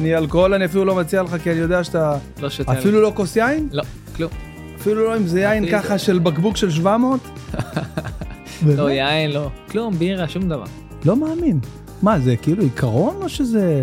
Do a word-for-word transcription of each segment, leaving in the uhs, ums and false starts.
אני אלכוהול, אני אפילו לא מציע לך, כי אני יודע שאתה... לא שותה. אפילו לא כוס יין? לא, כלום. אפילו לא אם זה יין ככה של בקבוק של שבע מאות? לא, יין, לא. כלום, בירה, שום דבר. לא מאמין. מה, זה כאילו עיקרון או שזה...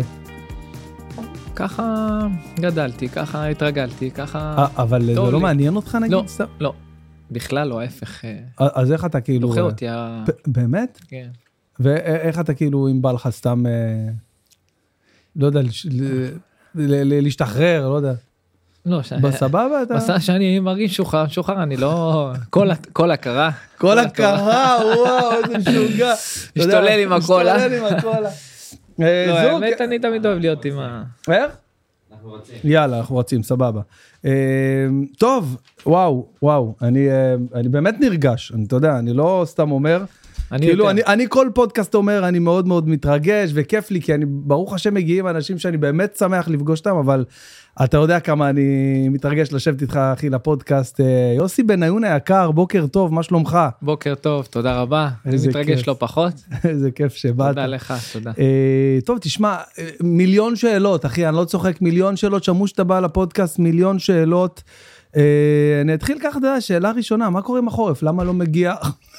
ככה גדלתי, ככה התרגלתי, ככה... אבל זה לא מעניין אותך נגיד? לא, לא. בכלל לא, ההפך. אז איך אתה כאילו... דוחה אותי. באמת? כן. ואיך אתה כאילו, אם בא לך סתם, לא יודע, להשתחרר, לא יודע. לא, בסבבה אתה... בסדר שאני מרגיש שוחרר, שוחרר, אני לא... כל הכרה. כל הכרה, וואו, איזה שוגע. משתולל עם הקולה. משתולל עם הקולה. לא, האמת, אני תמיד אוהב להיות עם ה... איך? אנחנו רוצים. יאללה, אנחנו רוצים, סבבה. טוב, וואו, וואו, אני באמת נרגש, אתה יודע, אני לא סתם אומר, כאילו, אני כל פודקאסט אומר, אני מאוד מאוד מתרגש וכיף לי, כי אני, ברוך השם, מגיעים אנשים שאני באמת שמח לפגוש אותם, אבל אתה יודע כמה אני מתרגש לשבת איתך, אחי, לפודקאסט. יוסי בניון היקר, בוקר טוב, מה שלומך? בוקר טוב, תודה רבה. אני מתרגש לא פחות. איזה כיף שבאת. תודה לך, תודה. טוב, תשמע, מיליון שאלות, אחי, אני לא צוחק, מיליון שאלות, שמעו שאתה בא לפודקאסט, מיליון שאלות. אני אתחיל ככה, אתה יודע, שאלה ראשונה, מה קורה עם החורף? למה לא מגיע...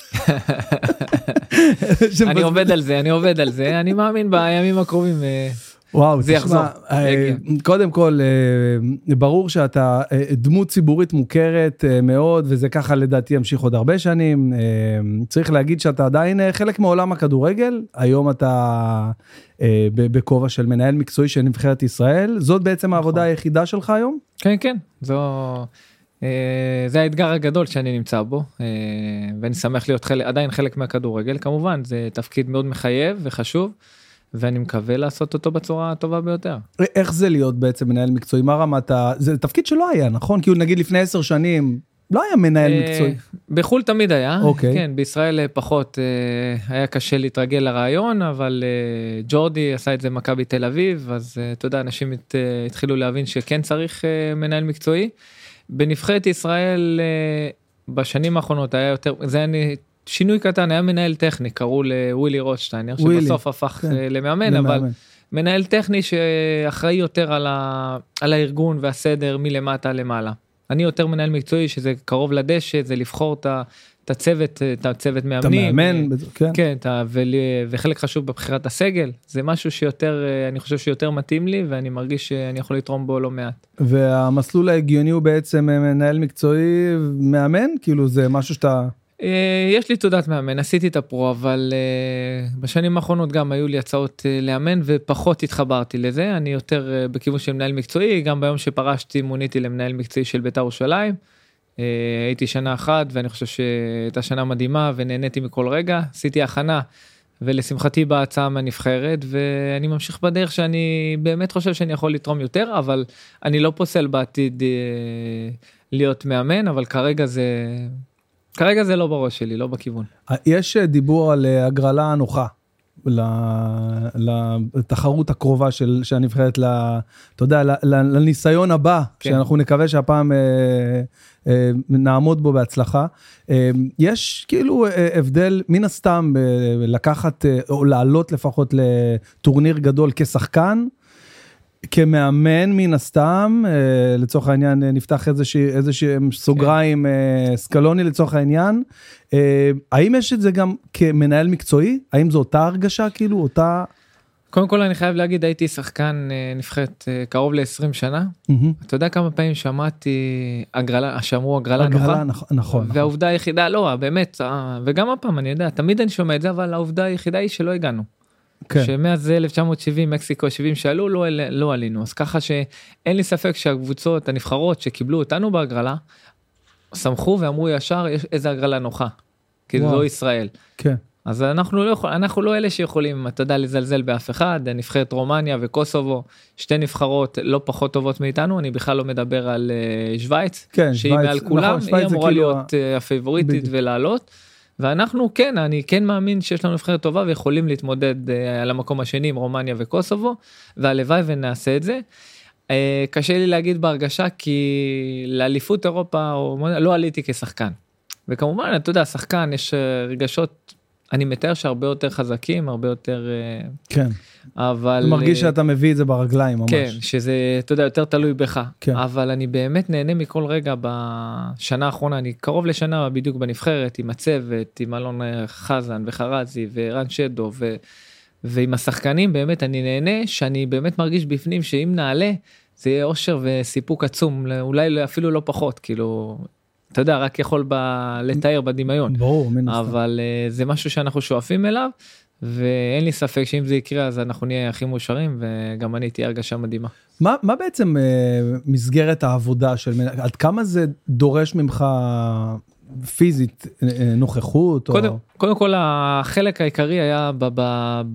אני עובד על זה, אני עובד על זה, אני מאמין בימים הקרובים וואו, זה יחזור. קודם כל, ברור שאתה דמות ציבורית מוכרת מאוד, וזה ככה לדעתי ימשיך עוד הרבה שנים. צריך להגיד שאתה עדיין חלק מעולם הכדורגל, היום אתה בכובע של מנהל מקצועי של נבחרת ישראל, זאת בעצם העבודה היחידה שלך היום? כן, כן, זו... זה האתגר הגדול שאני נמצא בו, ואני שמח להיות חלק, עדיין חלק מהכדורגל, כמובן, זה תפקיד מאוד מחייב וחשוב, ואני מקווה לעשות אותו בצורה הטובה ביותר. איך זה להיות בעצם מנהל מקצועי? מה רמת ה... זה תפקיד שלא היה, נכון? כי הוא נגיד לפני עשר שנים, לא היה מנהל מקצועי. בחול תמיד היה, אוקיי. כן, בישראל פחות היה קשה להתרגל לרעיון, אבל ג'ורדי עשה את זה מכבי תל אביב, אז אתה יודע, אנשים התחילו להבין שכן צריך מנהל מקצועי. בנבחרת ישראל בשנים האחרונות היה יותר, זה היה שינוי קטן, היה מנהל טכני, קראו לווילי רוטשטיינר, שבסוף הפך למאמן, אבל מנהל טכני שאחראי יותר על הארגון והסדר מלמטה למעלה. אני יותר מנהל מקצועי, שזה קרוב לדשא, זה לבחור את הצוות, את הצוות מאמנים. אתה מאמן, כן. כן, וחלק חשוב בבחירת הסגל, זה משהו שיותר, אני חושב שיותר מתאים לי, ואני מרגיש שאני יכול לתרום בו לא מעט. והמסלול ההגיוני הוא בעצם מנהל מקצועי מאמן? כאילו זה משהו שאתה... יש לי תעודת מאמן, עשיתי את הפרו, אבל בשנים האחרונות גם היו לי הצעות לאמן, ופחות התחברתי לזה, אני יותר בכיוון של מנהל מקצועי, גם ביום שפרשתי מוניתי למנהל מקצועי של בית"ר ירושלים, הייתי שנה אחת, ואני חושב שהייתה שנה מדהימה, ונהניתי מכל רגע, עשיתי הכנה, ולשמחתי באה הצעה מהנבחרת, ואני ממשיך בדרך שאני באמת חושב שאני יכול לתרום יותר, אבל אני לא פוסל בעתיד להיות מאמן, אבל כרגע זה... כרגע זה לא בראש שלי, לא בכיוון. יש דיבור על הגרלה אנוחה, לתחרות הקרובה של הנבחרת, אתה יודע, לניסיון הבא, שאנחנו נקווה שהפעם נעמוד בו בהצלחה. יש כאילו הבדל מן הסתם לקחת, או לעלות לפחות לטורניר גדול כשחקן, כמאמן מן הסתם, לצורך העניין נפתח איזושהי סוגריים סקלוני לצורך העניין, האם יש את זה גם כמנהל מקצועי? האם זו אותה הרגשה כאילו, אותה... קודם כל אני חייב להגיד, הייתי שחקן נבחרת קרוב ל-עשרים שנה, אתה יודע כמה פעמים שמעתי הגרלה, שאמרו הגרלה נוחה? נכון. והעובדה היחידה, לא, באמת, וגם הפעם אני יודע, תמיד אני שומע את זה, אבל העובדה היחידה היא שלא הגענו. שמאז אלף תשע מאות שבעים, מקסיקו שבעים שעלו, לא, לא עלינו. אז ככה שאין לי ספק שהקבוצות, הנבחרות שקיבלו אותנו בהגרלה, שמחו ואמרו ישר, יש איזה הגרלה נוחה. כי זו ישראל. כן. אז אנחנו לא, יכול, אנחנו לא אלה שיכולים, אתה יודע, לזלזל באף אחד, נבחרת רומניה וקוסובו, שתי נבחרות לא פחות טובות מאיתנו, אני בכלל לא מדבר על uh, שוויץ, כן, שהיא שוויץ, מעל כולם, נכון, היא אמורה כאילו להיות ה... הפייבוריטית בדיוק. ולעלות, ואנחנו כן, אני כן מאמין שיש לנו נבחרת טובה, ויכולים להתמודד uh, על המקום השני עם רומניה וקוסובו, והלוואי ונעשה את זה. Uh, קשה לי להגיד בהרגשה, כי לאליפות אירופה, או, לא עליתי כשחקן. וכמובן, אתה יודע, שחקן, יש רגשות אני מתאר שהרבה יותר חזקים, הרבה יותר... כן. אבל... אני מרגיש שאתה מביא את זה ברגליים ממש. כן, שזה, אתה יודע, יותר תלוי בך. כן. אבל אני באמת נהנה מכל רגע בשנה האחרונה, אני קרוב לשנה בדיוק בנבחרת, עם הצוות, עם אלון חזן וחרזי ורן שדו, ו... ועם השחקנים, באמת אני נהנה, שאני באמת מרגיש בפנים שאם נעלה, זה יהיה אושר וסיפוק עצום, אולי אפילו לא פחות, כאילו... אתה יודע, רק יכול ב... לתאר בדמיון. ברור, מן הסתם. אבל uh, זה משהו שאנחנו שואפים אליו, ואין לי ספק שאם זה יקרה, אז אנחנו נהיה הכי מאושרים, וגם אני תהיה הרגשה מדהימה. מה, מה בעצם uh, מסגרת העבודה של... עד כמה זה דורש ממך פיזית uh, נוכחות? קודם, או... קודם כל, החלק העיקרי היה ב, ב,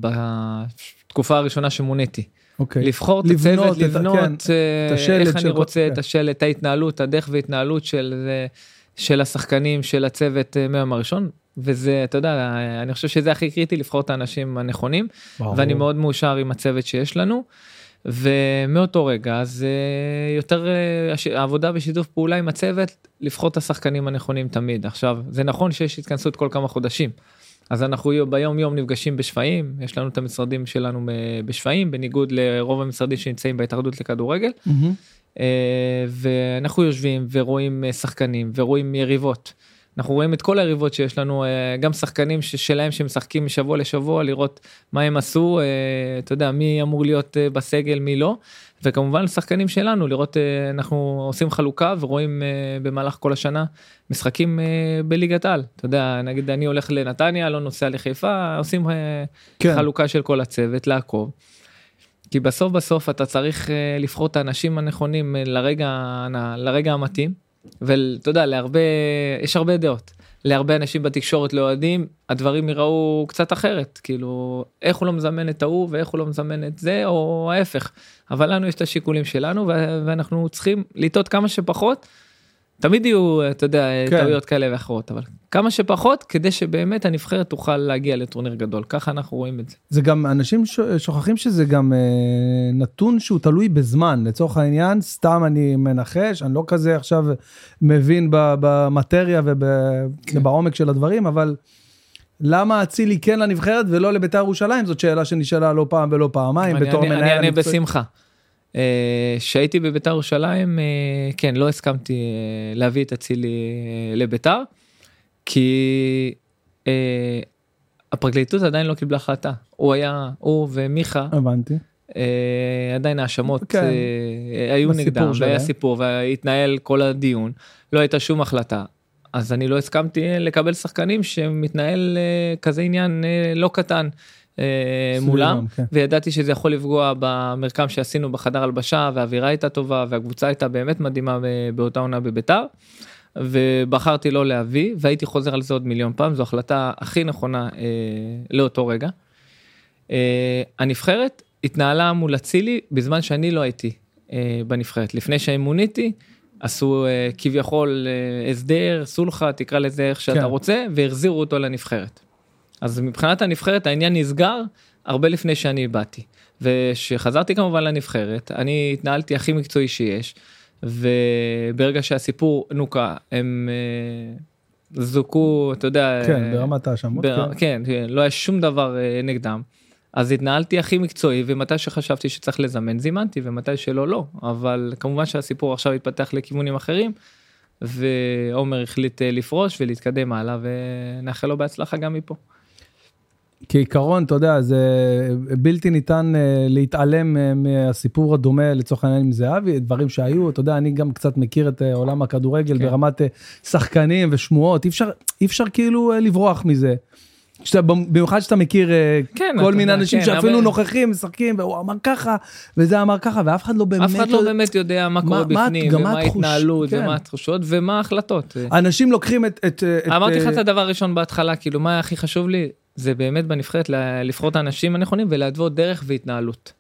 בתקופה הראשונה שמוניתי. אוקיי. לבחור את הצוות, לבנות, כן, את השלט איך אני רוצה כן. את השלט, את ההתנהלות, הדרך והתנהלות של, של השחקנים, של הצוות מהיום הראשון, וזה, אתה יודע, אני חושב שזה הכי קריטי, לבחור את האנשים הנכונים, וואו. ואני מאוד מאושר עם הצוות שיש לנו, ומאותו רגע, אז יותר העבודה בשיתוף פעולה עם הצוות, לבחור את השחקנים הנכונים תמיד. עכשיו, זה נכון שיש התכנסות כל כמה חודשים, אז אנחנו ביום יום נפגשים בשפעים, יש לנו את המשרדים שלנו בשפעים, בניגוד לרוב המשרדים שנמצאים בהתאחדות לכדורגל, mm-hmm. ואנחנו יושבים ורואים שחקנים ורואים יריבות, אנחנו רואים את כל היריבות שיש לנו, גם שחקנים שלהם שמשחקים משבוע לשבוע, לראות מה הם עשו, אתה יודע, מי אמור להיות בסגל, מי לא, וכמובן שחקנים שלנו, לראות, אנחנו עושים חלוקה ורואים במהלך כל השנה משחקים בליגת העל, אתה יודע, נגיד אני הולך לנתניה, לא נוסע לחיפה, עושים כן. חלוקה של כל הצוות, לעקוב, כי בסוף בסוף אתה צריך לבחור את האנשים הנכונים לרגע, לרגע המתאים, ואתה יודע, להרבה, יש הרבה דעות, להרבה אנשים בתקשורת לאוהדים, הדברים יראו קצת אחרת, כאילו, איך הוא לא מזמן את ההוא, ואיך הוא לא מזמן את זה, או ההפך, אבל לנו יש את השיקולים שלנו, ואנחנו צריכים לטעות כמה שפחות, תמיד יהיו, אתה יודע, כן. טעויות כאלה ואחרות, אבל כמה שפחות, כדי שבאמת הנבחרת תוכל להגיע לטורניר גדול, ככה אנחנו רואים את זה. זה גם, אנשים שוכחים שזה גם אה, נתון שהוא תלוי בזמן, לצורך העניין, סתם אני מנחש, אני לא כזה עכשיו מבין במטריה ובעומק של הדברים, אבל למה אצילי כן לנבחרת ולא לבית"ר ירושלים? זאת שאלה שנשאלה לא פעם ולא פעמיים, בתור מנהל. אני אענה בשמחה. שהייתי בביתר ירושלים, כן, לא הסכמתי להביא את אצילי לביתר, כי הפרקליטות עדיין לא קיבלה החלטה. הוא היה, הוא ומיכה, הבנתי. עדיין האשמות היו נגדם, והיה סיפור, והתנהל כל הדיון, לא הייתה שום החלטה. אז אני לא הסכמתי לקבל שחקנים שמתנהל כזה עניין לא קטן, מולם, כן. וידעתי שזה יכול לפגוע במרקם שעשינו בחדר הלבשה, והאווירה הייתה טובה, והקבוצה הייתה באמת מדהימה באותה עונה בביתר, ובחרתי לא להביא, והייתי חוזר על זה עוד מיליון פעם, זו החלטה הכי נכונה אה, לאותו רגע. אה, הנבחרת התנהלה מול אצילי, בזמן שאני לא הייתי אה, בנבחרת, לפני שהאמוניתי, עשו אה, כביכול אה, הסדר, סולחה, תקרא לזה איך שאתה כן. רוצה, והחזירו אותו לנבחרת. אז מבחינת הנבחרת העניין נסגר הרבה לפני שאני באתי, ושחזרתי כמובן לנבחרת, אני התנהלתי הכי מקצועי שיש, וברגע שהסיפור נוקה, הם אה, זוכו, אתה יודע, כן, ברמת האשמות, בר... כן. כן, לא היה שום דבר אה, נגדם, אז התנהלתי הכי מקצועי, ומתי שחשבתי שצריך לזמן, זימנתי, ומתי שלא, לא, אבל כמובן שהסיפור עכשיו התפתח לכיוונים אחרים, ועומר החליט לפרוש ולהתקדם הלאה, ונאחל לו בהצלחה גם מפה. כעיקרון, אתה יודע, זה בלתי ניתן להתעלם מהסיפור הדומה לצורך העניין עם זהבי, דברים שהיו, אתה יודע, אני גם קצת מכיר את עולם הכדורגל כן. ברמת שחקנים ושמועות, אי אפשר, אי אפשר כאילו לברוח מזה. שאתה, במיוחד שאתה מכיר כן, כל מיני אנשים כן, שאפילו אבל... נוכחים, משחקים, והוא אמר ככה, וזה אמר ככה, ואף אחד לא באמת... אף אחד לא באמת יודע מה קורה מה, בפנים, ומה ההתנהלות, כן. ומה התחושות, ומה ההחלטות. אנשים לוקחים את... את אמרתי את... לך את הדבר הראשון בהתחלה, כאילו, מה הכי חשוב לי? זה באמת בנבחרת לבחור את האנשים הנכונים, ולהדוות דרך והתנהלות.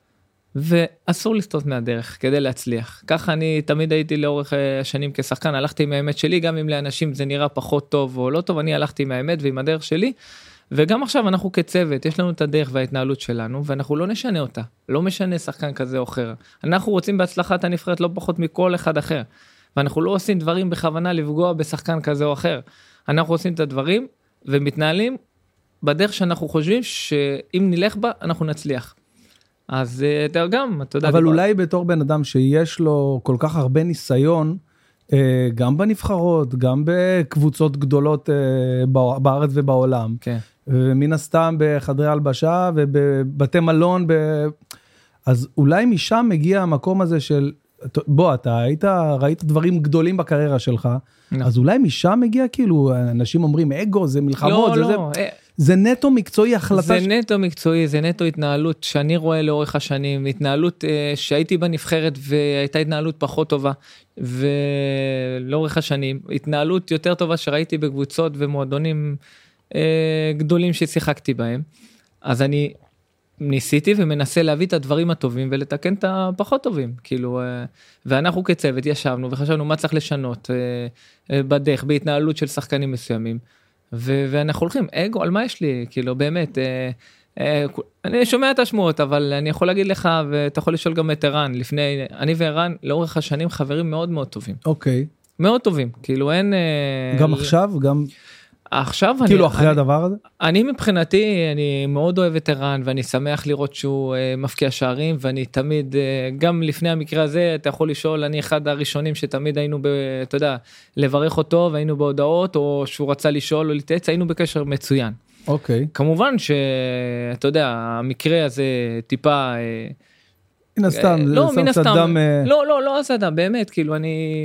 ואסור לסטות מהדרך, כדי להצליח. ככה אני תמיד הייתי לאורך השנים כשחקן, הלכתי עם האמת שלי, גם אם לאנשים זה נראה פחות טוב או לא טוב, אני הלכתי עם האמת ועם הדרך שלי, וגם עכשיו אנחנו כצוות, יש לנו את הדרך וההתנהלות שלנו, ואנחנו לא נשנה אותה, לא משנה שחקן כזה או אחר. אנחנו רוצים בהצלחת הנבחרת לא פחות מכל אחד אחר, ואנחנו לא עושים דברים בכוונה לפגוע בשחקן כזה או אחר. אנחנו עושים את הדברים ומתנהלים בדרך שאנחנו חושבים שאם נלך בה, אנחנו נצליח. אז אתה גם, אתה יודע... אבל אולי בתור בן אדם שיש לו כל כך הרבה ניסיון, גם בנבחרות, גם בקבוצות גדולות בארץ ובעולם, כן. ומן הסתם בחדרי הלבשה ובבתי מלון, אז אולי משם מגיע המקום הזה של, בוא, אתה היית, ראית דברים גדולים בקריירה שלך, אז אולי משם מגיע כאילו, אנשים אומרים אגו, זה מלחמות, לא, לא. זה נטו מקצועי, החלטה... זה נטו מקצועי, זה נטו התנהלות שאני רואה לאורך השנים, התנהלות שהייתי בנבחרת והייתה התנהלות פחות טובה, ולאורך השנים, התנהלות יותר טובה שראיתי בקבוצות ומועדונים גדולים ששיחקתי בהם. אז אני ניסיתי ומנסה להביא את הדברים הטובים ולתקן את הפחות טובים, כאילו, ואנחנו כצוות ישבנו וחשבנו מה צריך לשנות בדרך, בהתנהלות של שחקנים מסוימים. ו- ואנחנו הולכים, אגו, על מה יש לי? כאילו, באמת, אה, אה, אני שומע את השמועות, אבל אני יכול להגיד לך, ואתה יכול לשאול גם את ערן, לפני, אני וערן, לאורך השנים, חברים מאוד מאוד טובים. אוקיי. מאוד טובים, כאילו, אין... אה, גם עכשיו? גם... עכשיו כאילו אני... אחרי אני, הדבר הזה? אני מבחינתי, אני מאוד אוהב את ערן, ואני שמח לראות שהוא אה, מפקיע שערים, ואני תמיד, אה, גם לפני המקרה הזה, אתה יכול לשאול, אני אחד הראשונים שתמיד היינו, ב, אתה יודע, לברך אותו, והיינו בהודעות, או שהוא רצה לשאול או לתעץ, היינו בקשר מצוין. אוקיי. כמובן שאתה יודע, המקרה הזה טיפה... אה, מן הסתם, אה, לא, מן הסתם, דם, לא, לא, לא עשה דם, באמת, כאילו, אני...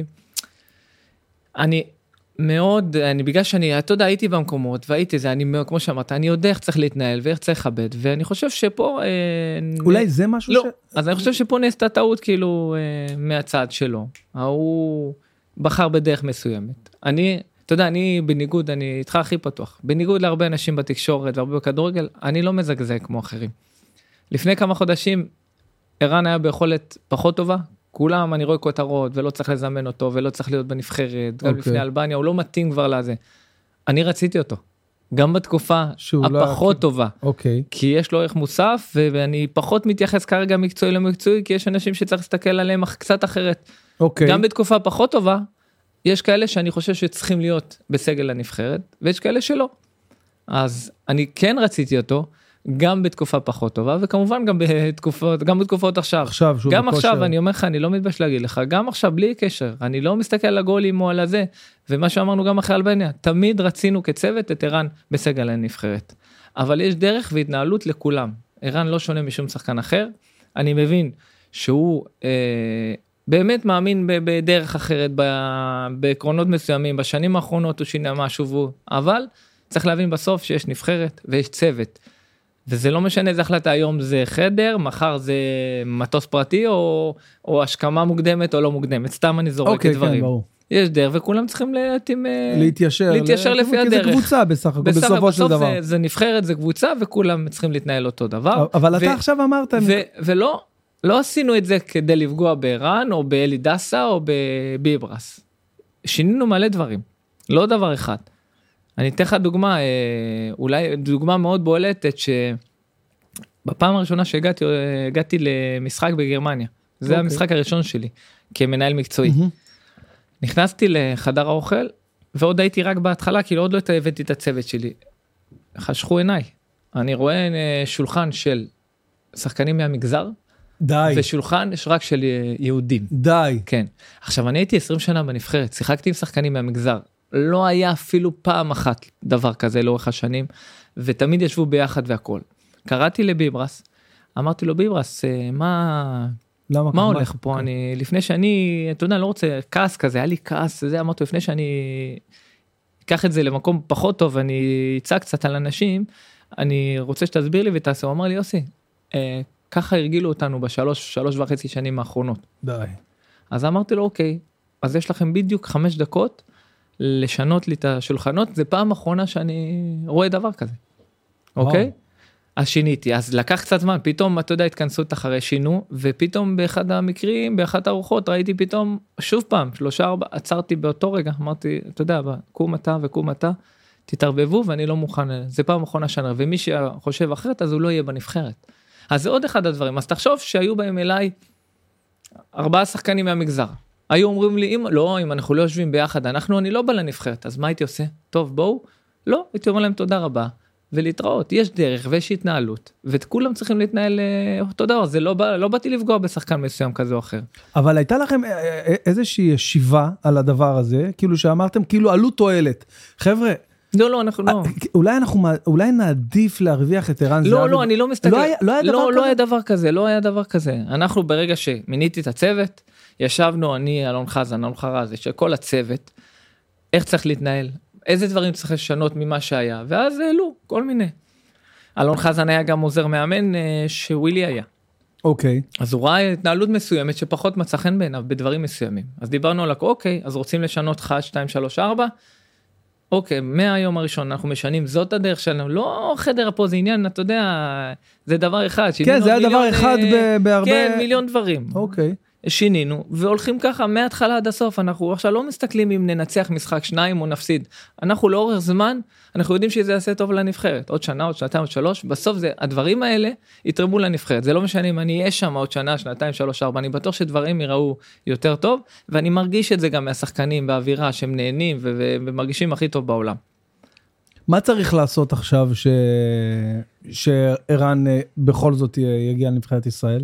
אני... מאוד, אני בגלל שאני, אתה יודע, הייתי במקומות, והייתי זה, אני, כמו שאמרת, אני יודע איך צריך להתנהל, ואיך צריך לכבד, ואני חושב שפה... אולי נ... זה משהו לא, ש... אז אני חושב שפה נעשתה טעות, כאילו, מהצד שלו. הוא בחר בדרך מסוימת. אני, אתה יודע, אני בניגוד, אני איתך הכי פתוח, בניגוד להרבה אנשים בתקשורת, והרבה בכדורגל, אני לא מזגזג כמו אחרים. לפני כמה חודשים, ערן היה ביכולת פחות טובה, כולם, אני רואה כותרות, ולא צריך לזמן אותו, ולא צריך להיות בנבחרת, גם לפני אלבניה, הוא לא מתאים כבר לזה. אני רציתי אותו, גם בתקופה הפחות טובה, כי יש לו ערך מוסף, ואני פחות מתייחס כרגע מקצועי למקצועי, כי יש אנשים שצריך להסתכל עליהם קצת אחרת. גם בתקופה פחות טובה, יש כאלה שאני חושב שצריכים להיות בסגל הנבחרת, ויש כאלה שלא. אז אני כן רציתי אותו, גם בתקופה פחות טובה, וכמובן גם בתקופות, גם בתקופות עכשיו. עכשיו, גם בכושר. עכשיו, אני אומר לך, אני לא מתבייש להגיד לך, גם עכשיו, בלי קשר, אני לא מסתכל על הגולים או על הזה, ומה שאמרנו גם אחרי אלבניה, תמיד רצינו כצוות את ערן בסגל הנבחרת. אבל יש דרך והתנהלות לכולם. ערן לא שונה משום שחקן אחר, אני מבין שהוא אה, באמת מאמין בדרך אחרת, בעקרונות מסוימים, בשנים האחרונות הוא שינה משהו, אבל צריך להבין בסוף שיש נבחרת ויש צוות. וזה לא משנה איזה החלטה, היום זה חדר, מחר זה מטוס פרטי, או, או השכמה מוקדמת או לא מוקדמת, סתם אני זורק אוקיי, את דברים. כן, ברור. יש דרך, וכולם צריכים להתאים, להתיישר, להתיישר ל... לפי הדרך. כי זה קבוצה בסך הכל, בסופו בסוף של דבר. זה, זה נבחרת, זה קבוצה, וכולם צריכים להתנהל אותו דבר. אבל ו- אתה עכשיו אמרת... ו- ו- ולא, לא עשינו את זה כדי לפגוע בערן, או באלי דסה, או בביברס. שינינו מלא דברים, לא דבר אחד. אני אתן לך דוגמה, אולי דוגמה מאוד בולטת, שבפעם הראשונה שהגעתי, הגעתי למשחק בגרמניה. זה okay. המשחק הראשון שלי, כמנהל מקצועי. Mm-hmm. נכנסתי לחדר האוכל, ועוד הייתי רק בהתחלה, כי עוד לא הבאתי את הצוות שלי. חשכו עיניי. אני רואה שולחן של שחקנים מהמגזר, די. ושולחן יש רק של יהודים. די. כן. עכשיו, אני הייתי עשרים שנה בנבחרת, שיחקתי עם שחקנים מהמגזר. לא היה אפילו פעם אחת דבר כזה לאורך השנים, ותמיד ישבו ביחד והכל. קראתי לביברס, אמרתי לו, ביברס, מה, למה, מה הולך פה? כן. אני, לפני שאני, אתה יודע, לא רוצה, כעס כזה, היה לי כעס, זה אמרתי, לפני שאני אקח את זה למקום פחות טוב, אני אצא קצת על אנשים, אני רוצה שתסביר לי ותעשה. הוא אמר לי, יוסי, אה, ככה הרגילו אותנו בשלוש, שלוש וחצי שנים האחרונות. די. אז אמרתי לו, אוקיי, אז יש לכם בדיוק חמש דקות, לשנות לי את השולחנות, זה פעם אחרונה שאני רואה דבר כזה. אוקיי? אז שיניתי, אז לקח קצת זמן, פתאום, אתה יודע, התכנסות אחרי שינו, ופתאום באחד המקרים, באחת הארוחות, ראיתי פתאום, שוב פעם, שלושה ארבע, עצרתי באותו רגע, אמרתי, אתה יודע, קום אתה וקום אתה, תתערבבו, ואני לא מוכן, זה פעם אחרונה שנה, ומי שחושב אחרת, אז הוא לא יהיה בנבחרת. אז זה עוד אחד הדברים, אז תחשוב שהיו בהם אליי, ארבעה שחקנים מהמגזר, היו אומרים לי, אם, לא, אם אנחנו לא יושבים ביחד, אנחנו, אני לא בא לנבחרת, אז מה הייתי עושה? טוב, בואו, לא, הייתי אומר להם תודה רבה, ולהתראות, יש דרך ויש התנהלות, וכולם צריכים להתנהל אותו דבר, זה לא, בא, לא באתי לפגוע בשחקן מסוים כזה או אחר. אבל הייתה לכם איזושהי ישיבה על הדבר הזה, כאילו שאמרתם, כאילו עלו תועלת, חבר'ה, לא, לא, אנחנו לא. אולי אנחנו, אולי נעדיף להרוויח את ערן זהבי. לא, לא, אני לא מסתכל. לא היה, לא היה דבר לא, כזה? לא היה דבר כזה, לא היה דבר כזה. אנחנו ברגע שמיניתי את הצוות, ישבנו, אני, אלון חזן, אלון חרזי, שכל הצוות, איך צריך להתנהל, איזה דברים צריך לשנות ממה שהיה, ואז העלו, כל מיני. אלון חזן היה גם עוזר מאמן שווילי היה. אוקיי. אז הוא ראה התנהלות מסוימת שפחות מצא חן בעיניו בדברים מסוימים. אז דיברנו על אוקיי, אז רוצים לשנות אחת, שתיים, שלוש, ארבע, אוקיי, מהיום הראשון אנחנו משנים, זאת הדרך שלנו, לא חדר פה, זה עניין, אתה יודע, זה דבר אחד. כן, זה היה דבר אחד בהרבה... כן, מיליון דברים. אוקיי. שינינו, והולכים ככה מההתחלה עד הסוף, אנחנו עכשיו לא מסתכלים אם ננצח משחק שניים או נפסיד, אנחנו לאורך זמן, אנחנו יודעים שזה יעשה טוב לנבחרת, עוד שנה, עוד שנתיים, עוד שלוש, בסוף זה, הדברים האלה יתרמו לנבחרת, זה לא משנה אם אני אהיה שם עוד שנה, שנתיים, שלוש, ארבע, אני בטוח שדברים יראו יותר טוב, ואני מרגיש את זה גם מהשחקנים באווירה, שהם נהנים ומרגישים הכי טוב בעולם. מה צריך לעשות עכשיו ש... שערן בכל זאת יגיע לנבחרת ישראל?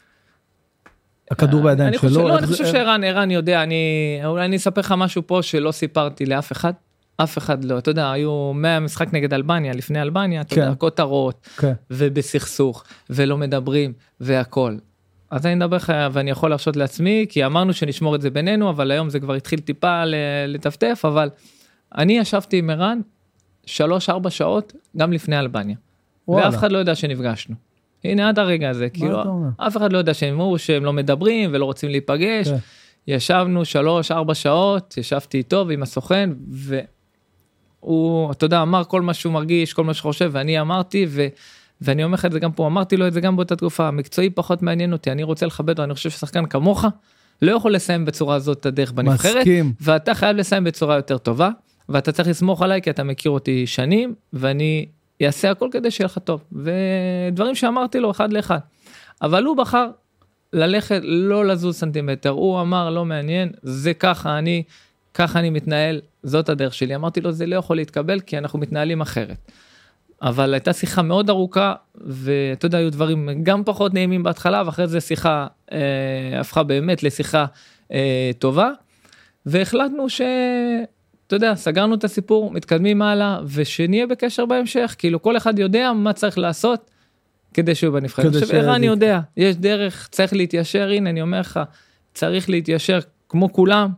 הכדור בידיים שלו. לא, אני חושב שערן, ערן יודע, אני, אולי אני אספר לך משהו פה שלא סיפרתי לאף אחד, אף אחד לא, אתה יודע, היו מהמשחק נגד אלבניה, לפני אלבניה, אתה יודע, כותרות, ובסכסוך, ולא מדברים, והכל. אז אני מדבר לך, ואני יכול להרשות לעצמי, כי אמרנו שנשמור את זה בינינו, אבל היום זה כבר התחיל טיפה לטפטף, אבל אני ישבתי עם ערן, שלוש, ארבע שעות, גם לפני אלבניה. ואף אחד לא יודע שנפגשנו. הנה עד הרגע הזה, כאילו, אף אחד לא יודע שהם אמרו שהם לא מדברים ולא רוצים להיפגש, ישבנו שלוש, ארבע שעות, ישבתי איתו ועם הסוכן, והוא, אתה יודע, אמר כל מה שהוא מרגיש, כל מה שהוא חושב, ואני אמרתי, ו... ואני אומר לך את זה גם פה, אמרתי לו את זה גם באותה תקופה, המקצועי פחות מעניין אותי, אני רוצה לכבד, אני חושב ששחקן כמוך, לא יכול לסיים בצורה הזאת הדרך בנבחרת, מסכים. ואתה חייב לסיים בצורה יותר טובה, ואתה צריך לסמוך עליי, כי אתה מכיר אותי שנים, ואני יעשה הכל כדי שיהיה לך טוב, ודברים שאמרתי לו אחד לאחד, אבל הוא בחר ללכת, לא לזוז סנטימטר, הוא אמר לא מעניין, זה ככה אני, ככה אני מתנהל, זאת הדרך שלי, אמרתי לו זה לא יכול להתקבל, כי אנחנו מתנהלים אחרת, אבל הייתה שיחה מאוד ארוכה, ואתה יודע, היו דברים גם פחות נעימים בהתחלה, ואחרי זה שיחה אה, הפכה באמת לשיחה אה, טובה, והחלטנו ש... אתה יודע, סגרנו את הסיפור, מתקדמים הלאה, ושנהיה בקשר בהמשך, כאילו כל אחד יודע מה צריך לעשות, כדי שהוא בנבחרת. עכשיו, ערן יודע, יש דרך, צריך להתיישר, הנה, אני אומר לך, צריך להתיישר כמו כולם,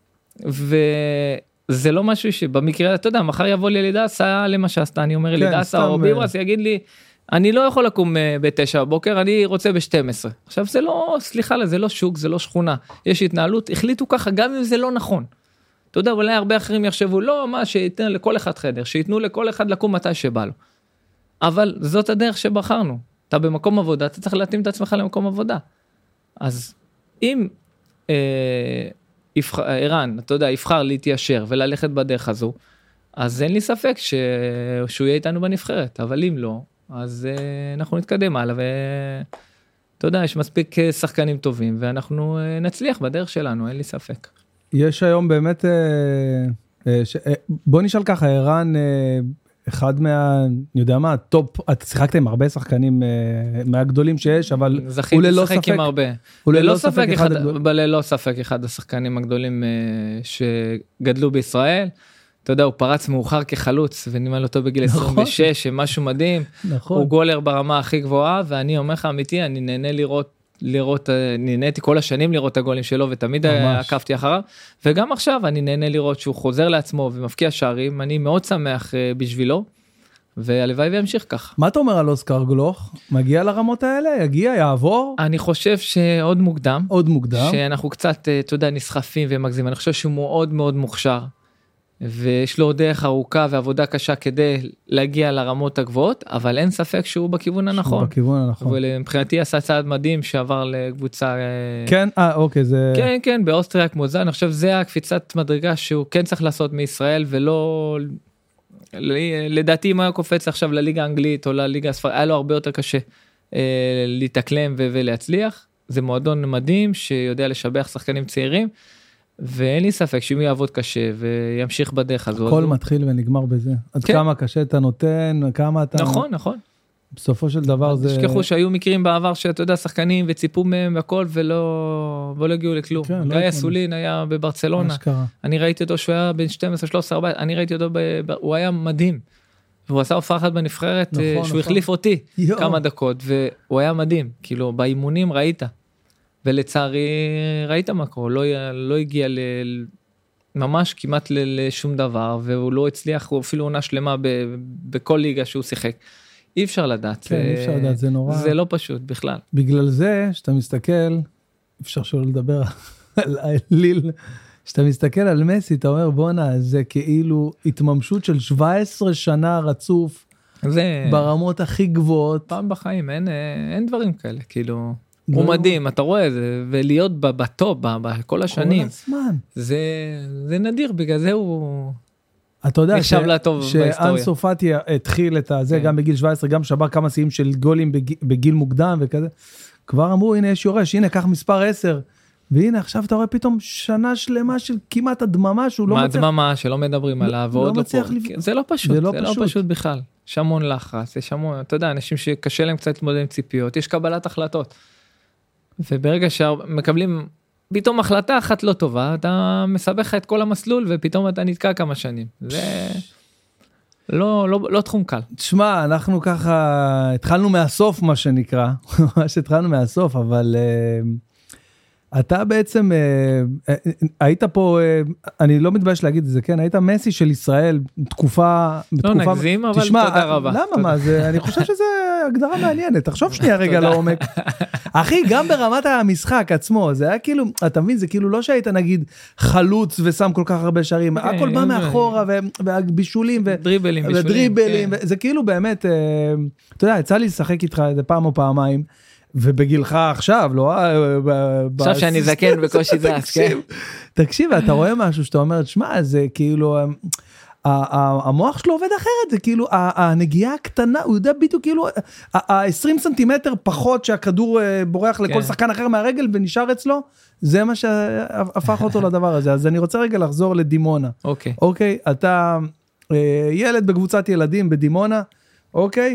וזה לא משהו שבמקרה, אתה יודע, מחר יבוא לי לידסה, למה שעשתה, אני אומר לידסה, או ביברס, יגיד לי, אני לא יכול לקום בתשע בבוקר, אני רוצה ב-שתים עשרה. עכשיו, זה לא, סליחה, זה לא שוק, זה לא שכונה, יש התנהלות, החליטו ככה, גם אם זה לא נכון. אתה יודע, אולי הרבה אחרים יחשבו, לא, מה, שיתן לכל אחד חדר, שיתנו לכל אחד לקום מתי שבא לו. אבל זאת הדרך שבחרנו. אתה במקום עבודה, אתה צריך להתאים את עצמך למקום עבודה. אז אם אה, יבחר, ערן, אתה יודע, יבחר להתיישר וללכת בדרך הזו, אז אין לי ספק ש... שהוא יהיה איתנו בנבחרת, אבל אם לא, אז אה, אנחנו נתקדם הלאה, ואתה יודע, יש מספיק שחקנים טובים, ואנחנו אה, נצליח בדרך שלנו, אין לי ספק. יש היום באמת, בוא נשאל ככה, ערן, אחד מה, אני יודע מה, טופ, את שיחקת עם הרבה שחקנים מהגדולים שיש, אבל הוא ללא ספק, הוא ללא ספק, ללא ספק אחד השחקנים הגדולים שגדלו בישראל, אתה יודע, הוא פרץ מאוחר כחלוץ, ונמל אותו בגיל עשרים ושש, משהו מדהים, הוא גולר ברמה הכי גבוהה, ואני אומר לך אמיתי, אני נהנה לראות, לראות, נהניתי כל השנים לראות את הגולים שלו, ותמיד עקבתי אחריו, וגם עכשיו אני נהנה לראות שהוא חוזר לעצמו ומפקיע שערים, אני מאוד שמח בשבילו, והלוואי וימשיך כך. מה אתה אומר על אוסקר גלוך? מגיע לרמות האלה? יגיע, יעבור? אני חושב שעוד מוקדם. עוד מוקדם. שאנחנו קצת, אתה יודע, נסחפים ומגזים, אני חושב שהוא מאוד מאוד מוכשר, ויש לו דרך ארוכה ועבודה קשה כדי להגיע לרמות הגבוהות, אבל אין ספק שהוא בכיוון הנכון. בכיוון הנכון. ולמבחינתי עשה צעד מדהים שעבר לקבוצה... כן, אה, אוקיי, זה... כן, כן, באוסטריה כמו זה, אני חושב זה הקפיצת מדרגה שהוא כן צריך לעשות מישראל, ולא... לדעתי אם היה קופץ עכשיו לליגה האנגלית או לליגה הספרדית, היה לו הרבה יותר קשה להתאקלם ולהצליח. זה מועדון מדהים שיודע לשבח שחקנים צעירים, ואין לי ספק שאם יעבוד קשה וימשיך בדרך הזו. הכל מתחיל ונגמר בזה. עד כמה קשה אתה נותן, כמה אתה... נכון, נכון. בסופו של דבר זה... תשכחו שהיו מקרים בעבר שאתה יודע, שחקנים וציפו מהם והכל ולא, ולא הגיעו לכלום. גיא אסולין היה בברצלונה. אני ראיתי אותו שהוא היה בין שתים עשרה שלוש עשרה ארבע, אני ראיתי אותו, הוא היה מדהים. והוא עשה הופעה אחת בנבחרת, שהוא החליף אותי כמה דקות, והוא היה מדהים. כאילו, באימונים ראית. ולצערי ראית מה קורה, לא, לא הגיע ל, ממש כמעט לשום דבר, והוא לא הצליח, הוא אפילו עונה שלמה ב, בכל ליגה שהוא שיחק. אי אפשר לדעת. כן, אי אפשר לדעת, זה נורא. זה לא פשוט בכלל. בגלל זה, שאתה מסתכל, אפשר שלא לדבר על ליל, שאתה מסתכל על מסי, אתה אומר, בונה, זה כאילו התממשות של שבע עשרה שנה רצוף, זה... ברמות הכי גבוהות. פעם בחיים, אין, אין דברים כאלה, כאילו... הוא מדהים, אתה רואה את זה, ולהיות בטופ, בכל השנים, זה, זה נדיר, בגלל זה הוא אתה יודע שאנסו פאטי התחיל את זה גם בגיל שבע עשרה, גם שבר כמה שיאים של גולים בגיל מוקדם וכזה, כבר אמרו, הנה יש יורש, הנה קח מספר עשר, והנה עכשיו אתה רואה פתאום שנה שלמה של כמעט הדממה, שהוא לא מצליח... מה הדממה שלא מדברים עליו, ועוד לא פה, זה לא פשוט, זה לא פשוט בכלל, יש המון לחץ, יש המון, אתה יודע, אנשים שקשה להם קצת להתמודד עם ציפיות, יש קבלת החלטות. וברגע שמקבלים פתאום החלטה אחת לא טובה, אתה מסבך את כל המסלול, ופתאום אתה נתקע כמה שנים. זה לא, לא, לא תחום קל. תשמע, אנחנו ככה, התחלנו מהסוף, מה שנקרא, ממש התחלנו מהסוף, אבל uh, אתה בעצם, uh, uh, היית פה, uh, אני לא מתבייש להגיד את זה, כן, היית מסי של ישראל, תקופה, לא בתקופה, נגזים, אבל תשמע, תודה רבה. למה, תודה. מה זה, אני חושב שזה הגדרה מעניינת, תחשוב שנייה רגע לעומק. אחי, גם ברמת המשחק עצמו, זה היה כאילו, אתה מבין, זה כאילו לא שהיית נגיד חלוץ ושם כל כך הרבה שערים, הכל בא מאחורה, ובישולים, ודריבלים, ודריבלים, זה כאילו באמת, אתה יודע, יצא לי לשחק איתך איזה פעם או פעמיים, ובגילך עכשיו, לא... עכשיו שאני זקן בקושי זס, כן? תקשיב, אתה רואה משהו שאתה אומר, שמע, זה כאילו... המוח שלו עובד אחרת, זה כאילו, הנגיעה הקטנה, הוא יודע בדיוק כאילו, ה-עשרים סנטימטר פחות שהכדור בורח לכל שחקן אחר מהרגל ונשאר אצלו, זה מה שהפך אותו לדבר הזה. אז אני רוצה רגע לחזור לדימונה. אוקיי. אוקיי, אתה ילד בקבוצת ילדים בדימונה, אוקיי?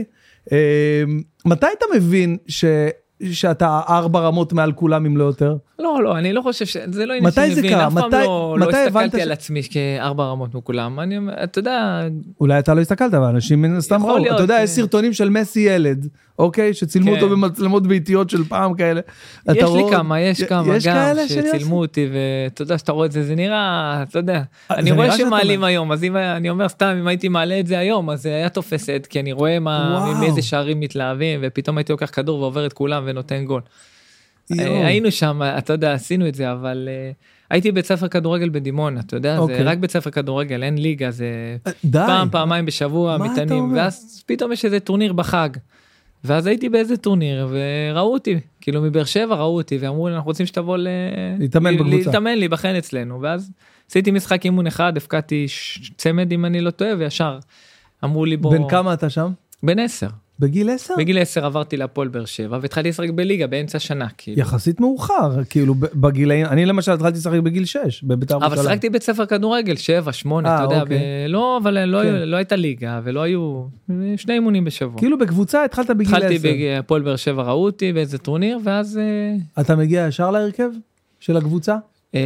מתי אתה מבין ש... שאתה ארבע רמות מעל כולם אם לא יותר? לא, לא, אני לא חושב שזה לא עניין שאני מבין, אף פעם לא, לא הסתכלתי על עצמי כארבע רמות מכולם, אני, אתה יודע... אולי אתה לא הסתכלת, אבל אנשים מן הסתם ראו, אתה יודע, יש סרטונים של מסי ילד, אוקיי, שצילמו אותו במצלמות ביתיות של פעם כאלה. יש לי כמה, יש כמה גם שצילמו אותי, ואתה יודע, שאתה רואה את זה, זה נראה, אתה יודע, אני רואה שמעלים היום, אז אם אני אומר סתם, אם הייתי מעלה את זה היום, אז זה היה תופסת, כי אני רואה מאיזה שערים מתלהבים, ופתאום הייתי לוקח כדור ועובר את כולם ונותן גול. היינו שם, אתה יודע, עשינו את זה, אבל הייתי בית ספר כדורגל בדימונה, אתה יודע, זה רק בית ספר כדורגל, אין ליגה, זה פעם, פעמיים בשבוע, מתענים, ואז פתאום יש איזה טורניר בחג, ואז הייתי באיזה טורניר, וראו אותי, כאילו מבאר שבע ראו אותי, ואמרו לי, אנחנו רוצים שתבוא להתאמן לי בחן אצלנו, ואז עשיתי משחק אימון אחד, הפקעתי צמד אם אני לא טועה, וישר אמרו לי בוא... בין כמה אתה שם? בין עשר. בגיל עשר? בגיל עשר עברתי להפועל באר שבע, והתחלתי לשחק בליגה באמצע שנה, כאילו. יחסית מאוחר, כאילו, בגילאים, אני למשל התחלתי לשחק בגיל שש, בבית"ר ירושלים. אבל שחקתי בית ספר כדורגל, שבע, שמונה, אתה יודע, לא, אבל לא הייתה ליגה, ולא היו שני אימונים בשבוע. כאילו בקבוצה התחלת בגיל עשר. התחלתי בהפועל באר שבע, ראו אותי באיזה טורניר, ואז... אתה מגיע ישר להרכב של הקבוצה?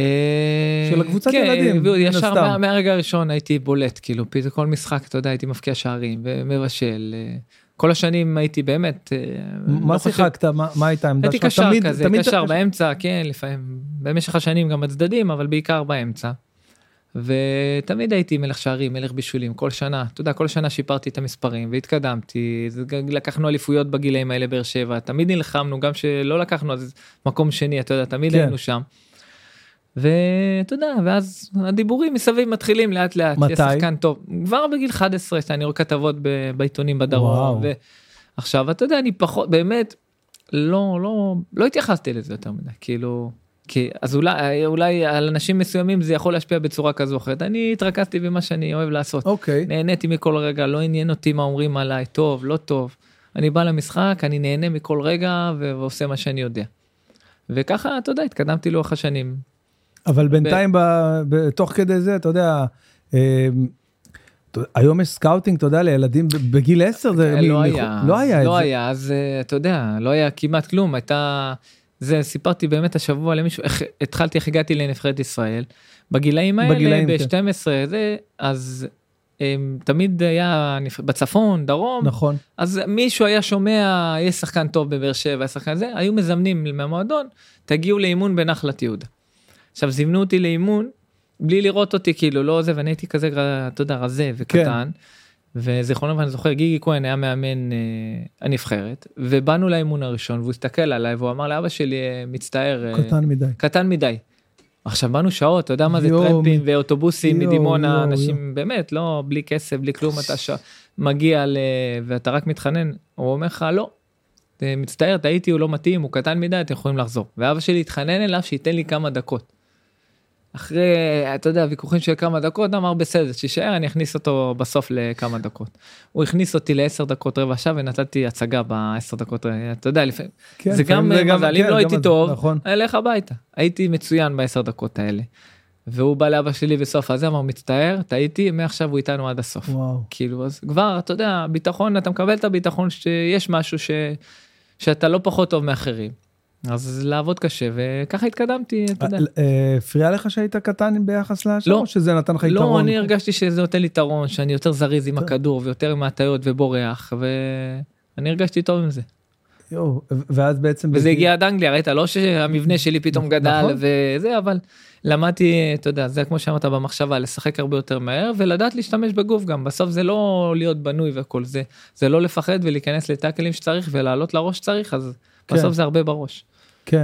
של הקבוצת ילדים. כן, ישר מהרגע הראשון הייתי בולט, כאילו, פתאום כל משחק, אתה יודע, הייתי מפקיע שערים ומבשל. כל השנים הייתי באמת... מה שיחקת? מה הייתה העמדה שלך? הייתי קשר כזה, קשר באמצע, כן, לפעמים, במשך השנים גם בצדדים, אבל בעיקר באמצע. ותמיד הייתי מלך שערים, מלך בישולים, כל שנה, אתה יודע, כל שנה שיפרתי את המספרים, והתקדמתי, לקחנו אליפויות בגילאים האלה באר שבע, תמיד נלחמנו, גם שלא לקחנו אז מקום שני, אתה יודע, תמיד היינו שם. ואתה יודע, ואז הדיבורים מסביב מתחילים לאט לאט. מתי? שחקן טוב. כבר בגיל אחד עשרה, שאני רואה כתבות בעיתונים בדרום. ועכשיו, אתה יודע, אני פחות, באמת, לא, לא, לא התייחסתי לזה יותר מדי. כאילו, כי, אז אולי, אולי על אנשים מסוימים זה יכול להשפיע בצורה כזו או אחרת. אני התרכזתי במה שאני אוהב לעשות. אוקיי. נהניתי מכל רגע, לא עניין אותי מה אומרים עליי, טוב, לא טוב. אני בא למשחק, אני נהנה מכל רגע ועושה מה שאני יודע. וככה, אתה יודע, התקדמתי לאורך השנים. אבל בינתיים, בתוך כדי זה, אתה יודע, היום יש סקאוטינג, אתה יודע, לילדים בגיל עשר, לא היה, לא היה, לא היה, אז אתה יודע, לא היה כמעט כלום, הייתה, זה סיפרתי באמת השבוע למישהו, התחלתי, איך הגעתי לנבחרת ישראל, בגילאים האלה, ב-שתים עשרה, אז תמיד היה בצפון, דרום, נכון. אז מישהו היה שומע, יש שחקן טוב בבאר שבע, שחקן זה, היו מזמנים מהמועדון, תגיעו לאימון בנחלת יהודה. עכשיו זימנו אותי לאימון, בלי לראות אותי, כאילו, לא זה, ואני הייתי כזה, אתה יודע, רזה וקטן, וזיכרונו, ואני זוכר, גיגי כהן היה מאמן הנבחרת, ובאנו לאימון הראשון, והוא הסתכל עליי, והוא אמר לאבא שלי, מצטער, קטן מדי. קטן מדי. עכשיו באנו שעות, אתה יודע מה זה טרמפים ואוטובוסים מדימונה, אנשים באמת, לא, בלי כסף, בלי כלום, אתה מגיע ואתה רק מתחנן, הוא אומר לך, לא, מצטער, טעיתי, הוא לא מתאים, הוא קטן מדי, אתם יכולים לחזור. ואבא שלי התחנן אליו שייתן לי כמה דקות. אחרי, אתה יודע, ויכוחים של כמה דקות, אמר בסדר, שישאר, אני אכניס אותו בסוף לכמה דקות. הוא הכניס אותי לעשר דקות רבע שעה, ונתתי הצגה בעשר דקות, אתה יודע, לפעמים, כן, זה גם מזל, אם לא הייתי טוב, נכון. אלך הביתה. הייתי מצוין בעשר דקות האלה. והוא בא לאבא שלי בסוף הזה, אמר, מצטער, טעיתי, מעכשיו הוא איתנו עד הסוף. וואו. כאילו, אז כבר, אתה יודע, ביטחון, אתה מקבל את הביטחון שיש משהו ש... שאתה לא פחות טוב מאחרים. אז לעבוד קשה, וככה התקדמתי, אתה יודע. הפריע לך שהיית קטן ביחס לשם, או שזה נתן לך יתרון? לא, אני הרגשתי שזה נותן לי יתרון, שאני יותר זריז עם הכדור, ויותר עם ההטיות ובורח, ואני הרגשתי טוב עם זה. יו, ואז בעצם... וזה הגיע עד אנגליה, ראית, לא שהמבנה שלי פתאום גדל וזה, אבל למדתי, אתה יודע, זה כמו שאמרת במחשבה, לשחק הרבה יותר מהר, ולדעת להשתמש בגוף גם. בסוף זה לא להיות בנוי וכל זה, זה לא לפחד ולהיכנס לטאקלים שצריך, ולעלות לראש שצריך, אז בסוף זה הרבה בראש. כן,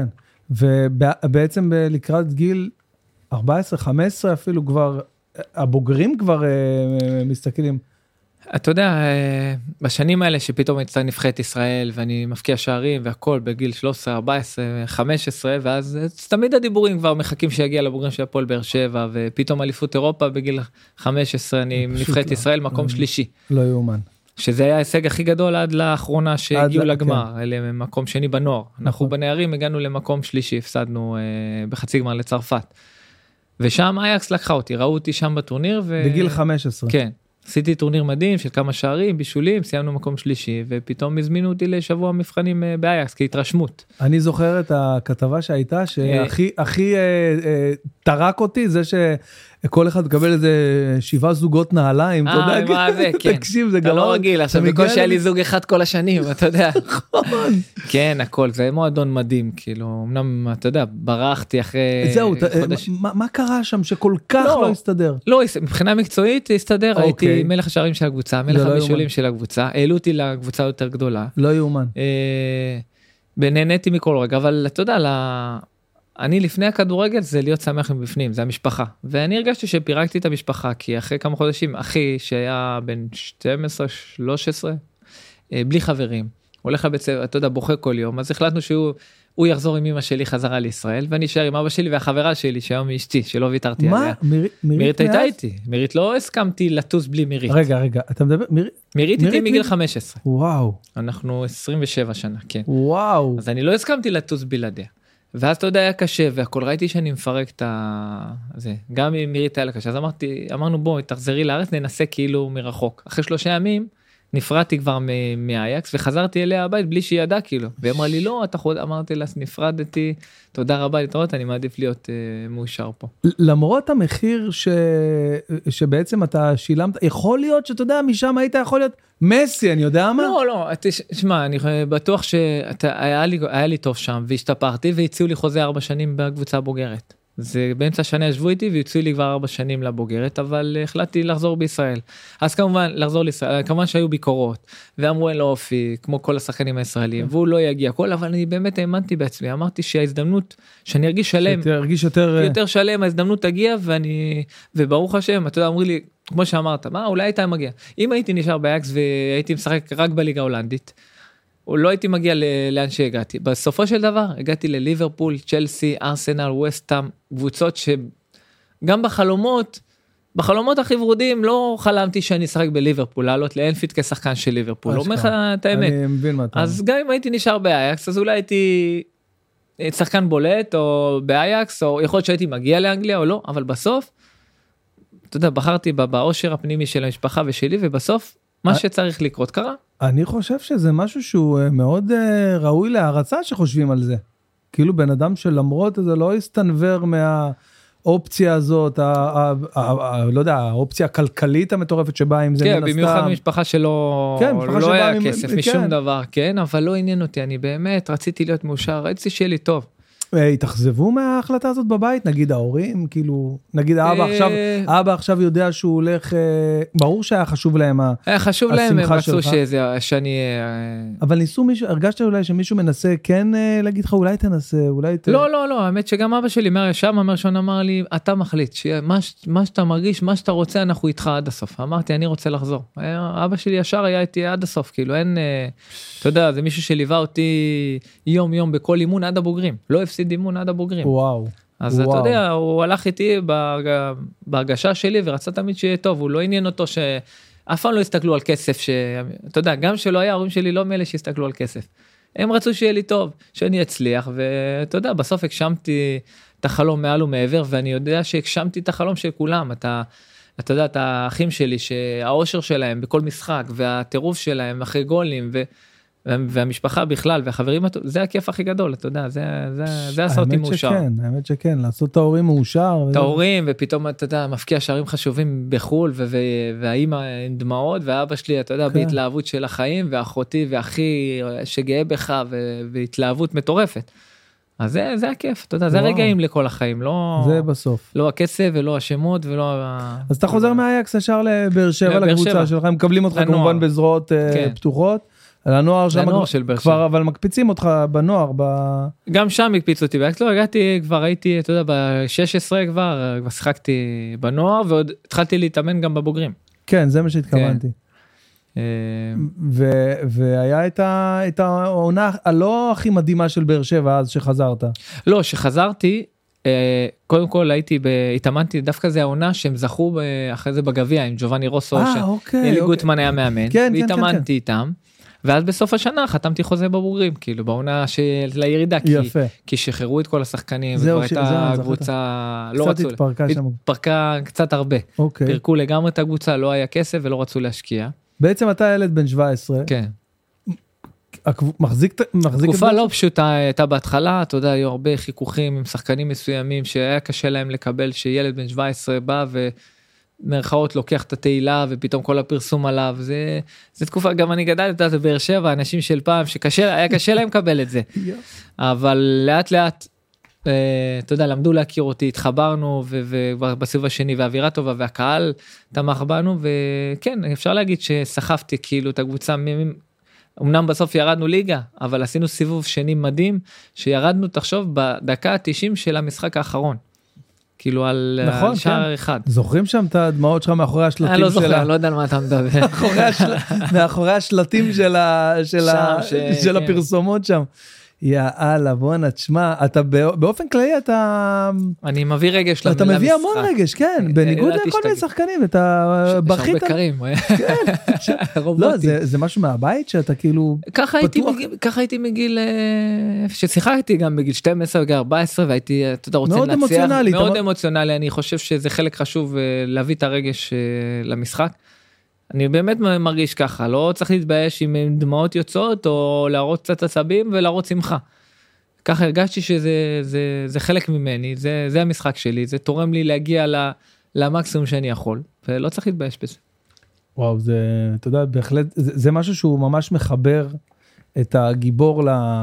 ובעצם לקראת גיל ארבע עשרה חמש עשרה אפילו כבר, הבוגרים כבר מסתכלים. אתה יודע, בשנים האלה שפתאום הייתה נבחרת ישראל, ואני מפקיע שערים והכל בגיל שלוש עשרה, ארבע עשרה, חמש עשרה, ואז תמיד הדיבורים כבר מחכים שיגיע לבוגרים של הפועל באר שבע, ופתאום אליפות אירופה בגיל חמש עשרה, אני נבחרת ישראל מקום שלישי. לא יאומן. שזה היה ההישג הכי גדול עד לאחרונה שהגיעו לגמר, אלה מקום שני בנוער. אנחנו בנערים הגענו למקום שלישי, הפסדנו בחצי גמר לצרפת. ושם אייקס לקחה אותי, ראו אותי שם בטורניר. בגיל חמש עשרה. כן. עשיתי טורניר מדהים של כמה שערים, בישולים, סיימנו מקום שלישי, ופתאום הזמינו אותי לשבוע מבחנים באייקס, כהתרשמות. אני זוכר את הכתבה שהייתה, שהכי, הכי טרק אותי, זה שכל אחד מקבל איזה שבעה זוגות נעליים, אתה יודע, מה זה, כן. תקשיב, זה אתה לא רגיל, עכשיו בכל שהיה לי זוג אחד כל השנים, אתה יודע. נכון. כן, הכל, זה מועדון מדהים, כאילו, אמנם, אתה יודע, ברחתי אחרי חודש. מה קרה שם שכל כך לא הסתדר? לא, מבחינה מקצועית הסתדר, הייתי מלך השערים של הקבוצה, מלך הבישולים של הקבוצה, העלו אותי לקבוצה יותר גדולה. לא יאומן. ונהניתי מכל רגע, אבל אתה יודע, אני לפני הכדורגל זה להיות שמח מבפנים, זה המשפחה. ואני הרגשתי שפירקתי את המשפחה, כי אחרי כמה חודשים, אחי שהיה בן שתים עשרה שלוש עשרה, בלי חברים, הולך לבית ספר, אתה יודע, בוכה כל יום, אז החלטנו שהוא הוא יחזור עם אמא שלי חזרה לישראל, ואני אשאר עם אבא שלי והחברה שלי, שהיום היא אשתי, שלא ויתרתי עליה. מה? מירית הייתה איתי. מירית לא הסכמתי לטוס בלי מירית. רגע, רגע, אתה מדבר? מירית איתי מגיל חמש עשרה. וואו. אנחנו עשרים ושבע שנה, כן. וואו. אז אני לא הסכמתי לטוס בלעדיה. ואז אתה יודע, היה קשה, והכל ראיתי שאני מפרק את ה... זה. גם אם מירית היה לה קשה. אז אמרתי, אמרנו בוא, תחזרי לארץ, ננסה כאילו מרחוק. אחרי שלושה ימים, נפרדתי כבר מאייקס, וחזרתי אליה הבית בלי שהיא ידעה כאילו. והיא אמרה לי, לא, אתה חוד... אמרתי לה, נפרדתי, תודה רבה להתראות, אני מעדיף להיות אה, מאושר פה. למרות המחיר ש... שבעצם אתה שילמת, יכול להיות שאתה יודע, משם היית יכול להיות מסי, אני יודע מה? לא, לא, תשמע, אני בטוח שהיה לי, היה לי טוב שם, והשתפרתי, והציעו לי חוזה ארבע שנים בקבוצה הבוגרת. זה באמצע השנה ישבו איתי והציעו לי כבר ארבע שנים לבוגרת, אבל החלטתי לחזור בישראל. אז כמובן, לחזור לישראל, כמובן שהיו ביקורות, ואמרו אין לו אופי, כמו כל השחקנים הישראלים, והוא לא יגיע כל, אבל אני באמת האמנתי בעצמי, אמרתי שההזדמנות, שאני ארגיש שלם, תרגיש יותר... יותר שלם, ההזדמנות תגיע, ואני, וברוך השם, אתה יודע, אמרו לי, כמו שאמרת, מה, אולי הייתה מגיע. אם הייתי נשאר באייקס והייתי משחק רק בליגה ההולנדית, או לא הייתי מגיע לאן שהגעתי. בסופו של דבר, הגעתי לליברפול, צ'לסי, ארסנל, ווסטהאם, קבוצות שגם בחלומות, בחלומות הכי ורודים, לא חלמתי שאני אשחק בליברפול, לעלות לאנפילד כשחקן של ליברפול. לא אומר לך את האמת. אני מבין מה אתה אומר. אז גם אם הייתי נשאר באייקס, אז אולי הייתי שחקן בולט, או באייקס, או יכול להיות שהייתי מגיע לאנגליה או לא, אבל בסוף, אתה יודע, בחרתי באושר הפנימי של המשפחה ושלי, ובסוף, מה שצריך לקרות קרה. אני חושב שזה משהו שהוא מאוד ראוי להערצה שחושבים על זה. כאילו בן אדם שלמרות זה לא יסתנבר מהאופציה הזאת, לא יודע, האופציה הכלכלית המטורפת שבאה עם זה מן הסתם. כן, במיוחד במשפחה שלא לא היה כסף משום דבר, כן, אבל לא עניין אותי, אני באמת רציתי להיות מאושר, רציתי שיהיה לי טוב. התאכזבו מההחלטה הזאת בבית, נגיד ההורים, כאילו, נגיד האבא עכשיו, האבא עכשיו יודע שהוא הולך, ברור שהיה חשוב להם השמחה שלך. היה חשוב להם, הם רצו שאני... אבל ניסו מישהו, הרגשת אולי שמישהו מנסה כן להגיד לך, אולי תנסה, אולי... לא, לא, לא, האמת שגם אבא שלי, שם המרשון אמר לי, אתה מחליט, מה שאתה מרגיש, מה שאתה רוצה, אנחנו איתך עד הסוף. אמרתי, אני רוצה לחזור. אבא שלי ישר היה איתי עד הסוף, כאילו, אין, אתה יודע, זה מישהו שליווה אותי יום יום בכל אימון עד הבוגרים. לא הפסיד אימון עד הבוגרים. וואו. אז וואו. אתה יודע, הוא הלך איתי בהרגשה שלי, ורצה תמיד שיהיה טוב, הוא לא עניין אותו ש... אף פעם לא הסתכלו על כסף, ש... אתה יודע, גם שלא היה, ההורים שלי לא מאלה שהסתכלו על כסף. הם רצו שיהיה לי טוב, שאני אצליח, ואתה יודע, בסוף הגשמתי את החלום מעל ומעבר, ואני יודע שהגשמתי את החלום של כולם, אתה... אתה יודע, את האחים שלי, שהאושר שלהם בכל משחק, והטירוף שלהם אחרי גולים, ו... והמשפחה בכלל, והחברים, זה הכיף הכי גדול, אתה יודע, זה, זה, זה עשה אותי מאושר. האמת שכן, האמת שכן, לעשות את ההורים מאושר. את ההורים, ופתאום, אתה יודע, מפקיע שערים חשובים בחול, והאימא עם דמעות, והאבא שלי, אתה יודע, בהתלהבות של החיים, ואחותי ואחי שגאה בך, והתלהבות מטורפת. אז זה, זה הכיף, אתה יודע, זה רגעים לכל החיים, לא... זה בסוף. לא הכסף, ולא השמות, ולא... אז אתה חוזר מהאייקס ישר לבאר שבע, לקבוצה שלך, מקבלים אותך כמובן בזרועות פתוחות. על הנוער שם, כבר, אבל מקפיצים אותך בנוער. ב... גם שם הקפיצו אותי, לא, הגעתי, כבר הייתי, אתה יודע, ב-שש עשרה כבר, כבר שיחקתי בנוער, ועוד התחלתי להתאמן גם בבוגרים. כן, זה מה שהתכוונתי. והיה את העונה הלא הכי מדהימה של באר שבע אז שחזרת. לא, שחזרתי, קודם כל הייתי, התאמנתי, דווקא זה העונה שהם זכו אחרי זה בגביע, עם ג'ובאני רוסו, אלי גוטמן היה מאמן, והתאמנתי איתם. ואז בסוף השנה חתמתי חוזה בבוגרים, כאילו בעונה של הירידה, כי, כי שחררו את כל השחקנים, וכבר הייתה קבוצה, לא רצו, התפרקה קצת הרבה, אוקיי. פרקו לגמרי את הקבוצה, לא היה כסף ולא רצו להשקיע. בעצם אתה ילד בן שבע עשרה. כן. מחזיק, מחזיק תקופה לא פשוטה הייתה בהתחלה, אתה יודע, היו הרבה חיכוכים עם שחקנים מסוימים, שהיה קשה להם לקבל שילד בן שבע עשרה בא ו... מרכאות לוקח את התהילה ופתאום כל הפרסום עליו, זה, זה תקופה, גם אני גדלתי את באר שבע, אנשים של פעם שקשה, היה קשה להם לקבל את זה, אבל לאט לאט, אה, אתה יודע, למדו להכיר אותי, התחברנו, ובסיבוב השני, והאווירה טובה, והקהל תמך בנו, וכן, אפשר להגיד שסחפתי כאילו את הקבוצה, אמנם בסוף ירדנו ליגה, אבל עשינו סיבוב שני מדהים, שירדנו, תחשוב, בדקה ה-תשעים של המשחק האחרון. כאילו על, נכון, על שער כן. אחד. זוכרים שם את הדמעות שלך מאחורי השלטים אני לא שלה? זוכר, לא יודע על מה אתה מדבר. מאחורי, השל... מאחורי השלטים של, ה... של, ה... ש... של כן. הפרסומות שם. יאללה, בואנה, תשמע, אתה באופן כללי אתה... אני מביא רגש למשחק. אתה מביא המון רגש, כן, בניגוד לכל מיני שחקנים, אתה בכית. יש הרבה קרים. לא, זה משהו מהבית שאתה כאילו... ככה הייתי מגיל... ששיחקתי גם בגיל שתים עשרה וגיל ארבע עשרה, והייתי, אתה יודע, רוצה לנצח. מאוד אמוציונלי. אני חושב שזה חלק חשוב להביא את הרגש למשחק. אני באמת מרגיש ככה, לא צריך להתבייש עם דמעות יוצאות, או להראות קצת עצבים ולהראות שמחה. ככה הרגשתי שזה זה, זה חלק ממני, זה, זה המשחק שלי, זה תורם לי להגיע למקסימום שאני יכול, ולא צריך להתבייש בזה. וואו, זה, אתה יודע, בהחלט, זה, זה משהו שהוא ממש מחבר את הגיבור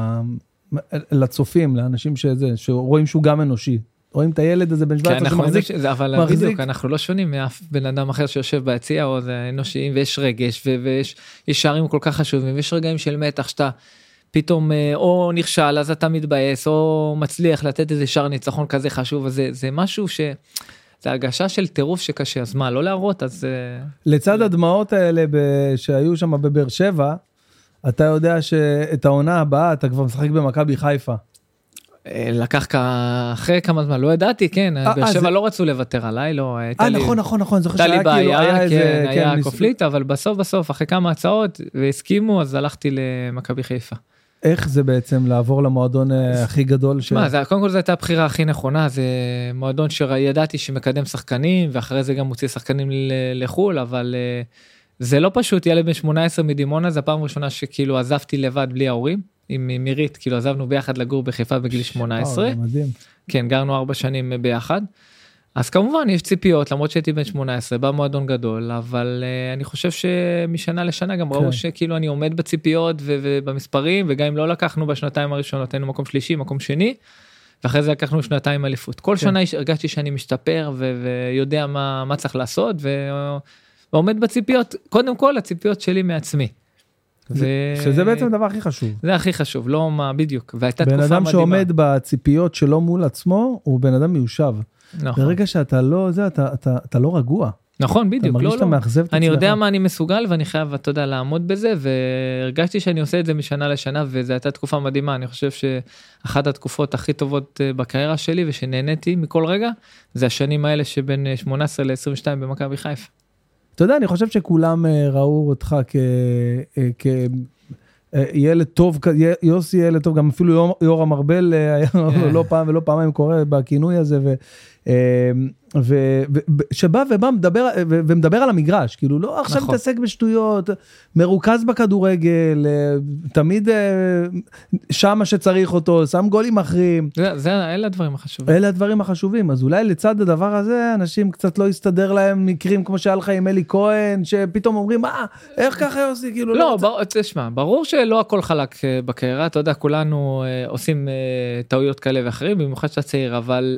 לצופים, לאנשים שזה, שרואים שהוא גם אנושי. רואים את הילד הזה בן שבע עשרה שמחזיק. אבל בדיוק, אנחנו לא שונים מאף בן אדם אחר שיושב ביציע, או זה אנושיים, ויש רגש, ויש שערים כל כך חשובים, ויש רגעים של מתח, שאתה פתאום או נכשל, אז אתה מתבאס, או מצליח לתת איזה שער ניצחון כזה חשוב, אז זה משהו ש... זה הרגשה של טירוף שקשה, אז מה, לא להראות, אז... לצד הדמעות האלה שהיו שם בבאר שבע, אתה יודע שאת העונה הבאה, אתה כבר משחק במכבי חיפה. לקח אחרי כמה זמן, לא ידעתי, כן, באר שבע לא רצו לוותר עליי, לא, אה, נכון, נכון, נכון, הייתה לי בעיה, כן, היה קופלית, אבל בסוף בסוף, אחרי כמה הצעות, והסכימו, אז הלכתי למכבי חיפה. איך זה בעצם לעבור למועדון הכי גדול? מה, זה, קודם כל זו הייתה הבחירה הכי נכונה, זה מועדון שידעתי שמקדם שחקנים, ואחרי זה גם מוציא שחקנים לחול, אבל זה לא פשוט, ילד בן שמונה עשרה מדימונה, זו הפעם הראשונה שכאילו עזבתי לבד בלי ההורים, עם מירית, כאילו עזבנו ביחד לגור בחיפה בגיל שמונה עשרה. וואו, מדהים. כן, גרנו ארבע שנים ביחד. אז כמובן יש ציפיות, למרות שהייתי בן שמונה עשרה, בא מועדון גדול, אבל uh, אני חושב שמשנה לשנה גם ראו שכאילו אני עומד בציפיות ו- ובמספרים, וגם אם לא לקחנו בשנתיים הראשונות, היינו מקום שלישי, מקום שני, ואחרי זה לקחנו שנתיים אליפות. כל שנה הרגשתי שאני משתפר ו- ויודע מה, מה צריך לעשות, ו- ועומד בציפיות, קודם כל הציפיות שלי מעצמי. ו... שזה בעצם הדבר הכי חשוב. זה הכי חשוב, לא מה בדיוק, והייתה תקופה מדהימה. בן אדם שעומד בציפיות שלו מול עצמו, הוא בן אדם מיושב. נכון. ברגע שאתה לא, זה, אתה, אתה, אתה לא רגוע. נכון, בדיוק. אתה מרגיש לא, שאתה לא. מאכזב את אני עצמך. יודע מה אני מסוגל, ואני חייב, אתה יודע, לעמוד בזה, והרגשתי שאני עושה את זה משנה לשנה, וזו הייתה תקופה מדהימה. אני חושב שאחת התקופות הכי טובות בקריירה שלי, ושנהניתי מכל רגע, זה השנים האלה שבין שמונה עשרה ל-עשרים ושתיים במכבי חיפה. אתה יודע, אני חושב שכולם ראו אותך כ... כ... ילד טוב, יוסי ילד טוב, גם אפילו יורם ארבל היה לא פעם ולא פעמיים קורא בכינוי הזה, שבא ובא ומדבר על המגרש, כאילו לא עכשיו מתעסק בשטויות, מרוכז בכדורגל, תמיד שמה שצריך אותו, שם גולים אחרים. אלה הדברים החשובים. אלה הדברים החשובים, אז אולי לצד הדבר הזה, אנשים קצת לא יסתדר להם מקרים כמו שהיה לך עם אלי כהן, שפתאום אומרים, מה, איך ככה יוסי? כאילו לא, תשמע, ברור שלא הכל חלק בקריירה, אתה יודע, כולנו עושים טעויות כאלה ואחרים, במיוחד שאתה צעיר, אבל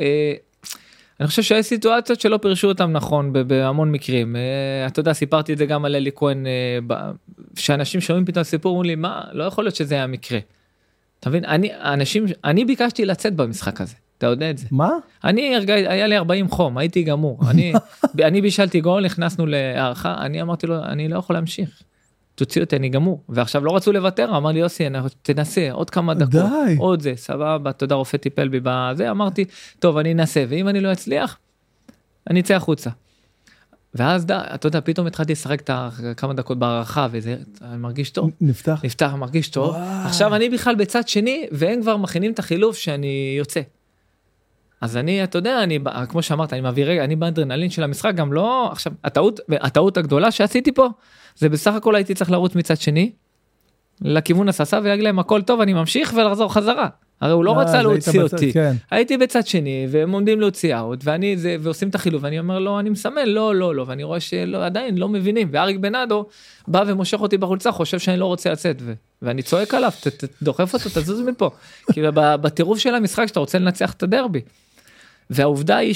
אני חושב שיש סיטואציות שלא פירשו אותם נכון בהמון מקרים. אתה יודע, סיפרתי את זה גם על אלי כהן, שאנשים שומעים פתאום סיפור, אומרים לי, מה, לא יכול להיות שזה היה מקרה. אתה מבין? אני, אנשים, אני ביקשתי לצאת במשחק הזה. אתה יודע את זה. מה? אני, היה לי ארבעים חום, הייתי גמור. אני, אני בישלתי גול, נכנסנו להערכה, אני אמרתי לו, אני לא יכול להמשיך. תוציא אותי, אני גמור. ועכשיו לא רצו לוותר, אמר לי, יוסי, תנסה, עוד כמה דקות, די. עוד זה, סבבה, תודה, רופא טיפל בי בזה, אמרתי, טוב, אני אנסה, ואם אני לא אצליח, אני אצא החוצה. ואז, אתה יודע, פתאום התחלתי לשחק את כמה דקות בהערכה, וזה, אני מרגיש טוב. נפתח. נפתח, מרגיש טוב. עכשיו אני בכלל בצד שני, והם כבר מכינים את החילוף שאני יוצא. אז אני, אתה יודע, אני, כמו שאמרת, אני מעביר רגע, אני באדרנלין של המשחק, גם לא, עכשיו, הטעות, הטעות הגדולה שעשיתי פה, זה בסך הכל הייתי צריך לרוץ מצד שני, לכיוון הססה, ויגיד להם, הכל טוב, אני ממשיך ולחזור חזרה. הרי הוא לא רצה להוציא אותי. הייתי בצד שני, והם עומדים להוציא out, ואני זה, ועושים את החילוף, ואני אומר לו, אני מסמן, לא, לא, לא, ואני רואה שעדיין לא מבינים, ואריק בנאדו בא ומושך אותי בחולצה, חושב שאני לא רוצה לצאת, ואני צועק עליו, דוחף אותו, תזוז מפה. כי בטירוף של המשחק, שאתה רוצה לנצח את הדרבי. והעובדה היא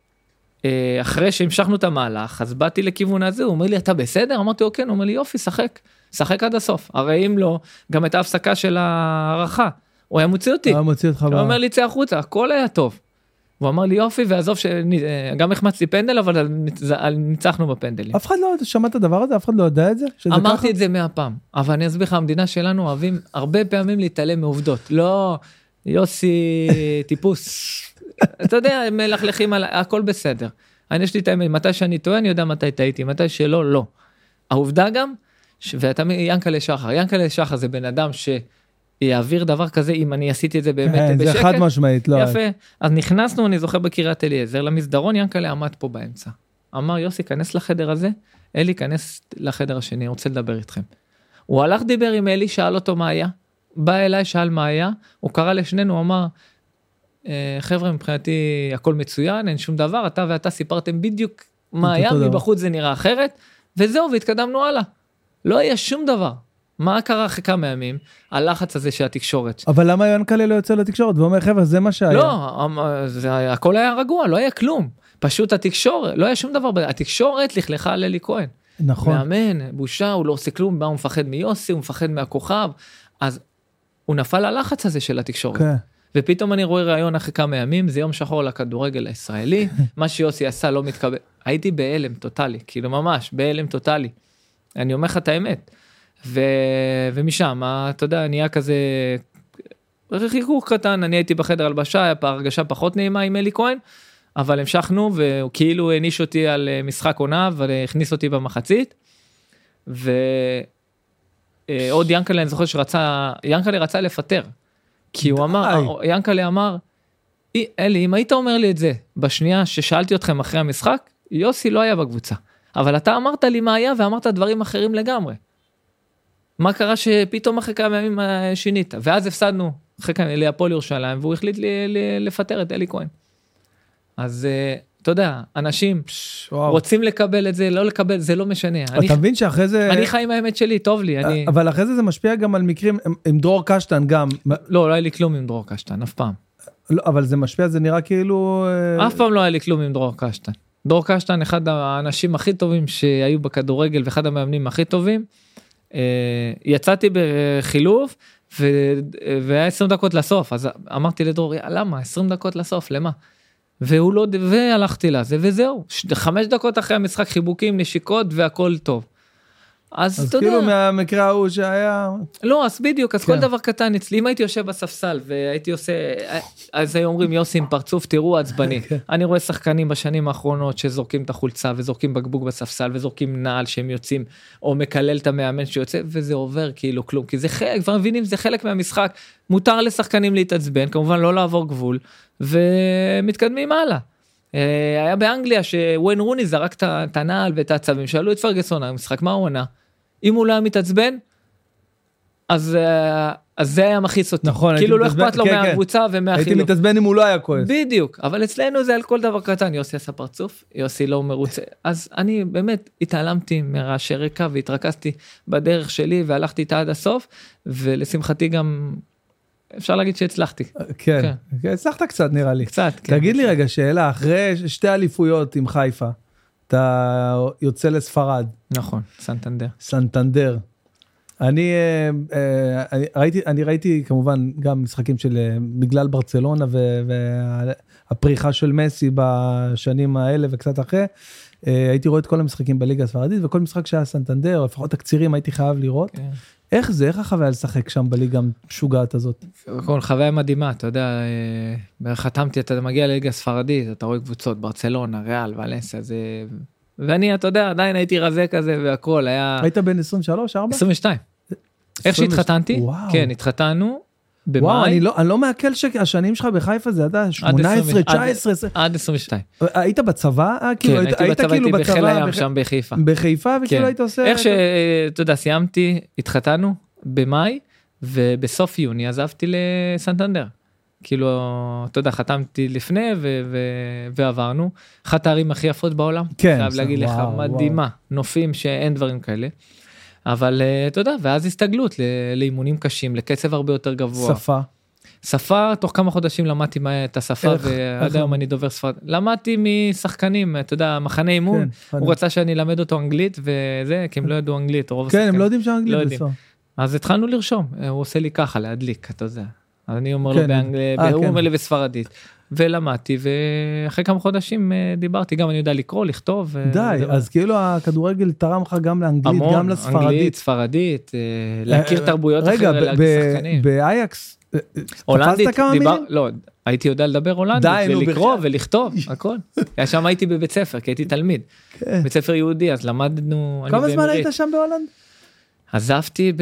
שאחרי שהמשכנו את המהלך, אז באתי לכיוון הזה, הוא אומר לי, אתה בסדר? אמרתי, אוקיי, הוא אומר לי, יופי, שחק, שחק עד הסוף. הרי אם לא, גם את ההפסקה של הערכה, הוא היה מוציא אותי. הוא מוציא אותך. הוא אומר לי, צא החוצה, הכל היה טוב. הוא אמר לי, יופי, ועזוב, גם החמצתי פנדל, אבל ניצחנו בפנדלים. אף אחד לא שמע את הדבר הזה? אף אחד לא יודע את זה? אמרתי את זה מאה פעם, אבל אני אסביר לך, המדינה שלנו אוהבים הרבה פעמים להתעלם מעובדות. לא, יוסי, טיפוס. אתה יודע, הם מלכלכים על הכל בסדר. אני יש לי את האמת, מתי שאני טועה, אני יודע מתי טעיתי, מתי שלא, לא. העובדה גם, ואתה ינקלה שחר, ינקלה שחר זה בן אדם שיעביר דבר כזה, אם אני עשיתי את זה באמת בשקט. זה חד משמעית, לא. יפה. אז נכנסנו, אני זוכר בקריית אליעזר, למסדרון, ינקלה עמד פה באמצע. אמר, יוסי, כנס לחדר הזה, אלי, כנס לחדר השני, אני רוצה לדבר איתכם. הוא הלך דיבר עם אלי, שאל אותו מה היה, בא אליי, שאל מה היה, הוא קרא לשנינו, הוא אמר, חבר'ה, מבחינתי הכל מצוין, אין שום דבר, אתה ואתה סיפרתם בדיוק מה היה, מבחוץ זה נראה אחרת, וזהו, והתקדמנו הלאה. לא היה שום דבר. מה קרה אחרי כמה ימים? הלחץ הזה של התקשורת. אבל למה ינקלה לא יוצא לתקשורת? ואומר, חבר'ה, זה מה שהיה. לא, זה, הכל היה רגוע, לא היה כלום. פשוט התקשורת, לא היה שום דבר. התקשורת לכלכה על אלי כהן. נכון. מאמן, בושה, הוא לא עושה כלום, הוא מפחד מיוסי, הוא מפחד מהכוכב. אז הוא נפל הלחץ הזה של התקשורת. כן. ופתאום אני רואה רעיון אחרי כמה ימים, זה יום שחור לכדורגל הישראלי, מה שיוסי עשה לא מתקבל. הייתי בהלם טוטלי, כאילו ממש, בהלם טוטלי. אני אומר לך את האמת. ו... ומשם, אתה יודע, נהיה כזה, חיכוך קטן, אני הייתי בחדר הלבשה, היה הרגשה פחות נעימה עם אלי כהן, אבל המשכנו, והוא כאילו הניש אותי על משחק עונה, והכניס אותי במחצית, ו... עוד ינקלה, אני זוכר שרצה, ינקלה רצה לפטר, כי הוא אמר, ינקלה אמר, אלי, אם היית אומר לי את זה, בשנייה ששאלתי אתכם אחרי המשחק, יוסי לא היה בקבוצה, אבל אתה אמרת לי מה היה, ואמרת דברים אחרים לגמרי. מה קרה שפתאום אחרי כמה ימים שינית, ואז הפסדנו, אחרי כמה, להפועל ירושלים, והוא החליט לפטר את אלי כהן. אז אתה יודע, אנשים רוצים לקבל את זה, לא לקבל, זה לא משנה. אתה מבין שאחרי זה... אני חי עם האמת שלי, טוב לי. אבל אחרי זה זה משפיע גם על מקרים, עם דרור קשטן גם. לא, לא היה לי כלום עם דרור קשטן, אף פעם. אבל זה משפיע, זה נראה כאילו... אף פעם לא היה לי כלום עם דרור קשטן. דרור קשטן, אחד האנשים הכי טובים שהיו בכדורגל, ואחד המאמנים הכי טובים. יצאתי בחילוף, והיה עשרים דקות לסוף, אז אמרתי לדרור, למה? עשרים דקות לסוף, למה? והוא לא, והלכתי לזה, וזהו. חמש דקות אחרי המשחק, חיבוקים, נשיקות, והכל טוב. אז, אז כאילו יודע, מהמקרה ההוא שהיה... לא, אז בדיוק, אז כן. כל דבר קטן אצלי, אם הייתי יושב בספסל, והייתי עושה, אז היו אומרים, יוסי עם פרצוף, תראו עצבני. אני רואה שחקנים בשנים האחרונות, שזורקים את החולצה, וזורקים בקבוק בספסל, וזורקים נעל שהם יוצאים, או מקלל את המאמן שיוצא, וזה עובר כאילו כלום, כי זה חלק, כבר מבינים, זה חלק מהמשחק, מותר לשחקנים להתעצבן, כמובן לא לעבור גבול, ומתקדמים הלאה. היה באנגליה, שוויין רוני זרק את הנעל ואת העצבים, שאלו את פרגסון, המשחק, מה הוא עונה? אם הוא לא היה מתעצבן, אז, אז זה היה מכיס אותי. נכון. כאילו לא אכפת לו כן, מהקבוצה כן. ומהחילוק. הייתי מתעצבן אם הוא לא היה כועס. בדיוק, אבל אצלנו זה על כל דבר קטן, יוסי עשה פרצוף, יוסי לא מרוצה. אז אני באמת התעלמתי מרעשי רקע, והתרכזתי בדרך שלי, והלכתי איתה עד הסוף, ולשמחתי גם, אפשר להגיד שהצלחתי. כן, כן. הצלחת קצת נראה לי. קצת, כן. תגיד לי רגע שאלה, אחרי שתי אליפויות עם חיפה, אתה יוצא לספרד. נכון, סנטנדר. סנטנדר. אני, אני ראיתי, אני ראיתי כמובן גם משחקים של בגלל ברצלונה והפריחה של מסי בשנים האלה וקצת אחרי, הייתי רואה את כל המשחקים בליגה הספרדית, וכל משחק שהיה סנטנדר, לפחות תקצירים הייתי חייב לראות. איך זה, איך החוויה לשחק שם בליגה המשוגעת הזאת? כל חוויה מדהימה, אתה יודע, חתמתי, אתה מגיע לליגה הספרדית, אתה רואה קבוצות, ברצלונה, ריאל, ולנסיה, זה... ואני, אתה יודע, עדיין הייתי רזה כזה והכל, היה... היית בן עשרים ושלוש, ארבע? עשרים ושתיים. איך שהתחתנתי, כן, התחתנו, במאי. וואו, אני לא, אני לא מעכל שהשנים שלך בחיפה זה, אתה שמונה עשרה, תשע עשרה. עד עשרים ושתיים. היית בצבא? כן, הייתי בצבא, הייתי בחיל הים שם בחיפה. בחיפה, וכאילו היית עושה... איך שאתה יודע, סיימתי, התחתנו במאי, ובסוף יוני עזבתי לסנטנדר. כאילו, אתה יודע, חתמתי לפני ועברנו. אחת הערים הכי יפות בעולם. כן. חייב להגיד לך, מדהימה. נופים שאין דברים כאלה. אבל אתה יודע, ואז הסתגלות לאימונים קשים, לקצב הרבה יותר גבוה. שפה. שפה, תוך כמה חודשים למדתי את השפה, ועד היום אני דובר שפת. למדתי משחקנים, אתה יודע, מחנה אימון, הוא רצה שאני אלמד אותו אנגלית, וזה, כי הם לא ידעו אנגלית, רוב השחקנים. כן, הם לא יודעים שאנגלית בסוף. אז התחלנו לרשום, הוא עושה לי ככה, להדליק, אתה יודע. אז אני אומר לו באנגלית, הוא אומר לי בספרדית. ולמדתי, ואחרי כמה חודשים דיברתי, גם אני יודע לקרוא, לכתוב. די, אז כאילו הכדורגל תרם לך גם לאנגלית, גם לספרדית. המון, אנגלית, ספרדית, להכיר תרבויות אחרת, להכיר שחקנים. באייקס, הולנדית, לא, הייתי יודע לדבר הולנדית, ולקרוא ולכתוב, הכל. שם הייתי בבית ספר, כי הייתי תלמיד. בית ספר יהודי, אז למדנו... כמה זמן היית שם בהולנד? עזבתי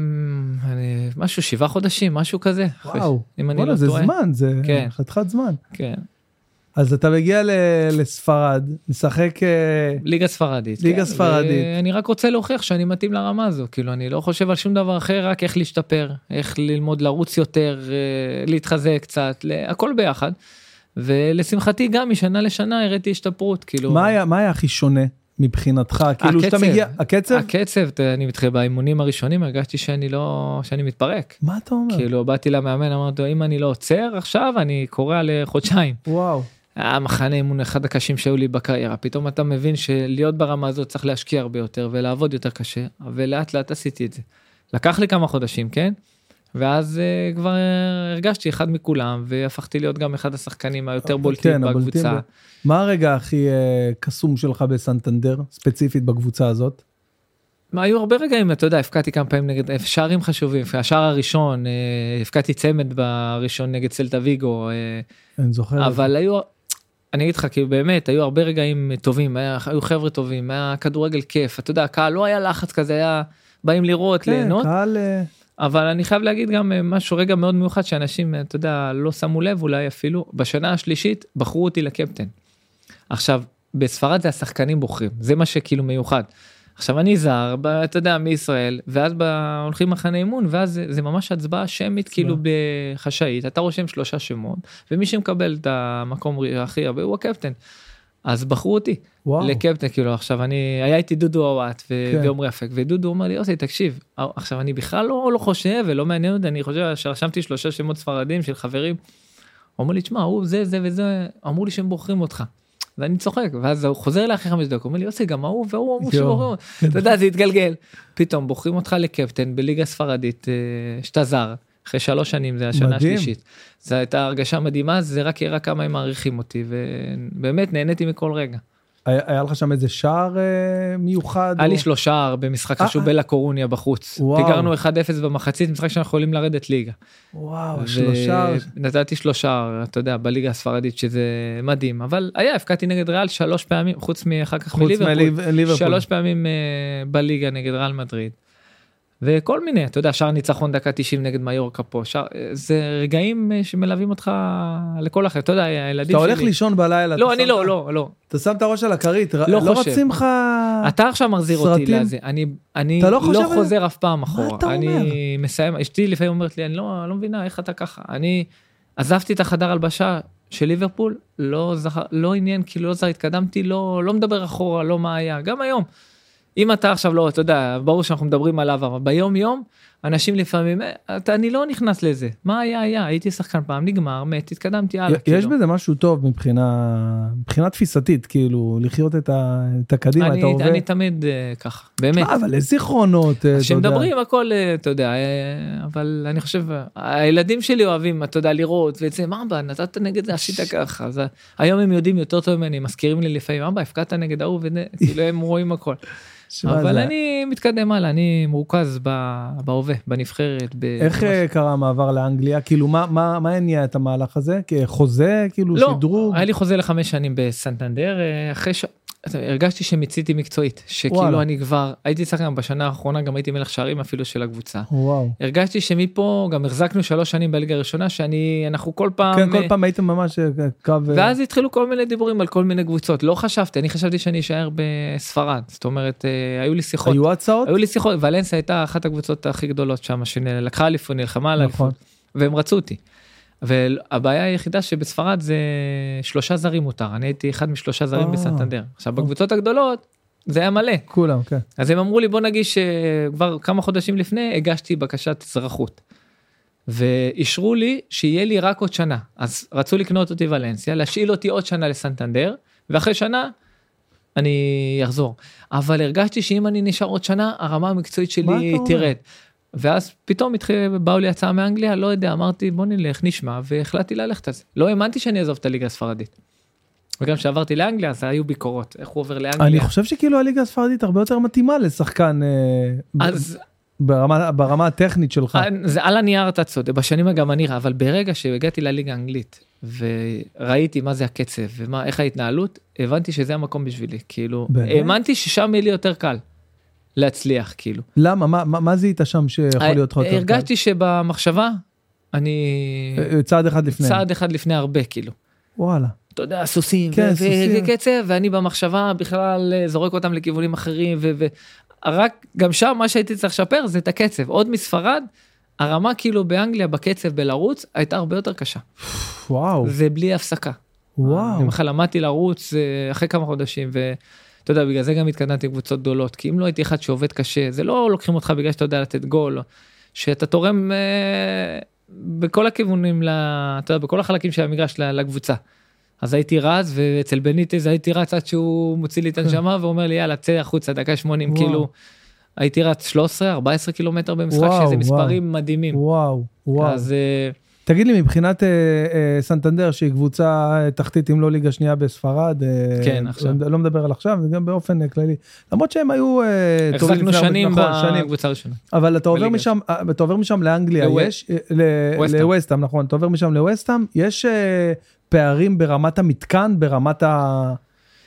במשהו, שבעה חודשים, משהו כזה. וואו, וואלה, זה זמן, זה חתיכת זמן. כן. אז אתה מגיע לספרד, משחק... ליגה ספרדית. ליגה ספרדית. אני רק רוצה להוכיח שאני מתאים לרמה הזו, כאילו אני לא חושב על שום דבר אחר, רק איך להשתפר, איך ללמוד לרוץ יותר, להתחזק קצת, הכל ביחד. ולשמחתי גם משנה לשנה הראיתי השתפרות, כאילו... מה היה הכי שונה? מבחינתך, כאילו שאתה מגיע, הקצב? הקצב, אני מתחיל באימונים הראשונים, הרגשתי שאני לא, שאני מתפרק. מה אתה אומר? כאילו, באתי למאמן, אמרתי, אם אני לא עוצר עכשיו, אני קורא לחודשיים. וואו. המחנה אימון אחד הקשים שהיו לי בקריירה, פתאום אתה מבין שלהיות ברמה הזאת צריך להשקיע הרבה יותר, ולעבוד יותר קשה, ולאט לאט עשיתי את זה. לקח לי כמה חודשים, כן? ואז uh, כבר הרגשתי אחד מכולם, והפכתי להיות גם אחד השחקנים היותר בולטים כן, בקבוצה. ב... מה הרגע הכי uh, קסום שלך בסנטנדר, ספציפית בקבוצה הזאת? מה, היו הרבה רגעים, אתה יודע, הפקעתי כמה פעמים נגד שערים חשובים, השער הראשון, uh, הפקעתי צמד בראשון נגד סלטה ויגו, uh, אני זוכר. אבל היו, אני אגיד לך, כי באמת, היו הרבה רגעים טובים, היה, היו חבר'ה טובים, היה כדורגל כיף, אתה יודע, הקהל לא היה לחץ כזה, היה... באים לראות, כן, ליהנות. קהל... אבל אני חייב להגיד גם משהו רגע מאוד מיוחד, שאנשים, אתה יודע, לא שמו לב, אולי אפילו, בשנה השלישית, בחרו אותי לקפטן. עכשיו, בספרד זה השחקנים בוחרים, זה מה שכאילו מיוחד. עכשיו אני זר, אתה יודע, מישראל, ואז הולכים מחנה אימון, ואז זה, זה ממש הצבעה שמית, כאילו בחשאית, אתה רושם שלושה שמות, ומי שמקבל את המקום הכי הרבה הוא הקפטן. אז בחרו אותי וואו. לקפטן, כאילו עכשיו אני, היה איתי דודו אוואט ועומרי אפק, ודודו אומר לי, יוסי, תקשיב, עכשיו אני בכלל לא, לא חושב ולא מעניין אותי, אני חושב שרשמתי שלושה שמות ספרדים של חברים, אומר לי, תשמע, הוא זה, זה וזה, אמרו לי שהם בוחרים אותך. ואני צוחק, ואז הוא חוזר לאחרי חמש דקות, הוא אומר לי, יוסי, גם ההוא והוא אמרו שבוחרים, אתה יודע, זה התגלגל. פתאום בוחרים אותך לקפטן בליגה ספרדית, שאתה זר, אחרי שלוש שנים, זה השנה השלישית. זו הייתה הרגשה מדהימה, זה רק יראה כמה הם מעריכים אותי, ובאמת נהניתי מכל רגע. היה לך שם איזה שער מיוחד? היה לי שלושה שער במשחק חשוב בלה קורוניה בחוץ. פיגרנו אחד אפס במחצית, משחק שאנחנו יכולים לרדת ליגה. וואו, שלושה. נתתי שלושה, אתה יודע, בליגה הספרדית, שזה מדהים. אבל היה, הפקעתי נגד ריאל שלוש פעמים, חוץ מאחר כך מליברפול. שלוש פעמים בליגה נגד ריאל מדריד. וכל מיני, אתה יודע, שער ניצחון דקה תשעים נגד מיורקה פה, שער, זה רגעים שמלווים אותך לכל אחר, אתה יודע, הילדים שלי. אתה הולך לישון בלילה. לא, אני לא, לא, לא. אתה שם את הראש על הכרית, לא רצים לך אתה עכשיו מחזיר אותי לזה, אני לא חוזר אף פעם אחורה. מה אתה אומר? אני מסיים, אשתי לפעמים אומרת לי, אני לא מבינה איך אתה ככה, אני עזבתי את החדר הלבשה של ליברפול, לא עניין, כאילו לא זר, התקדמתי, לא מדבר אחורה, לא מה היה, גם היום. אם אתה עכשיו לא, אתה יודע, ברור שאנחנו מדברים עליו, אבל ביום יום, אנשים לפעמים, אתה, אני לא נכנס לזה. מה היה, היה? הייתי שחקן פעם, נגמר, מת, התקדמתי הלאה. יש כאילו. בזה משהו טוב מבחינה, מבחינה תפיסתית, כאילו, לחיות את, ה, את הקדימה, אני, את ההווה. אני תמיד uh, ככה, באמת. מה, אבל זיכרונות, אתה יודע. שמדברים הכל, אתה יודע, אבל אני חושב, הילדים שלי אוהבים, אתה יודע, לראות, ויצא, מה הבא, נתת נגד זה, עשית ככה. אז היום הם יודעים יותר טוב ממני, מזכירים לי לפעמים, מה הבא, הפקעת נגד ההוא, וכאילו הם רואים הכל. אבל אני מתקדם הלאה, אני מרוכז בהווה, בנבחרת. איך קרה המעבר לאנגליה? כאילו, מה הניע את המהלך הזה? חוזה, כאילו, שדרוג? לא, היה לי חוזה לחמש שנים בסנטנדר, אחרי ש... הרגשתי שמציתי מקצועית, שכאילו אני כבר, הייתי שחקן בשנה האחרונה, גם הייתי מלך שערים אפילו של הקבוצה. וואו. הרגשתי שמפה, גם החזקנו שלוש שנים בליגה הראשונה, שאני, אנחנו כל פעם... כן, כל פעם הייתם ממש קו... ואז התחילו כל מיני דיבורים על כל מיני קבוצות, לא חשבתי, אני חשבתי שאני אשאר בספרד, זאת אומרת, היו לי שיחות. היו הצעות? היו לי שיחות, ולנסיה הייתה אחת הקבוצות הכי גדולות שם, שלקחה אליפות, נלחמה על אליפות, והם רצו אותי. והבעיה היחידה שבספרד זה שלושה זרים מותר, אני הייתי אחד משלושה זרים בסנטנדר. עכשיו בקבוצות הגדולות זה היה מלא. כולם, כן. אז הם אמרו לי בוא נגיש, כבר כמה חודשים לפני הגשתי בקשת אזרחות. ואישרו לי שיהיה לי רק עוד שנה. אז רצו לקנות אותי ולנסיה, להשאיל אותי עוד שנה לסנטנדר, ואחרי שנה אני אחזור. אבל הרגשתי שאם אני נשאר עוד שנה, הרמה המקצועית שלי תרד. ואז פתאום התחיל, באו לי הצעה מאנגליה, לא יודע, אמרתי בוא נלך, נשמע, והחלטתי ללכת על זה. לא האמנתי שאני אעזוב את הליגה הספרדית. וגם שעברתי לאנגליה, אז היו ביקורות, איך הוא עובר לאנגליה. אני חושב שכאילו הליגה הספרדית הרבה יותר מתאימה לשחקן, אז... ברמה, ברמה הטכנית שלך. זה על הנייר אתה צודק, בשנים גם אני ראה, אבל ברגע שהגעתי לליגה האנגלית, וראיתי מה זה הקצב, ומה, איך ההתנהלות, הבנתי שזה המקום בשבילי, כאילו, האמנתי ששם יהיה לי יותר קל. להצליח, כאילו. למה? מה, מה, מה זה איתה שם שיכול להיות יותר קל? הרגשתי שבמחשבה, אני... צעד אחד לפני. צעד אחד לפני הרבה, כאילו. וואלה. אתה יודע, סוסים, כן, סוסים. וקצב, ואני במחשבה בכלל זורק אותם לכיוונים אחרים, ורק גם שם מה שהייתי צריך לשפר זה את הקצב. עוד מספרד, הרמה כאילו באנגליה, בקצב, בלרוץ, הייתה הרבה יותר קשה. וואו. ובלי הפסקה. וואו. אני בכלל למדתי לרוץ אחרי כמה חודשים, ו... אתה יודע, בגלל זה גם התקדמתי קבוצות גדולות, כי אם לא הייתי אחד שעובד קשה, זה לא לוקחים אותך בגלל שאתה יודע לתת גול, שאתה תורם אה, בכל הכיוונים, לה, אתה יודע, בכל החלקים של המגרש לקבוצה. אז הייתי רץ, ואצל בניטז הייתי רץ עד שהוא מוציא לי את הנשמה, ואומר לי, יאללה, צא החוצה, דקה שמונים, כאילו, הייתי רץ שלוש עשרה ארבע עשרה קילומטר במשחק, וואו, שזה מספרים וואו, מדהימים. וואו, וואו. אז... אה, תגיד לי, מבחינת אה, אה, סנטנדר, שהיא קבוצה תחתית, אם לא ליגה שנייה בספרד, אה, כן, עכשיו. לא, לא מדבר על עכשיו, זה גם באופן כללי. למרות שהם היו... אה, החזקנו שנים בקבוצה הראשונה. אבל אתה עובר משם, אתה עובר משם לאנגליה, לו... יש... לווסטהאם, נכון, אתה עובר משם לווסטהאם, יש אה, פערים ברמת המתקן, ברמת ה...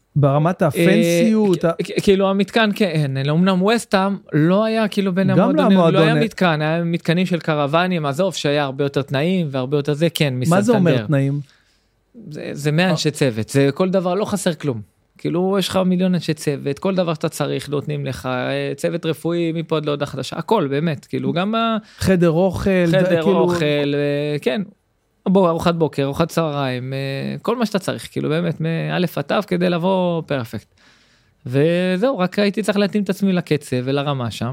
ברמת הפנסיות. כאילו המתקן, כן, אמנם ווסטהאם לא היה כאילו בין המועדונים, לא היה מתקן, היה מתקנים של קרוונים, עזוב שהיה הרבה יותר תנאים והרבה יותר זה, כן, מסתדר. מה זה אומר תנאים? זה מאה אנשי צוות, זה כל דבר, לא חסר כלום. כאילו יש לך מיליון אנשי צוות, כל דבר שאתה צריך נותנים לך, צוות רפואי מפה עד להודעה חדשה, הכל באמת, כאילו גם חדר אוכל, חדר אוכל, כן, ארוחת בוקר, ארוחת צהריים, כל מה שאתה צריך, כאילו באמת מאלף עד תו כדי לבוא פרפקט. וזהו, רק הייתי צריך להתאים את עצמי לקצב ולרמה שם,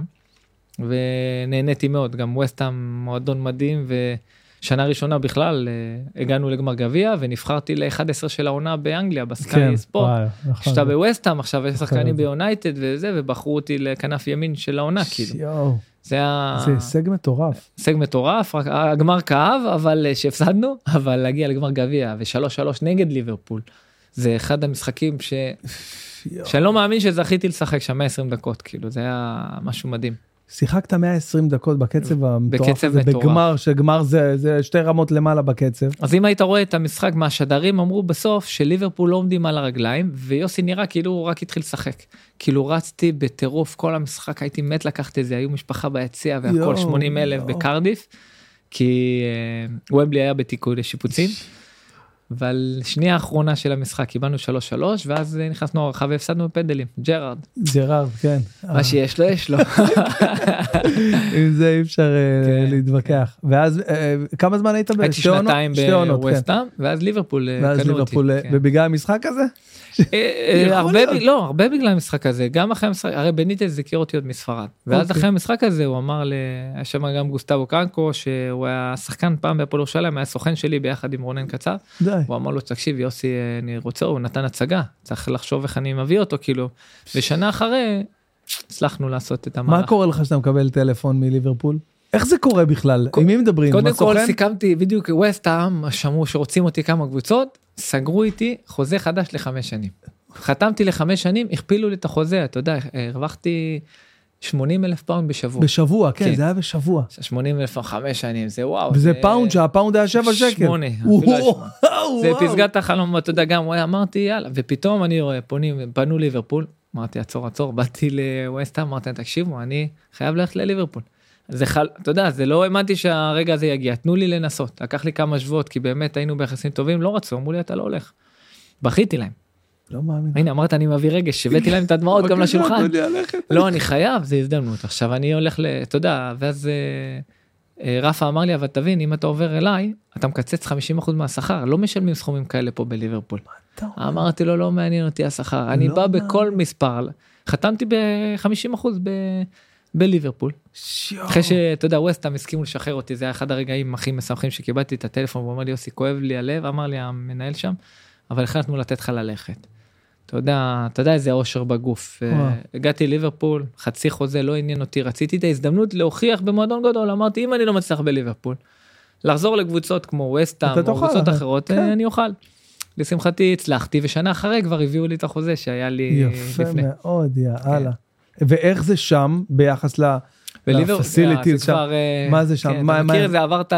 ונהניתי מאוד, גם ווסטהאם מועדון מדהים, ושנה ראשונה בכלל הגענו לגמר גביע, ונבחרתי ל-אחד עשר של העונה באנגליה, בסקאי ספורט, שאתה בווסטהאם, עכשיו יש שחקנים ביונייטד וזה, ובחרו אותי לכנף ימין של העונה, כאילו. זה הישג מטורף. הישג מטורף, הגמר כאב, אבל שהפסדנו, אבל להגיע לגמר גביע, ושלוש שלוש נגד ליברפול. זה אחד המשחקים ש... שאני לא מאמין שזכיתי לשחק שם מאה ועשרים דקות, כאילו, זה היה משהו מדהים. שיחקת מאה ועשרים דקות בקצב המטורף, זה בגמר, שגמר זה שתי רמות למעלה בקצב. אז אם היית רואה את המשחק מהשדרים, אמרו בסוף שליברפול לא עומדים על הרגליים, ויוסי נראה כאילו הוא רק התחיל לשחק. כאילו רצתי בטירוף כל המשחק, הייתי מת לקחת את זה, היו משפחה ביציע והכל שמונים אלף בקרדיף, כי ומבלי היה בתיקו לשיפוצים. אבל שנייה האחרונה של המשחק, קיבלנו שלוש שלוש, ואז נכנסנו הרחב והפסדנו בפנדלים, ג'רארד. ג'רארד, כן. מה שיש לו, יש לו. עם זה אי אפשר להתווכח. ואז, כמה זמן היית בשתי עונות? הייתי שנתיים בווסטהאם, ואז ליברפול קנו אותי. ובגלל המשחק הזה? לא, הרבה בגלל המשחק הזה, גם אחרי המשחק, הרי בניטס זכיר אותי עוד מספרד, ואז אחרי המשחק הזה הוא אמר לי, היה שם גם גוסטבו קרנקו, שהוא היה שחקן פעם בהפועל ירושלים, היה סוכן שלי ביחד עם רונן קצר, הוא אמר לו, תקשיב יוסי, אני רוצה, הוא נתן הצגה, צריך לחשוב איך אני מביא אותו, כאילו, ושנה אחרי, הצלחנו לעשות את המערך. מה קורה לך שאתה מקבל טלפון מליברפול? איך זה קורה בכלל? עם מי מדברים? קודם כל סיכמתי, בדיוק ווסטהאם, שמעו שרוצים אותי כמה קבוצות, סגרו איתי חוזה חדש לחמש שנים. חתמתי לחמש שנים, הכפילו לי את החוזה, אתה יודע, הרווחתי שמונים אלף פאונד בשבוע. בשבוע, כן, זה היה בשבוע. שמונים אלף חמש שנים, זה וואו. וזה פאונד, שהפאונד היה שבע שקל. שמונה, אפילו שמונה. זה פסגת החלום, אתה יודע, גם אמרתי, יאללה, ופתאום אני רואה, פנו ליברפול, אמרתי, עצור, עצור, באתי לווסטהאם, אמרתי, תקשיבו, אני חייב ללכת לליברפול. זה חל, אתה יודע, זה לא האמנתי שהרגע הזה יגיע, תנו לי לנסות, לקח לי כמה שבועות, כי באמת היינו ביחסים טובים, לא רצו, אמרו לי, אתה לא הולך. בכיתי להם. לא מאמין. הנה, אמרת, אני מביא רגש, שבאתי להם את הדמעות גם לשולחן. לא, אני חייב, זה הזדמנות. עכשיו אני הולך ל... אתה יודע, ואז רפה אמר לי, אבל תבין, אם אתה עובר אליי, אתה מקצץ חמישים אחוז מהשכר, לא משלמים סכומים כאלה פה בליברפול. אמרתי לו, לא מעניין אותי השכר, אני בא בכל מספר, חתמתי ב-חמישים אחוז בליברפול. אחרי שאתה יודע, ווסטהאם הסכימו לשחרר אותי, זה היה אחד הרגעים הכי משמחים שקיבלתי את הטלפון, והוא אמר לי, יוסי, כואב לי הלב, אמר לי המנהל שם, אבל החלטנו לתת לך ללכת. אתה יודע, אתה יודע איזה אושר בגוף. הגעתי ליברפול, חצי חוזה, לא עניין אותי, רציתי את ההזדמנות להוכיח במועדון גדול, אמרתי, אם אני לא מצליח בליברפול, לחזור לקבוצות כמו ווסטהאם, או קבוצות אחרות, אני אוכל. לשמחתי הצלחתי, ושנה אחרי כבר הביאו לי את החוזה שהיה לי לפני. יפה מאוד, יאללה. ואיך זה שם ביחס לפסיליטיז שם? מה זה שם? אתה מכיר את זה, עברת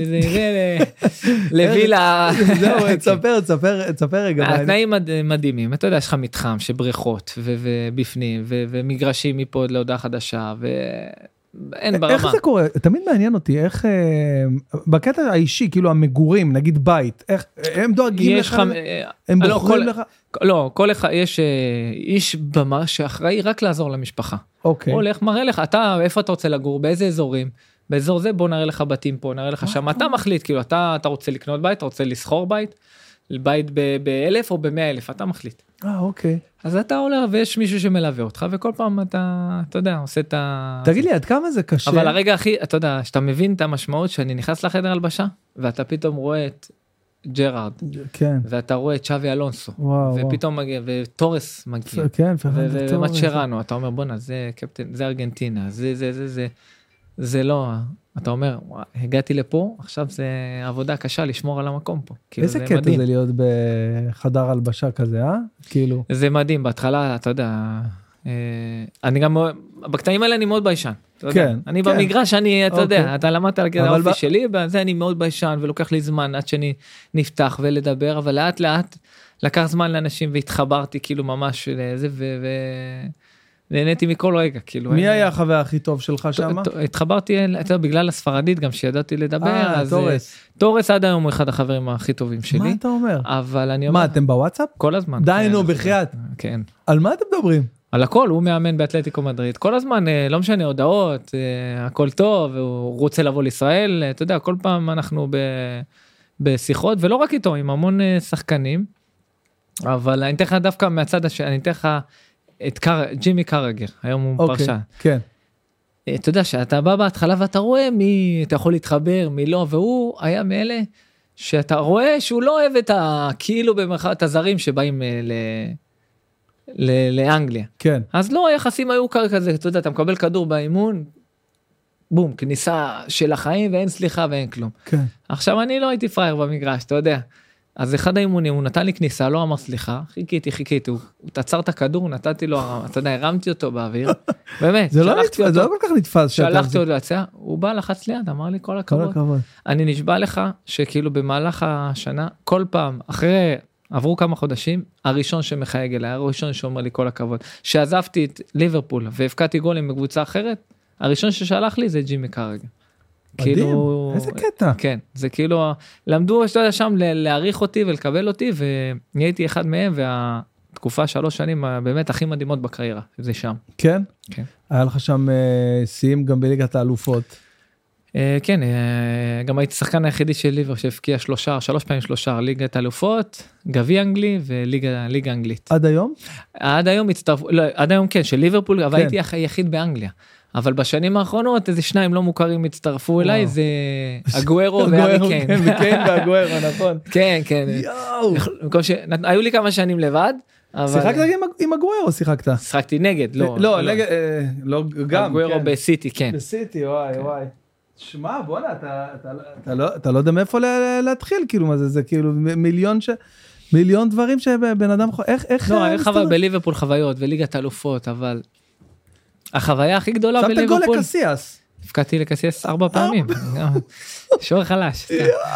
לווילה. זהו, תספר, תספר, תספר רגע. התנאים מדהימים, אתה יודע, יש לך מתחם שבריכות ובפנים, ומגרשים מפה להודעה חדשה, ואין ברמה. איך זה קורה? תמיד מעניין אותי, איך, בקטע האישי, כאילו המגורים, נגיד בית, איך, הם דואגים לך, הם בוחרים לך? לא, כל אחד, יש איש במה שאחראי רק לעזור למשפחה. אוקיי. הולך, מראה לך, אתה, איפה אתה רוצה לגור, באיזה אזורים, באזור זה בוא נראה לך בתים פה, נראה לך שם, אתה מחליט, כאילו, אתה, אתה רוצה לקנות בית, אתה רוצה לסחור בית, בית באלף או במאה אלף, אתה מחליט. אה, אוקיי. אז אתה עולה, ויש מישהו שמלווה אותך, וכל פעם אתה, אתה יודע, עושה את ה... תגיד לי, עד כמה זה קשה? אבל הרגע הכי, אתה יודע, שאתה מבין את המשמעות, שאני נכנס לחדר הלבשה, ואתה פתאום רואה את ג'רארד, כן. ואתה רואה את צ'אבי אלונסו, וואו, ופתאום מגיע, וטורס מגיע, כן, ומצ'רנו, אתה אומר, בוא'נה, זה קפטן, זה ארגנטינה, זה, זה, זה, זה, זה לא, אתה אומר, הגעתי לפה, עכשיו זה עבודה קשה לשמור על המקום פה. איזה קטע זה להיות בחדר הלבשה כזה, אה? כאילו. זה מדהים, בהתחלה, אתה יודע, אני גם, בקטעים האלה אני מאוד ביישן. כן. אני במגרש, אני, אתה יודע, אתה למדת על האופי שלי, בזה אני מאוד ביישן, ולוקח לי זמן עד שאני נפתח ולדבר, אבל לאט לאט לקח זמן לאנשים, והתחברתי כאילו ממש לזה, ונהניתי מכל רגע, כאילו. מי היה החבר הכי טוב שלך שם? התחברתי, בגלל הספרדית, גם שידעתי לדבר, אז תורס עד היום הוא אחד החברים הכי טובים שלי. מה אתה אומר? אבל אני אומר... מה, אתם בוואטסאפ? כל הזמן. די, נו, בחייאת. כן. על מה אתם מדברים? על הכל, הוא מאמן באתלטיקו מדריד, כל הזמן, לא משנה, הודעות, הכל טוב, הוא רוצה לבוא לישראל, אתה יודע, כל פעם אנחנו בשיחות, ולא רק איתו, עם המון שחקנים, אבל אני אתן לך דווקא מהצד השני, אני אתן לך את ג'ימי קרגר, היום הוא פרשן. כן. אתה יודע, שאתה בא בהתחלה ואתה רואה מי אתה יכול להתחבר, מי לא, והוא היה מאלה שאתה רואה שהוא לא אוהב את ה... כאילו במרכאות, את הזרים שבאים ל... לאנגליה. כן. אז לא, היחסים היו קר כזה, אתה יודע, אתה מקבל כדור באימון, בום, כניסה של החיים, ואין סליחה ואין כלום. כן. עכשיו, אני לא הייתי פרייר במגרש, אתה יודע. אז אחד האימונים, הוא נתן לי כניסה, לא אמר סליחה, חיכיתי, חיכיתי, הוא תצר את הכדור, נתתי לו, אתה יודע, הרמתי אותו באוויר, באמת, זה לא כל כך נתפס. שלחתי אותו להציע, הוא בא לחץ ליד, אמר לי כל הכבוד. אני נשבע לך, שכאילו במהלך השנה, כל פעם, אחרי עברו כמה חודשים, הראשון שמחייג אליי, הראשון שאומר לי כל הכבוד, שעזבתי את ליברפול והפקעתי גולים בקבוצה אחרת, הראשון ששלח לי זה ג'ימי קרגר. מדהים, כאילו, איזה קטע. כן, זה כאילו, למדו שאתה יודע שם להעריך אותי ולקבל אותי, ונהייתי אחד מהם, והתקופה שלוש שנים באמת הכי מדהימות בקריירה, זה שם. כן? כן. היה לך שם סיים גם בליגת האלופות. כן, גם הייתי שחקן היחידי של ליבר שהפקיע שלושה, שלוש פעמים שלושה, ליגת אלופות, גביע אנגלי וליגה אנגלית. עד היום? עד היום הצטרפו, לא, עד היום כן, של ליברפול, אבל הייתי היחיד באנגליה. אבל בשנים האחרונות איזה שניים לא מוכרים הצטרפו אליי, זה אגוארו וארי קיין. וקיין ואגוארו, נכון. כן, כן. היו לי כמה שנים לבד. שיחקת עם אגוארו, שיחקת? שיחקתי נגד, לא. לא, נגד, לא, גם. אגוארו בסיטי, כן. בסיטי, וואי, וואי. שמע, בוא'נה, אתה לא יודע מאיפה להתחיל, כאילו, מה זה, זה כאילו מיליון ש... מיליון דברים שבן אדם... איך, איך... לא, איך חווה בליברפול חוויות וליגת אלופות, אבל... החוויה הכי גדולה בליברפול... שמת גול לקסיאס. הפקעתי לקסיאס ארבע פעמים. שור חלש.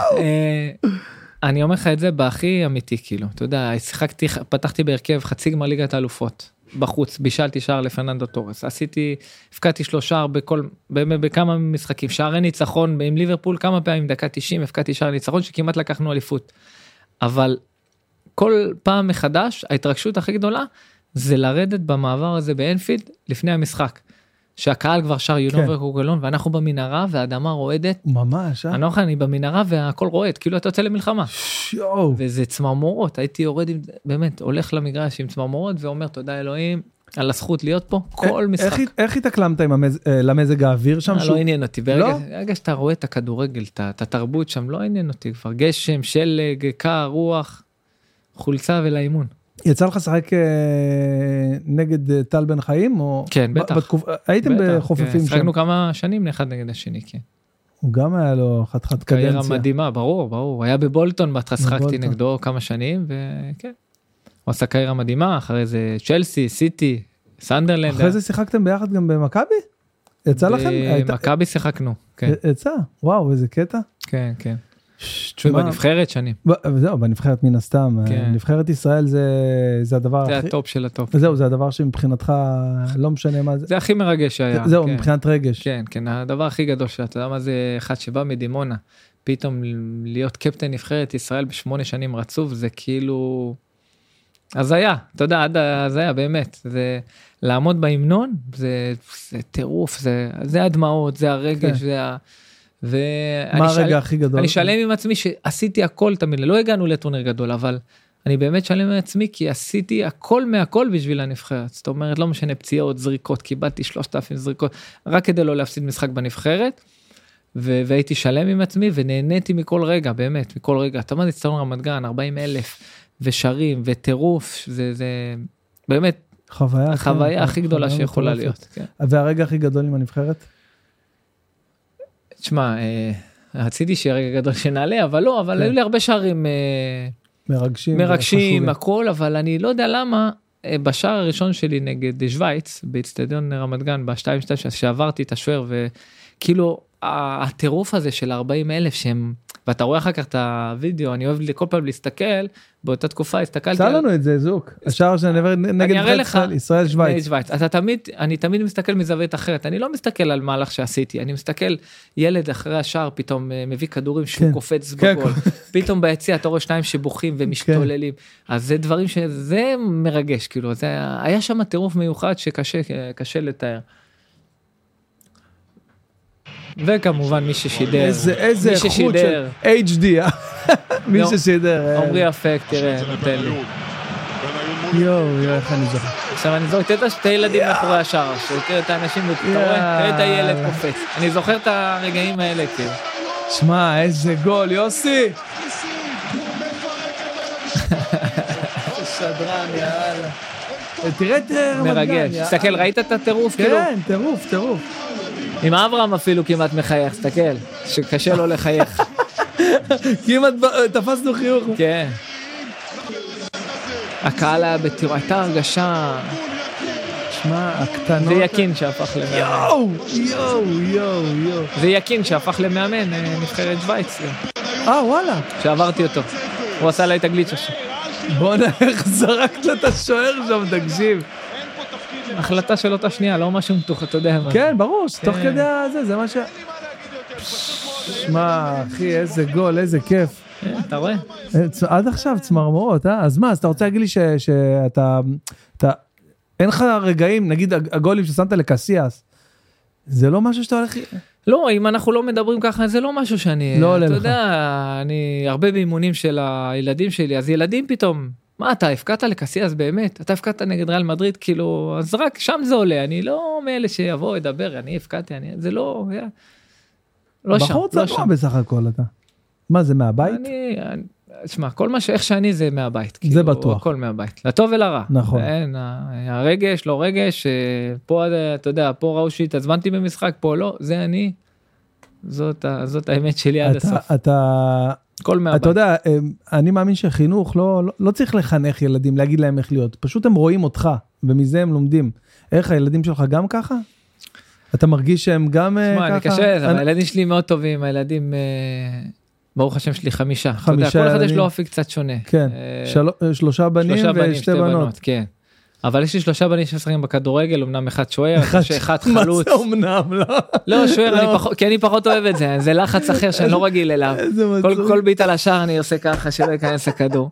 אני אומר לך את זה בהכי אמיתי, כאילו. אתה יודע, שיחקתי, פתחתי בהרכב חצי גמר ליגת האלופות. בחוץ, בישלתי שער לפרננדו טורס, עשיתי, הפקעתי שלושה שער בכל, בכמה משחקים, שערי ניצחון עם ליברפול, כמה פעמים, דקה תשעים, הפקעתי שער ניצחון, שכמעט לקחנו אליפות, אבל כל פעם מחדש, ההתרגשות הכי גדולה, זה לרדת במעבר הזה באנפילד, לפני המשחק, שהקהל כבר שר יונובר קוגלון, ואנחנו במנהרה, והאדמה רועדת, ממש, אה? אני, אני במנהרה, והכל רועד, כאילו אתה יוצא למלחמה, שיו. וזה צמרמורות, הייתי יורד, באמת, הולך למגרש עם צמרמורות, ואומר, תודה אלוהים, על הזכות להיות פה, כל משחק. איך התאקלמת למזג האוויר שם? לא עניין אותי, ברגע שאתה רואה את הכדורגל, את התרבות שם, לא עניין אותי, כבר גשם, שלג, קר, רוח, חולצה ולאימון. יצא לך לשחק נגד טל בן חיים? כן, בטח. הייתם בחופפים שם? שחקנו כמה שנים אחד נגד השני, כן. הוא גם היה לו חתיכת קדנציה. קריירה מדהימה, ברור, ברור. הוא היה בבולטון, בהתחלה שחקתי נגדו כמה שנים, וכן. הוא עשה קריירה מדהימה, אחרי זה צ'לסי, סיטי, סנדרלנד. אחרי זה שיחקתם ביחד גם במכבי? יצא לכם? במכבי שיחקנו, כן. יצא? וואו, איזה קטע. כן, כן. בנבחרת שנים. זהו, בנבחרת מן הסתם. נבחרת ישראל זה הדבר... זה הטופ של הטופ. זהו, זה הדבר שמבחינתך לא משנה מה זה. זה הכי מרגש שהיה. זהו, מבחינת רגש. כן, כן, הדבר הכי גדול שאתה יודע מה זה אחד שבא מדימונה, פתאום להיות קפטן נבחרת ישראל בשמונה שנים רצוף, זה כאילו... אז היה, אתה יודע, אז היה באמת, זה לעמוד בהמנון, זה טירוף, זה הדמעות, זה הרגש, זה ה... מה הרגע הכי גדול? אני שלם עם עצמי שעשיתי הכל תמיד, לא הגענו לטורניר גדול, אבל אני באמת שלם עם עצמי, כי עשיתי הכל מהכל בשביל הנבחרת, זאת אומרת, לא משנה פציעות, זריקות, קיבלתי שלושת אלפים זריקות, רק כדי לא להפסיד משחק בנבחרת, והייתי שלם עם עצמי, ונהניתי מכל רגע, באמת, מכל רגע, אתה יודע, אצטדיון רמת גן, ארבעים אלף, ושרים, וטירוף, זה באמת, החוויה הכי גדולה שיכולה להיות. והרגע הכי גדול עם הנבחרת? תשמע, רציתי שיהיה רגע גדול שנעלה, אבל לא, אבל היו לי הרבה שערים מרגשים, מרגשים, הכל, אבל אני לא יודע למה, בשער הראשון שלי נגד שוויץ, באצטדיון רמת גן, ב-שתיים שתיים, שעברתי את השוער, וכאילו, הטירוף הזה של ארבעים אלף שהם, ואתה רואה אחר כך את הוידאו, אני אוהב כל פעם להסתכל, באותה תקופה הסתכלתי... צא לנו את זה, זוק. השער שאני עבר נגד ישראל שוויץ. אתה תמיד, אני תמיד מסתכל מזווית אחרת, אני לא מסתכל על מהלך שעשיתי, אני מסתכל, ילד אחרי השער פתאום מביא כדורים שהוא קופץ בגול, פתאום ביציע אתה רואה שניים שבוכים ומשתוללים, אז זה דברים שזה מרגש, כאילו, היה שם טירוף מיוחד שקשה לתאר. וכמובן מי ששידר, איזה איכות של אייץ' די, מי ששידר. עומרי אפק, תראה, נותן לי. יואו, יואו, איך אני זוכר. עכשיו אני זוכר, תראה את הילדים מאחורי השער, תראה את האנשים, תראה את הילד קופץ. אני זוכר את הרגעים האלה, כאילו. שמע, איזה גול, יוסי! שדרן, יאללה. תראה את רמת גן. מרגש. תסתכל, ראית את הטירוף? כן, טירוף, טירוף. עם אברהם אפילו כמעט מחייך, תסתכל, שקשה לו לחייך. כמעט תפסנו חיוך. כן. הקהל היה בתיאור, הייתה הרגשה... שמע, הקטנות... זה יקין שהפך למאמן. יואו, יואו, יואו, יואו. זה יקין שהפך למאמן, נבחרת שוויץ. אה, וואלה. שעברתי אותו. הוא עשה לה את הגליץ' עכשיו. בוא נלך, זרקת את השוער שם, תקשיב. החלטה של אותה שנייה, לא משהו מתוך, אתה יודע מה. כן, ברור, תוך כדי הזה, זה מה ש... שמע, אחי, איזה גול, איזה כיף. אתה רואה? עד עכשיו צמרמורות, אה? אז מה, אז אתה רוצה להגיד לי שאתה... אין לך רגעים, נגיד הגולים ששמת לקסיאס, זה לא משהו שאתה הולך... לא, אם אנחנו לא מדברים ככה, זה לא משהו שאני... לא עולה לך. אתה יודע, אני הרבה באימונים של הילדים שלי, אז ילדים פתאום... מה, אתה הפקעת לקסיאס באמת? אתה הפקעת נגד ריאל מדריד, כאילו, אז רק שם זה עולה, אני לא מאלה שיבוא, ידבר, אני הפקעתי, אני, זה לא, היה, לא שם, בחור לא צבוע שם. בסך הכל אתה. מה, זה מהבית? אני, אני, תשמע, כל מה שאיך שאני זה מהבית. זה כאילו, בטוח. הכל מהבית, לטוב ולרע. נכון. אין, הרגש, לא רגש, פה, אתה יודע, פה ראו שהתעצבנתי במשחק, פה לא, זה אני, זאת, זאת האמת שלי עד אתה, הסוף. אתה... כל מהבית. אתה יודע, אני מאמין שחינוך לא, לא, לא צריך לחנך ילדים, להגיד להם איך להיות. פשוט הם רואים אותך, ומזה הם לומדים. איך הילדים שלך גם ככה? אתה מרגיש שהם גם שמה, ככה? אני קשה, אני... הילדים שלי מאוד טובים, הילדים, ברוך השם שלי חמישה. חמישה אתה יודע, כל אחד ילדים. יש לו אופי קצת שונה. כן, של... שלושה בנים שלושה בנים, ושתי בנות. בנות. כן. אבל יש לי שלושה בנים שמשחקים בכדורגל, אמנם אחד שוער, אחד חלוץ. מה זה אמנם, לא? לא, שוער, כי אני פחות אוהב את זה, זה לחץ אחר שאני לא רגיל אליו. כל ביט על השער אני עושה ככה, שלא ייכנס הכדור.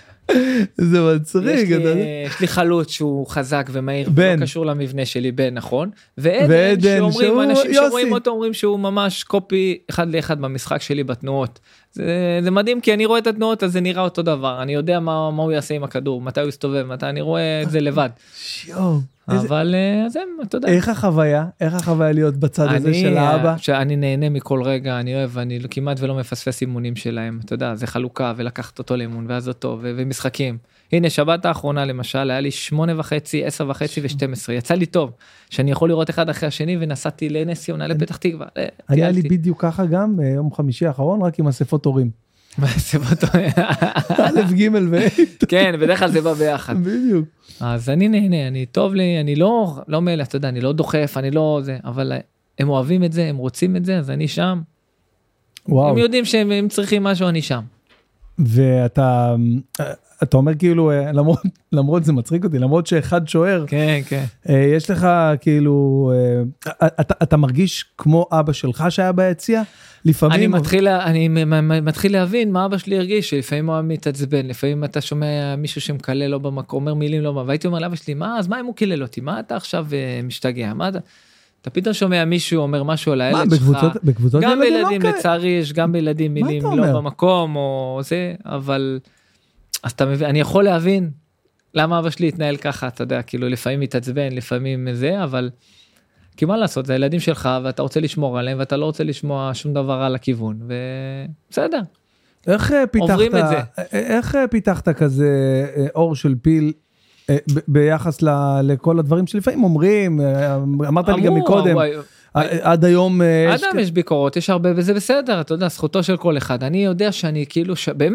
זה מצחיק. יש לי חלוץ שהוא חזק ומהיר, לא קשור למבנה שלי, בן, נכון? ועדן, שאומרים, אנשים שרואים אותו אומרים שהוא ממש קופי אחד לאחד במשחק שלי בתנועות. זה מדהים, כי אני רואה את התנועות, אז זה נראה אותו דבר. אני יודע מה הוא יעשה עם הכדור, מתי הוא יסתובב, מתי אני רואה את זה לבד. שיו. אבל זה, אתה יודע. איך החוויה? איך החוויה להיות בצד הזה של האבא? שאני נהנה מכל רגע, אני אוהב, אני כמעט ולא מפספס אימונים שלהם, אתה יודע, זה חלוקה ולקחת אותו לאימון, ואז אותו, ומשחקים. הנה, שבת האחרונה למשל, היה לי שמונה וחצי, עשר וחצי ושתים עשרה, יצא לי טוב, שאני יכול לראות אחד אחרי השני, ונסעתי לנס ציונה לפתח תקווה. היה לי בדיוק ככה גם, יום חמישי האחרון, רק עם אספות הורים. אספות הורים. א' ג' ו... כן, בדרך כלל זה בא ביחד. בדיוק. אז אני נהנה, אני טוב לי, אני לא, לא מאלה, אתה יודע, אני לא דוחף, אני לא זה, אבל הם אוהבים את זה, הם רוצים את זה, אז אני שם. וואו. הם יודעים שהם צריכים משהו, אני שם. ואתה, אתה אומר כאילו, למרות, למרות זה מצחיק אותי, למרות שאחד שוער, כן, כן. יש לך כאילו, אתה, אתה מרגיש כמו אבא שלך שהיה ביציע? לפעמים... אני מתחיל, אני מתחיל להבין מה אבא שלי הרגיש, שלפעמים הוא מתעצבן, לפעמים אתה שומע מישהו שמקלל לו במקום, אומר מילים לא, והייתי אומר לאבא שלי, מה, אז מה אם הוא קילל אותי? מה אתה עכשיו משתגע? מה אתה... אתה פתאום שומע מישהו אומר משהו על הילד שלך, גם בילדים לצערי יש גם בילדים מילים לא במקום או זה, אבל אז אתה מבין, אני יכול להבין למה אבא שלי התנהל ככה, אתה יודע, כאילו לפעמים מתעצבן, לפעמים זה, אבל כי מה לעשות, זה הילדים שלך ואתה רוצה לשמור עליהם ואתה לא רוצה לשמוע שום דבר על הכיוון, ובסדר, עוברים את זה. איך פיתחת כזה אור של פיל, ביחס לכל הדברים שלפעמים אומרים, אמרת לי גם מקודם, עד היום... עד היום יש ביקורות, יש הרבה, וזה בסדר, אתה יודע, זכותו של כל אחד. אני יודע שאני כאילו, באמת,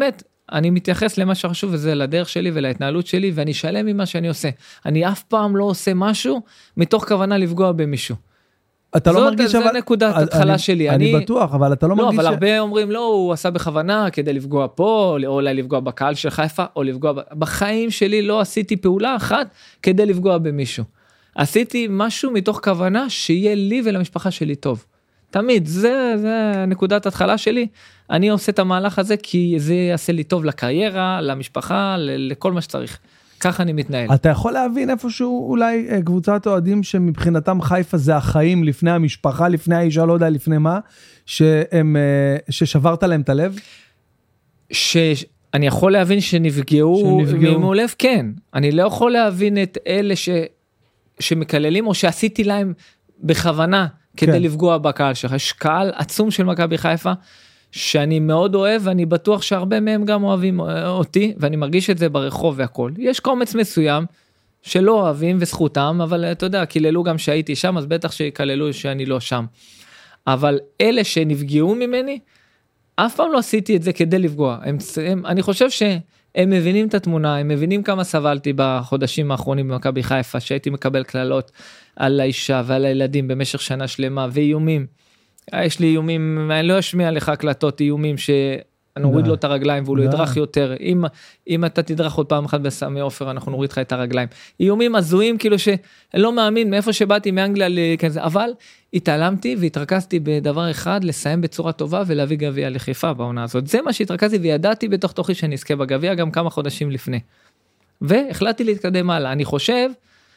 אני מתייחס למה שחשוב, וזה לדרך שלי ולהתנהלות שלי, ואני שלם ממה שאני עושה. אני אף פעם לא עושה משהו, מתוך כוונה לפגוע במישהו. אתה לא מרגיש... זו נקודת התחלה שלי. אני בטוח, אבל אתה לא מרגיש... לא, אבל הרבה אומרים, לא, הוא עשה בכוונה כדי לפגוע פה, או אולי לפגוע בקהל של חיפה, או לפגוע... בחיים שלי לא עשיתי פעולה אחת כדי לפגוע במישהו. עשיתי משהו מתוך כוונה שיהיה לי ולמשפחה שלי טוב. תמיד, זה, זה נקודת התחלה שלי. אני עושה את המהלך הזה כי זה יעשה לי טוב לקריירה, למשפחה, לכל מה שצריך. ככה אני מתנהל. אתה יכול להבין איפשהו אולי קבוצת אוהדים שמבחינתם חיפה זה החיים לפני המשפחה, לפני האישה, לא יודע לפני מה, שהם, ששברת להם את הלב? שאני יכול להבין שנפגעו, שנפגעו. ממולב, כן. אני לא יכול להבין את אלה ש, שמקללים, או שעשיתי להם בכוונה, כדי כן. לפגוע בקהל שלך. יש קהל עצום של מכבי חיפה, שאני מאוד אוהב, ואני בטוח שהרבה מהם גם אוהבים אותי, ואני מרגיש את זה ברחוב והכל. יש קומץ מסוים, שלא אוהבים וזכותם, אבל אתה יודע, קיללו גם שהייתי שם, אז בטח שיקללו שאני לא שם. אבל אלה שנפגעו ממני, אף פעם לא עשיתי את זה כדי לפגוע. הם, הם, אני חושב שהם מבינים את התמונה, הם מבינים כמה סבלתי בחודשים האחרונים במכבי חיפה, שהייתי מקבל כללות על האישה ועל הילדים במשך שנה שלמה, ואיומים. יש לי איומים, אני לא אשמיע לך הקלטות, איומים שנוריד לו את הרגליים, והוא לא ידרך יותר. אם, אם אתה תדרך עוד פעם אחת בסמי עופר, אנחנו נוריד לך את הרגליים. איומים הזויים, כאילו שאני לא מאמין, מאיפה שבאתי מאנגליה לכזה, אבל התעלמתי והתרכזתי בדבר אחד, לסיים בצורה טובה, ולהביא גביע לחיפה בעונה הזאת. זה מה שהתרכזתי, וידעתי בתוך תוכי שאני אזכה בגביע, גם כמה חודשים לפני. והחלטתי להתקדם הלאה. אני חושב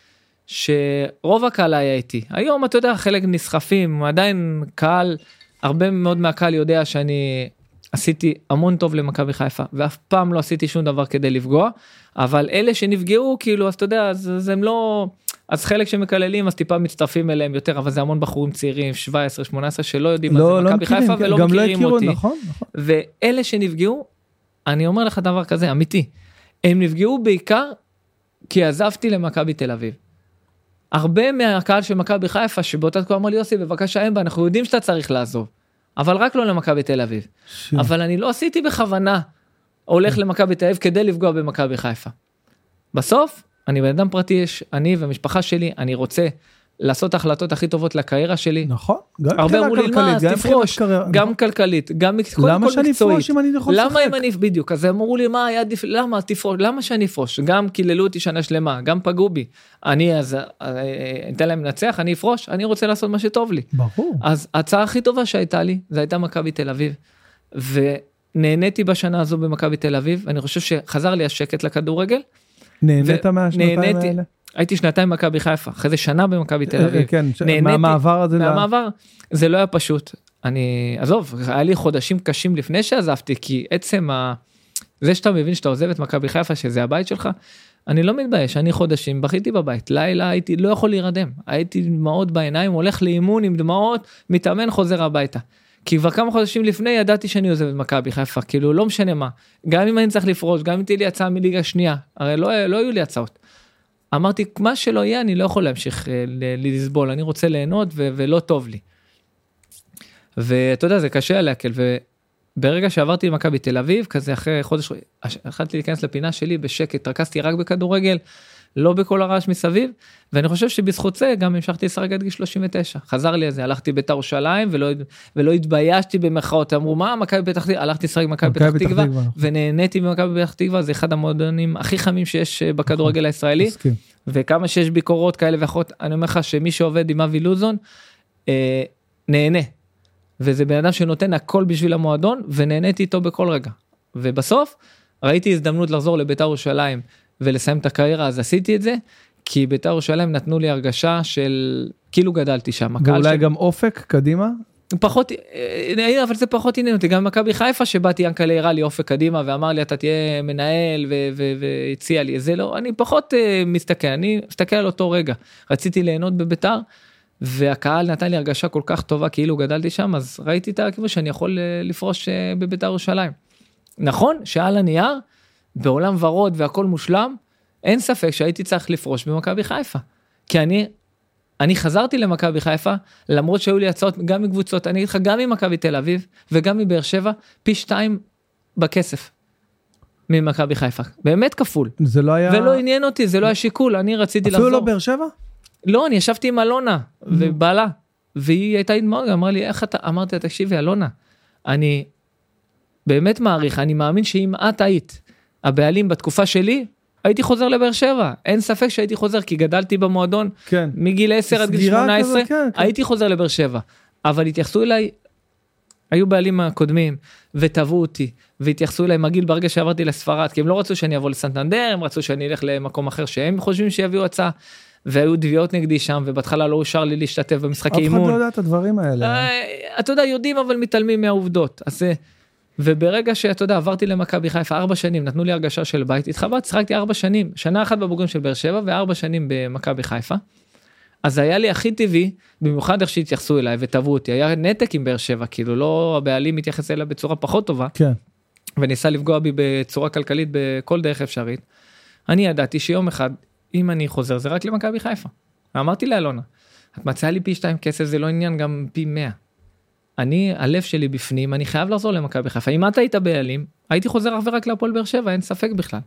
שרוב הקהל היה איתי. היום אתה יודע, חלק נסחפים, עדיין קהל, הרבה מאוד מהקהל יודע שאני עשיתי המון טוב למכבי חיפה, ואף פעם לא עשיתי שום דבר כדי לפגוע, אבל אלה שנפגעו, כאילו, אז אתה יודע, אז, אז הם לא, אז חלק שמקללים, אז טיפה מצטרפים אליהם יותר, אבל זה המון בחורים צעירים, שבע עשרה שמונה עשרה, שלא יודעים מה לא, זה מכבי חיפה, כן, ולא מכירים לא אותי. נכון, נכון. ואלה שנפגעו, אני אומר לך דבר כזה, אמיתי, הם נפגעו בעיקר, כי עזבתי למכבי תל אביב. הרבה מהקהל של מכבי חיפה, שבאותה תקופה אמר לי, יוסי, בבקשה, אמבה, אנחנו יודעים שאתה צריך לעזוב, אבל רק לא למכבי תל אביב. ש... אבל אני לא עשיתי בכוונה, הולך למכבי תל אביב, כדי לפגוע במכבי חיפה. בסוף, אני בן אדם פרטי, יש, אני והמשפחה שלי, אני רוצה לעשות החלטות הכי טובות לקריירה שלי. נכון. הרבה אמרו לי, מה, אז תפרוש, גם כלכלית, גם מקצועית. למה שאני אפרוש אם אני יכול לשחק? למה אם אני, בדיוק, אז אמרו לי, מה היה, למה תפרוש, למה שאני אפרוש? גם קיללו אותי שנה שלמה, גם פגעו בי. אני אז, אתן להם לנצח, אני אפרוש, אני רוצה לעשות מה שטוב לי. ברור. אז ההצעה הכי טובה שהייתה לי, זה הייתה מכבי תל אביב, ונהניתי בשנה הזו במכבי תל אביב, אני חושב שחזר לי השקט לכדורגל. נהנית מהשנתיים האלה? הייתי שנתיים במכבי חיפה, אחרי זה שנה במכבי תל אביב. כן, מהמעבר הזה. מהמעבר, זה לא היה פשוט. אני, עזוב, היה לי חודשים קשים לפני שעזבתי, כי עצם ה... זה שאתה מבין שאתה עוזב את מכבי חיפה, שזה הבית שלך, אני לא מתבייש, אני חודשים, בכיתי בבית, לילה הייתי, לא יכול להירדם, הייתי דמעות בעיניים, הולך לאימון עם דמעות, מתאמן, חוזר הביתה. כי כבר כמה חודשים לפני ידעתי שאני עוזב את מכבי חיפה, כאילו לא משנה מה, גם אם אני צריך לפרוש, גם אם תהיה לי הצעה מליגה שנייה, הרי לא, לא היו לי הצעות. אמרתי, מה שלא יהיה, אני לא יכול להמשיך לסבול, אני רוצה ליהנות ו- ולא טוב לי. ואתה יודע, זה קשה להקל, וברגע שעברתי למכבי תל אביב, כזה אחרי חודש, החלטתי להיכנס לפינה שלי בשקט, תרכזתי רק בכדורגל, לא בכל הרעש מסביב, ואני חושב שבזכות זה גם המשכתי לשחק עד גיל שלושים ותשע, חזר לי על זה, הלכתי בית"ר ירושלים, ולא, ולא התביישתי במחאות, אמרו, מה, מכבי פתח תקווה, הלכתי לשחק מכבי פתח תקווה, ונהניתי ממכבי פתח תקווה, זה אחד המועדונים הכי חמים שיש בכדורגל הישראלי, וכמה שיש ביקורות כאלה ואחרות, אני אומר לך שמי שעובד עם אבי לוזון, אה, נהנה, וזה בן אדם שנותן הכל בשביל המועדון, ונהניתי איתו בכל רגע, ובסוף ראיתי הזדמנות לחזור לבית"ר ירושלים, ולסיים את הקריירה, אז עשיתי את זה, כי בית"ר ירושלים נתנו לי הרגשה של, כאילו גדלתי שם. ואולי של... גם אופק קדימה? פחות, אבל זה פחות עניין אותי, גם מכבי חיפה שבאתי ינקלה הראה לי אופק קדימה, ואמר לי אתה תהיה מנהל, והציע לי, זה לא, אני פחות מסתכל, אני מסתכל על אותו רגע, רציתי ליהנות בבית"ר, והקהל נתן לי הרגשה כל כך טובה, כאילו גדלתי שם, אז ראיתי את הכיוון שאני יכול לפרוש בבית"ר ירושלים. נכון שעל הנייר, בעולם ורוד והכל מושלם, אין ספק שהייתי צריך לפרוש במכבי חיפה. כי אני, אני חזרתי למכבי חיפה, למרות שהיו לי הצעות גם מקבוצות, אני אגיד לך, גם ממכבי תל אביב, וגם מבאר שבע, פי שתיים בכסף. ממכבי חיפה, באמת כפול. זה לא היה... ולא עניין אותי, זה לא היה שיקול, אני רציתי לחזור. אפילו לא באר שבע? לא, אני ישבתי עם אלונה, ובעלה, והיא הייתה מאוד, אמרה לי, איך אתה, אמרתי לה, תקשיבי, אלונה, אני באמת מעריך, אני מאמין שאם את היית, הבעלים בתקופה שלי, הייתי חוזר לבאר שבע, אין ספק שהייתי חוזר, כי גדלתי במועדון, כן. מגיל עשר עד גיל שמונה עשרה, כן, כן. הייתי חוזר לבאר שבע, אבל התייחסו אליי, היו בעלים הקודמים, וטבעו אותי, והתייחסו אליי מגיל ברגע שעברתי לספרד, כי הם לא רצו שאני אבוא לסנטנדר, הם רצו שאני אלך למקום אחר, שהם חושבים שיביאו הצעה, והיו דביעות נגדי שם, ובהתחלה לא אושר לי להשתתף במשחקי אימון. אף אחד לא יודע את הדברים האלה. אתה יודע, יודעים, אבל מתעלמים מהעובדות. אז, וברגע שאתה יודע, עברתי למכבי חיפה ארבע שנים, נתנו לי הרגשה של בית, התחבט, שחקתי ארבע שנים, שנה אחת בבוגרים של באר שבע, וארבע שנים במכבי חיפה. אז היה לי הכי טבעי, במיוחד איך שהתייחסו אליי וטבעו אותי, היה נתק עם באר שבע, כאילו לא הבעלים מתייחס אליה בצורה פחות טובה, כן. וניסה לפגוע בי בצורה כלכלית בכל דרך אפשרית. אני ידעתי שיום אחד, אם אני חוזר, זה רק למכבי חיפה. אמרתי לאלונה, את מצאה לי פי שתיים כסף, זה לא עניין גם פי מאה. אני, הלב שלי בפנים, אני חייב לחזור למכבי חיפה. אם אתה היית בעלים, הייתי חוזר אך ורק להפועל באר שבע, אין ספק בכלל.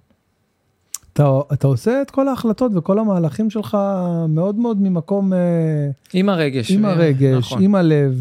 אתה, אתה עושה את כל ההחלטות וכל המהלכים שלך מאוד מאוד ממקום... עם הרגש. עם הרגש, נכון. עם הלב.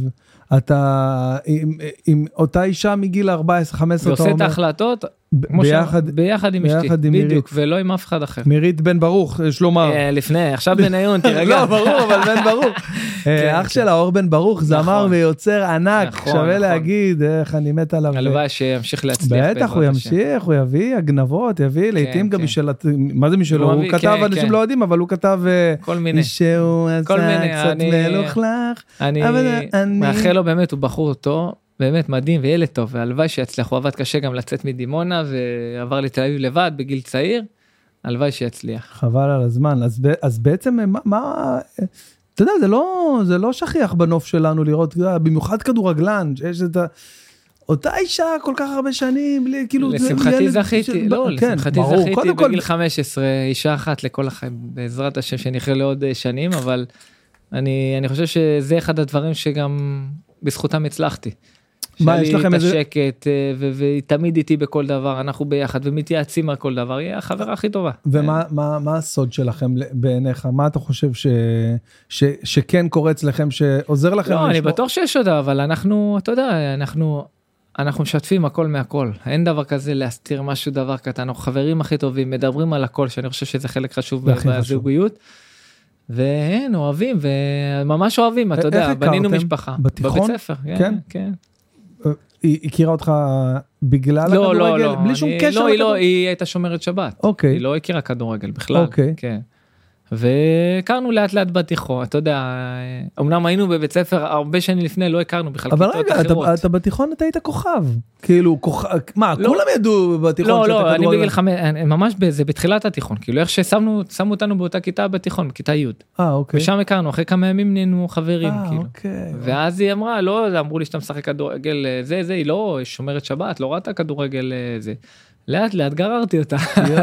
אתה עם, עם אותה אישה מגיל ארבע עשרה חמש עשרה, ועושה את ההחלטות ביחד, ש... ביחד עם אשתי, בדיוק, ולא עם אף אחד אחר. מירית בן ברוך, יש לומר. לפני, עכשיו בניון, תרגע. לא, ברור, אבל בן ברוך. אח שלה, אור בן ברוך, זמר ויוצר ענק, שווה להגיד, איך אני מת עליו. הלוואי שימשיך להצליח. בטח, הוא ימשיך, הוא יביא הגנבות, יביא, לעתים גם משל, מה זה משלו? הוא כתב, אנשים לא יודעים, אבל הוא כתב, כל מיני. שהוא עשה קצת מלוכלך. אני מאחל לו באמת, הוא בחור אותו, באמת מדהים וילד טוב, והלוואי שיצליח, הוא עבד קשה גם לצאת מדימונה, ועבר לתל אביב לבד בגיל צעיר, הלוואי שיצליח. חבל על הזמן, אז, אז בעצם, מה, מה, אתה יודע, זה לא, זה לא שכיח בנוף שלנו לראות, במיוחד כדורגלן, שיש את ה... אותה אישה כל כך הרבה שנים, בלי, כאילו... לשמחתי זכיתי, לא, לשמחתי זכיתי בגיל חמש עשרה, אישה אחת לכל החיים, בעזרת השם שנחיה לעוד שנים, אבל אני, אני חושב שזה אחד הדברים שגם בזכותם הצלחתי. מה, יש לכם איזה... שקט, והיא תמיד איתי בכל דבר, אנחנו ביחד, ומתייעצים על כל דבר, היא החברה הכי טובה. ומה מה, מה הסוד שלכם בעיניך? מה אתה חושב ש, ש, שכן קורה אצלכם, שעוזר לכם? לא, אני בטוח שיש עוד, אבל אנחנו, אתה יודע, אנחנו, אנחנו משתפים הכל מהכל. אין דבר כזה להסתיר משהו, דבר קטן. אנחנו חברים הכי טובים, מדברים על הכל, שאני חושב שזה חלק חשוב בזוגיות. ואין, אוהבים, וממש אוהבים, אתה יודע, בנינו משפחה. בתיכון? בבית ספר, כן, כן. היא הכירה אותך בגלל לא, הכדורגל? לא, לא, בלי שום קשר לכדורגל? לא, היא הייתה שומרת שבת. אוקיי. היא לא הכירה כדורגל בכלל. אוקיי. כן. והכרנו לאט לאט בתיכון, אתה יודע, אמנם היינו בבית ספר הרבה שנים לפני, לא הכרנו בכלל כיתות אחרות. אבל רגע, אתה בתיכון אתה היית כוכב. כאילו, כוכב, מה, כולם ידעו בתיכון שאתה כדורגל? לא, לא, אני בגיל חמש, ממש זה בתחילת התיכון, כאילו איך ששמו אותנו באותה כיתה בתיכון, בכיתה י'. אה, אוקיי. ושם הכרנו, אחרי כמה ימים נהיינו חברים, כאילו. ואז היא אמרה, לא, אמרו לי שאתה משחק כדורגל, זה, זה, היא לא שומרת שבת, לא ראתה כדורגל, זה. לאט לאט גררתי אותה.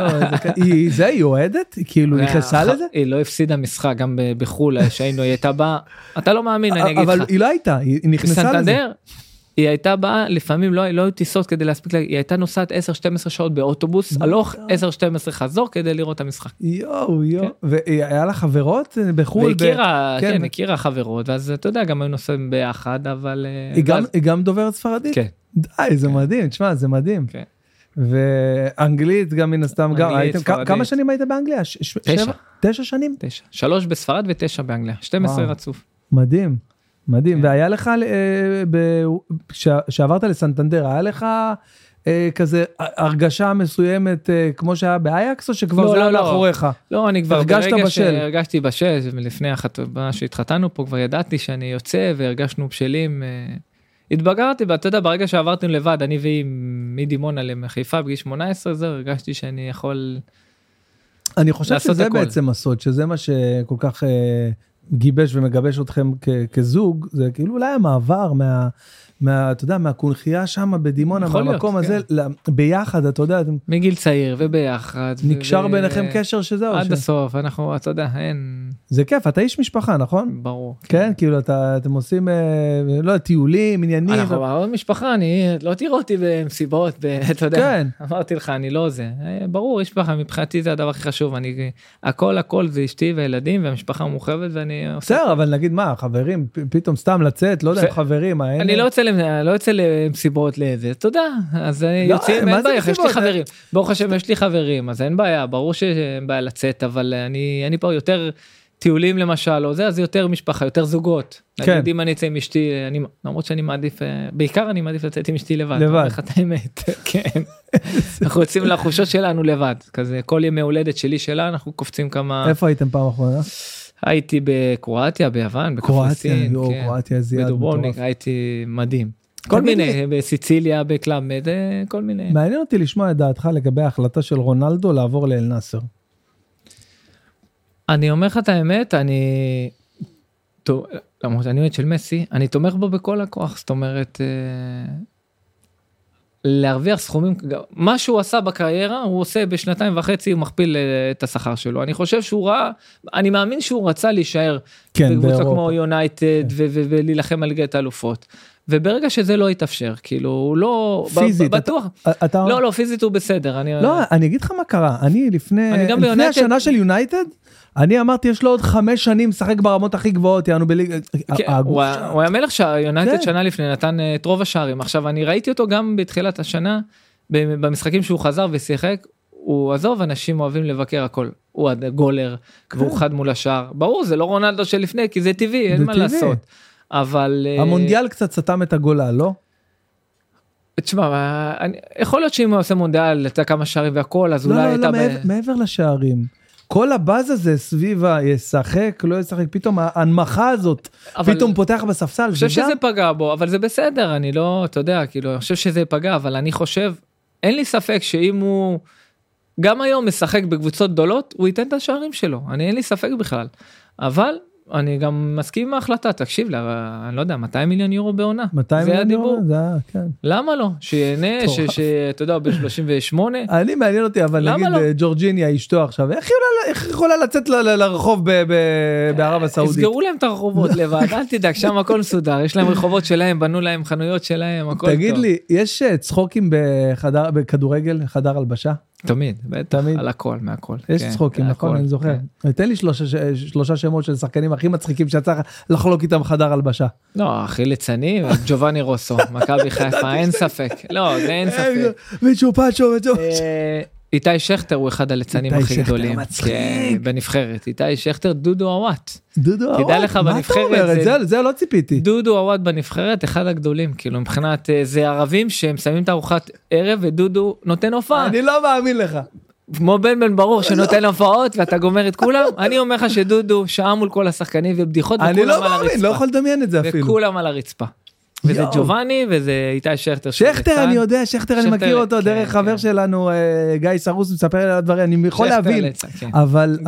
זה היא אוהדת? כאילו נכנסה לזה? היא לא הפסידה משחק גם בחול שהיינו, היא הייתה באה, אתה לא מאמין, אני אגיד לך. אבל היא לא הייתה, היא נכנסה לזה. בסנטנדר, היא הייתה באה, לפעמים לא היו טיסות כדי להספיק לה, היא הייתה נוסעת עשר שתים עשרה שעות באוטובוס, הלוך עשר שתים עשרה חזור כדי לראות את המשחק. יואו, יואו. והיה לה חברות בחול? והכירה, כן, הכירה חברות, ואז אתה יודע, גם היו נוסעים ביחד, אבל... היא גם דוברת ספרדית? כן. די, זה מדהים, תשמע, זה מדהים. כן. ואנגלית גם מן הסתם, כמה שנים היית באנגליה? תשע. תשע שנים? תשע. שלוש בספרד ותשע באנגליה. שתים עשרה רצוף. מדהים, מדהים. והיה לך, שעברת לסנטנדר, היה לך כזה הרגשה מסוימת כמו שהיה באייקס, או שכבר זה היה מאחוריך? לא, אני כבר ברגע שהרגשתי בשל, לפני החתונה שהתחתנו פה, כבר ידעתי שאני יוצא והרגשנו בשלים, התבגרתי, ואתה יודע, ברגע שעברתם לבד, אני והיא מדימונה לחיפה בגיל שמונה עשרה, זה הרגשתי שאני יכול אני חושב שזה בעצם הסוד, שזה מה שכל כך גיבש ומגבש אתכם כזוג, זה כאילו אולי המעבר מה, אתה יודע, מהקונחייה שם בדימונה, מהמקום הזה, ביחד, אתה יודע. מגיל צעיר וביחד. נקשר ביניכם קשר שזהו. עד הסוף, אנחנו, אתה יודע, אין... זה כיף, אתה איש משפחה, נכון? ברור. כן, כאילו אתם עושים, לא, טיולים, עניינים. אנחנו בעוד משפחה, אני לא תראו אותי במסיבות, אתה יודע, אמרתי לך, אני לא זה. ברור, איש משפחה, מבחינתי זה הדבר הכי חשוב, אני, הכל, הכל זה אשתי וילדים, והמשפחה מורחבת, ואני עושה... בסדר, אבל נגיד מה, חברים, פתאום סתם לצאת, לא יודע, חברים, אני לא יוצא למסיבות לזה, תודה, אז יוצאים, אין בעיה, יש לי חברים, ברוך השם, יש לי חברים, אז אין בעיה, ברור שאין בעיה לצאת, אבל אני פה יותר טיולים למשל, או זה, אז יותר משפחה, יותר זוגות. כן. נגיד אם אני אצא עם אשתי, אני, למרות שאני מעדיף, בעיקר אני מעדיף לצאת עם אשתי לבד. לבד. איך אתה האמת, כן. אנחנו יוצאים לחושות שלנו לבד, כזה כל ימי הולדת שלי שלה, אנחנו קופצים כמה... איפה הייתם פעם אחרונה? הייתי בקרואטיה, ביוון, בקפריסין, קרואטיה, קרואטיה, זה יד בדוברוניק, הייתי מדהים. כל מיני, בסיציליה, בקלאב, כל מיני. מעניין אותי לשמוע את דעתך לגבי ההחלטה של רונלדו לעבור לאל נאסר. אני אומר לך את האמת, אני, למרות אני אוהד של מסי, אני תומך בו בכל הכוח, זאת אומרת, להרוויח סכומים, מה שהוא עשה בקריירה, הוא עושה בשנתיים וחצי, הוא מכפיל את השכר שלו. אני חושב שהוא ראה, אני מאמין שהוא רצה להישאר בקבוצה כמו יונייטד, ולהילחם על ליגת האלופות. וברגע שזה לא יתאפשר, כאילו, הוא לא... פיזית, בטוח. אתה... לא, לא, פיזית הוא בסדר. אני... לא, אני אגיד לך מה קרה. אני לפני, אני לפני ביונייטד... השנה של יונייטד, אני אמרתי, יש לו עוד חמש שנים לשחק ברמות הכי גבוהות, יענו בליגה... כן, הוא היה מלך שיונייטד שנה לפני, נתן את רוב השערים. עכשיו, אני ראיתי אותו גם בתחילת השנה, במשחקים שהוא חזר ושיחק, הוא עזוב, אנשים אוהבים לבקר הכל. הוא הגולר, והוא חד מול השער. ברור, זה לא רונלדו שלפני, כי זה טבעי, אין מה לעשות. אבל... המונדיאל קצת סתם את הגולה, לא? תשמע, יכול להיות שאם הוא עושה מונדיאל, אתה כמה שערים והכל, אז אולי הייתה... לא, לא, מעבר לשערים. כל הבאז הזה סביבה, ישחק, לא ישחק, פתאום ההנמכה הזאת, פתאום פותח בספסל. אני חושב שזה פגע בו, אבל זה בסדר, אני לא, אתה יודע, כאילו, אני חושב שזה פגע, אבל אני חושב, אין לי ספק שאם הוא, גם היום משחק בקבוצות גדולות, הוא ייתן את השערים שלו, אני אין לי ספק בכלל. אבל... אני גם מסכים עם ההחלטה, תקשיב לה, אני לא יודע, מאתיים מיליון יורו בעונה. מאתיים מיליון יורו? זה, כן. למה לא? שיהנה, שאתה יודע, ב-שלושים ושמונה. אני מעניין אותי, אבל נגיד ג'ורג'יניה אשתו עכשיו, איך היא יכולה לצאת לרחוב בערב הסעודית? הסגרו להם את הרחובות לבד, אל תדאג, שם הכל מסודר, יש להם רחובות שלהם, בנו להם חנויות שלהם, הכל טוב. תגיד לי, יש צחוקים בכדורגל, חדר הלבשה? תמיד, בטח, על הכל, מהכל. יש צחוקים, נכון, אני זוכר. תן לי שלושה שמות של שחקנים הכי מצחיקים שצריך לחלוק איתם חדר הלבשה. לא, הכי ליצני, ג'ובאני רוסו, מכבי חיפה, אין ספק. לא, זה אין ספק. מישהו פאצ'ו, מישהו... איתי שכטר הוא אחד הליצנים הכי גדולים. בנבחרת. איתי שכטר, דודו אוואט. דודו אוואט? תדע לך בנבחרת. זה לא ציפיתי. דודו אוואט בנבחרת, אחד הגדולים. כאילו מבחינת, זה ערבים שהם שמים את ארוחת ערב, ודודו נותן הופעה. אני לא מאמין לך. כמו בן בן ברור שנותן הופעות, ואתה גומר את כולם. אני אומר לך שדודו שעה מול כל השחקנים, ובדיחות וכולם על הרצפה. אני לא מאמין, לא יכול לדמיין את זה אפילו. וכולם על הרצפה. וזה ג'ובאני וזה איתי שכטר. שכטר אני יודע, שכטר אני מכיר אותו דרך חבר שלנו גיא סרוס מספר על הדברים, אני יכול להבין, אבל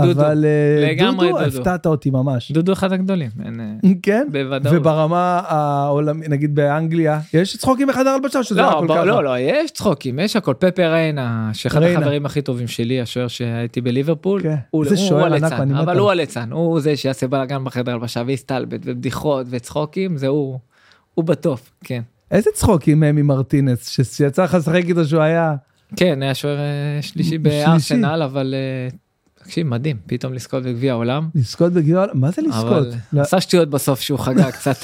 דודו הפתעת אותי ממש. דודו אחד הגדולים. כן? וברמה העולמית, נגיד באנגליה, יש צחוקים בחדר הלבשה שזה הכל ככה? לא, לא, יש צחוקים, יש הכל. פפי ריינה, שאחד החברים הכי טובים שלי, השוער שהייתי בליברפול, הוא הליצן, אבל הוא הליצן, הוא זה שיעשה בלגן בחדר הלבשה והסתלבט ובדיחות וצחוקים, זה הוא. הוא בטוף, כן. איזה צחוקים ממרטינס, שיצא לך לשחק איתו שהוא היה... כן, היה שוער שלישי בארסנל, אבל תקשיב, מדהים, פתאום לזכות בגביע העולם. לזכות בגביע העולם? מה זה לזכות? עשה שטויות בסוף שהוא חגג, קצת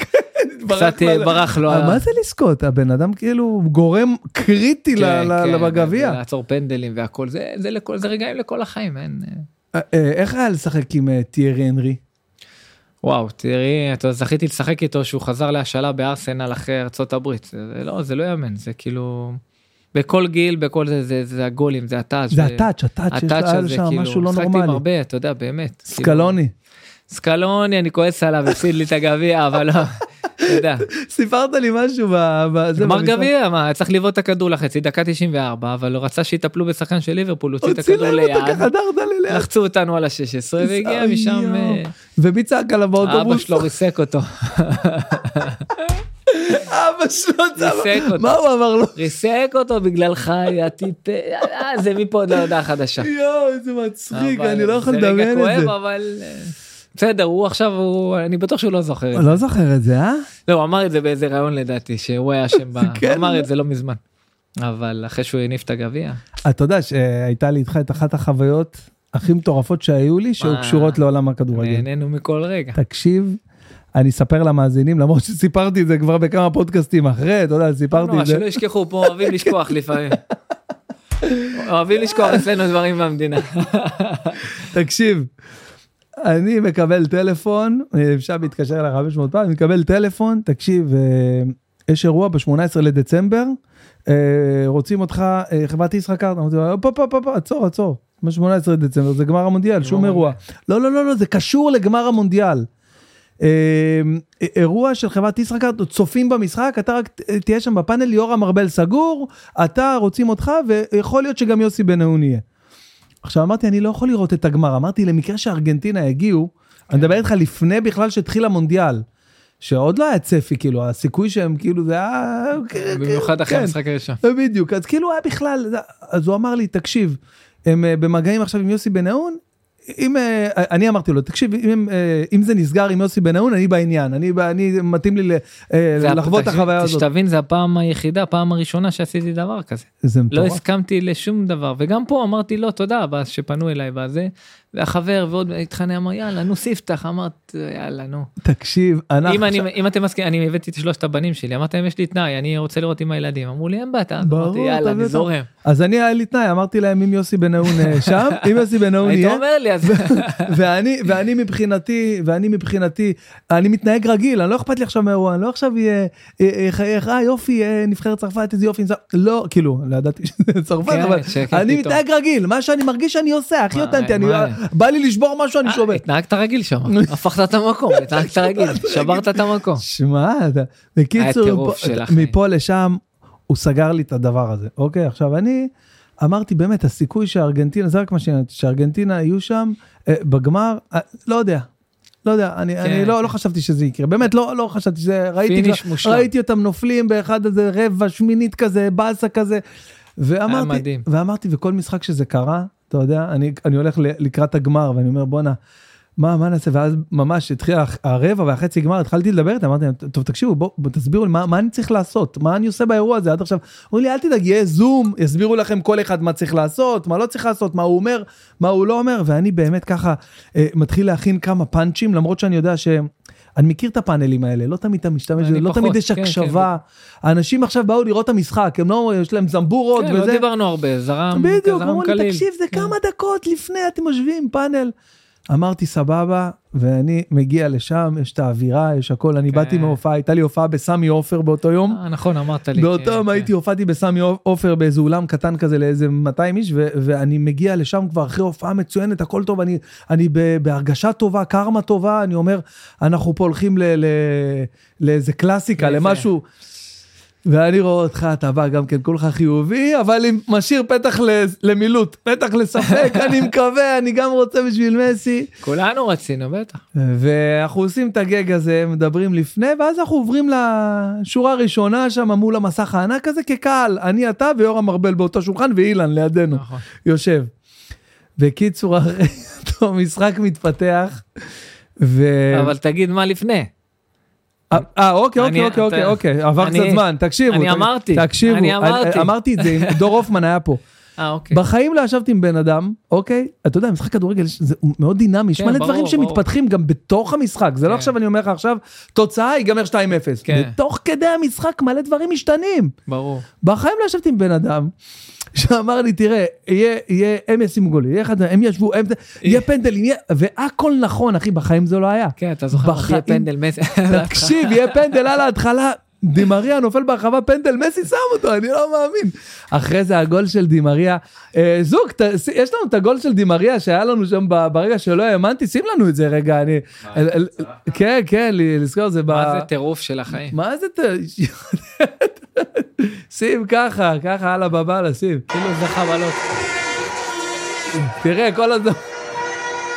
ברח לו. מה זה לזכות? הבן אדם כאילו גורם קריטי בגביע. לעצור פנדלים והכל, זה רגעים לכל החיים. איך היה לשחק עם תיארי הנרי? וואו, תראי, אתה זכיתי לשחק איתו שהוא חזר להשאלה בארסנל אחרי ארצות הברית. זה לא, זה לא יאמן, זה כאילו, בכל גיל, בכל זה, זה, זה הגולים, זה הטאץ'. זה הטאץ', הטאץ', הטאץ' שם משהו לא נורמלי. שחקתי עם הרבה, אתה יודע, באמת. סקלוני. סקלוני, אני כועס עליו, הפסיד לי את הגביע, אבל לא, אתה יודע. סיפרת לי משהו בזה. אמר גביע, מה, צריך לבעוט את הכדור לחצי, דקה תשעים וארבע, אבל הוא רצה שיטפלו בשחקן של ליברפול, הוציא את הכדור ליד, לחצו אותנו על ה-שש עשרה, והגיע משם... ומי צעק עליו באוטובוס? אבא שלו ריסק אותו. אבא אבא שלו, מה הוא אמר לו? ריסק אותו בגללך, יא טיפה, זה מפה עוד להודעה חדשה. יואו, זה מצחיק, אני לא יכול לדמיין את זה. זה רגע כואב, אבל... בסדר, הוא עכשיו, אני בטוח שהוא לא זוכר את זה. לא זוכר את זה, אה? לא, הוא אמר את זה באיזה רעיון לדעתי, שהוא היה שם בה, הוא אמר את זה לא מזמן. אבל אחרי שהוא הניף את הגביע. אתה יודע שהייתה לי איתך את אחת החוויות הכי מטורפות שהיו לי, שהיו קשורות לעולם הכדורגל. נהנינו מכל רגע. תקשיב, אני אספר למאזינים, למרות שסיפרתי את זה כבר בכמה פודקאסטים אחרי, אתה יודע, סיפרתי את זה. שלא ישכחו פה, אוהבים לשכוח לפעמים. אוהבים לשכוח אצלנו דברים במדינה. תקשיב, אני מקבל טלפון, אפשר להתקשר אליי חמש מאות פעם, אני מקבל טלפון, תקשיב, יש אירוע ב-שמונה עשרה לדצמבר, רוצים אותך, חברת ישראכרט, אמרתי לו, פה, פה, פה, פה, עצור, עצור, ב-שמונה עשרה לדצמבר, זה גמר המונדיאל, שום אירוע. לא, לא, לא, לא, זה קשור לגמר המונדיאל. אירוע של חברת ישראכרט, צופים במשחק, אתה רק תהיה שם בפאנל, יורם ארבל סגור, אתה רוצים אותך, ויכול להיות שגם יוסי בן-נון יהיה. עכשיו אמרתי, אני לא יכול לראות את הגמר, אמרתי, למקרה שארגנטינה הגיעו, אני מדבר איתך לפני בכלל שהתחיל המונדיאל, שעוד לא היה צפי, כאילו, הסיכוי שהם, כאילו, זה היה... במיוחד אחרי המשחק הראשון. בדיוק, אז כאילו היה בכלל, אז הוא אמר לי, תקשיב, הם במגעים עכשיו עם יוסי בן-נון, אם, אני אמרתי לו, תקשיב, אם, אם זה נסגר עם יוסי בן-נון, אני בעניין, אני, אני מתאים לי לחוות את החוויה הזאת. שתבין, זה הפעם היחידה, הפעם הראשונה שעשיתי דבר כזה. זה מטורף. לא הסכמתי לשום דבר, וגם פה אמרתי לו, תודה, שפנו אליי בזה, והחבר ועוד התחנה אמר, יאללה, נו סיפתח, אמרת, יאללה, נו. תקשיב, אנחנו... אם, אני, אם אתם מסכים, אני הבאתי את שלושת הבנים שלי, אמרתי להם, יש לי תנאי, אני רוצה לראות עם הילדים, אמרו לי, אין באת, אמרתי, יאללה, אני זורם. אז אני היה לי תנאי, אמרתי להם, אם יוסי בן-נון שם, אם יוסי בן-נון יהיה. היית אומר לי, אז... ואני, ואני מבחינתי, ואני מבחינתי, אני מתנהג רגיל, אני לא אכפת לי עכשיו מאירוע, אני לא עכשיו יהיה, אה, יופי, נבחרת צרפת, איזה יופי, לא, כאילו, לא ידעתי שזה צרפת, אבל אני מתנהג רגיל, מה שאני מרגיש שאני עושה, הכי אותנטי, אני בא לי לשבור משהו, אני שובר. התנהגת רגיל שם, הפכת את המקום, התנהגת רגיל, שברת את המקום. שמע, בקיצור, מפה לשם, הוא סגר לי את הדבר הזה, אוקיי? עכשיו, אני אמרתי באמת, הסיכוי שהארגנטינה, זה רק מה שעניינתי, שהארגנטינה יהיו שם, בגמר, לא יודע, לא יודע, אני לא חשבתי שזה יקרה, באמת לא חשבתי שזה, ראיתי אותם נופלים באחד הזה, רבע, שמינית כזה, באסה כזה, ואמרתי, וכל משחק שזה קרה, אתה יודע, אני, אני הולך לקראת הגמר, ואני אומר, בוא נה, מה, מה נעשה? ואז ממש התחיל הרבע והחצי גמר, התחלתי לדבר איתם, אמרתי, טוב, תקשיבו, בוא, בוא תסבירו לי, מה, מה אני צריך לעשות? מה אני עושה באירוע הזה? עד עכשיו, אומרים לי, אל תדאג, יהיה זום, יסבירו לכם כל אחד מה צריך לעשות, מה לא צריך לעשות, מה הוא אומר, מה הוא לא אומר, ואני באמת ככה, אה, מתחיל להכין כמה פאנצ'ים, למרות שאני יודע ש... אני מכיר את הפאנלים האלה, לא תמיד אתה משתמש, לא תמיד יש הקשבה, האנשים עכשיו באו לראות את המשחק, הם לא, יש להם זמבורות וזה. לא דיברנו הרבה, זרם כזרם קליל. בדיוק, אמרו לי, תקשיב, זה כמה דקות לפני, אתם יושבים, פאנל. אמרתי, סבבה, ואני מגיע לשם, יש את האווירה, יש הכל, אני באתי מהופעה, הייתה לי הופעה בסמי עופר באותו יום. נכון, אמרת לי. באותו יום הייתי, הופעתי בסמי עופר באיזה אולם קטן כזה, לאיזה מאתיים איש, ואני מגיע לשם כבר אחרי הופעה מצוינת, הכל טוב, אני בהרגשה טובה, קרמה טובה, אני אומר, אנחנו פה הולכים לאיזה קלאסיקה, למשהו... ואני רואה אותך, אתה בא גם כן כולך חיובי, אבל משאיר פתח למילוט, פתח לספק, אני מקווה, אני גם רוצה בשביל מסי. כולנו רצינו, בטח. ואנחנו עושים את הגג הזה, מדברים לפני, ואז אנחנו עוברים לשורה הראשונה שם, מול המסך הענק הזה, כקהל, אני, אתה ויורם ארבל באותו שולחן, ואילן לידינו, יושב. וקיצור, אחרי אותו משחק מתפתח, אבל תגיד מה לפני. אה, אוקיי, אוקיי, אוקיי, אוקיי, אוקיי, עבר קצת זמן, תקשיבו. אני אמרתי, תקשיבו, אני אמרתי. אמרתי את זה, דור הופמן היה פה. אה, אוקיי. בחיים לא ישבתי עם בן אדם, אוקיי? אתה יודע, משחק כדורגל זה מאוד דינמי, יש מלא דברים שמתפתחים גם בתוך המשחק, זה לא עכשיו אני אומר לך עכשיו, תוצאה ייגמר שתיים אפס. בתוך כדי המשחק מלא דברים משתנים. ברור. בחיים לא ישבתי עם בן אדם, שאמר לי, תראה, יהיה, הם ישימו גול, יהיה אחד, הם ישבו, יהיה פנדל, והכל נכון, אחי, בחיים זה לא היה. כן, אתה זוכר, יהיה פנדל, מסי. תקשיב, יהיה פנדל על ההתחלה, דימריה נופל ברחבה, פנדל, מסי שם אותו, אני לא מאמין. אחרי זה הגול של דימריה, זוג, יש לנו את הגול של דימריה, שהיה לנו שם ברגע שלא האמנתי, שים לנו את זה רגע, אני... כן, כן, לזכור זה... מה זה טירוף של החיים? מה זה טירוף? שים ככה, ככה על הבבלה, שים. כאילו זה חבלות. תראה, כל הזמן.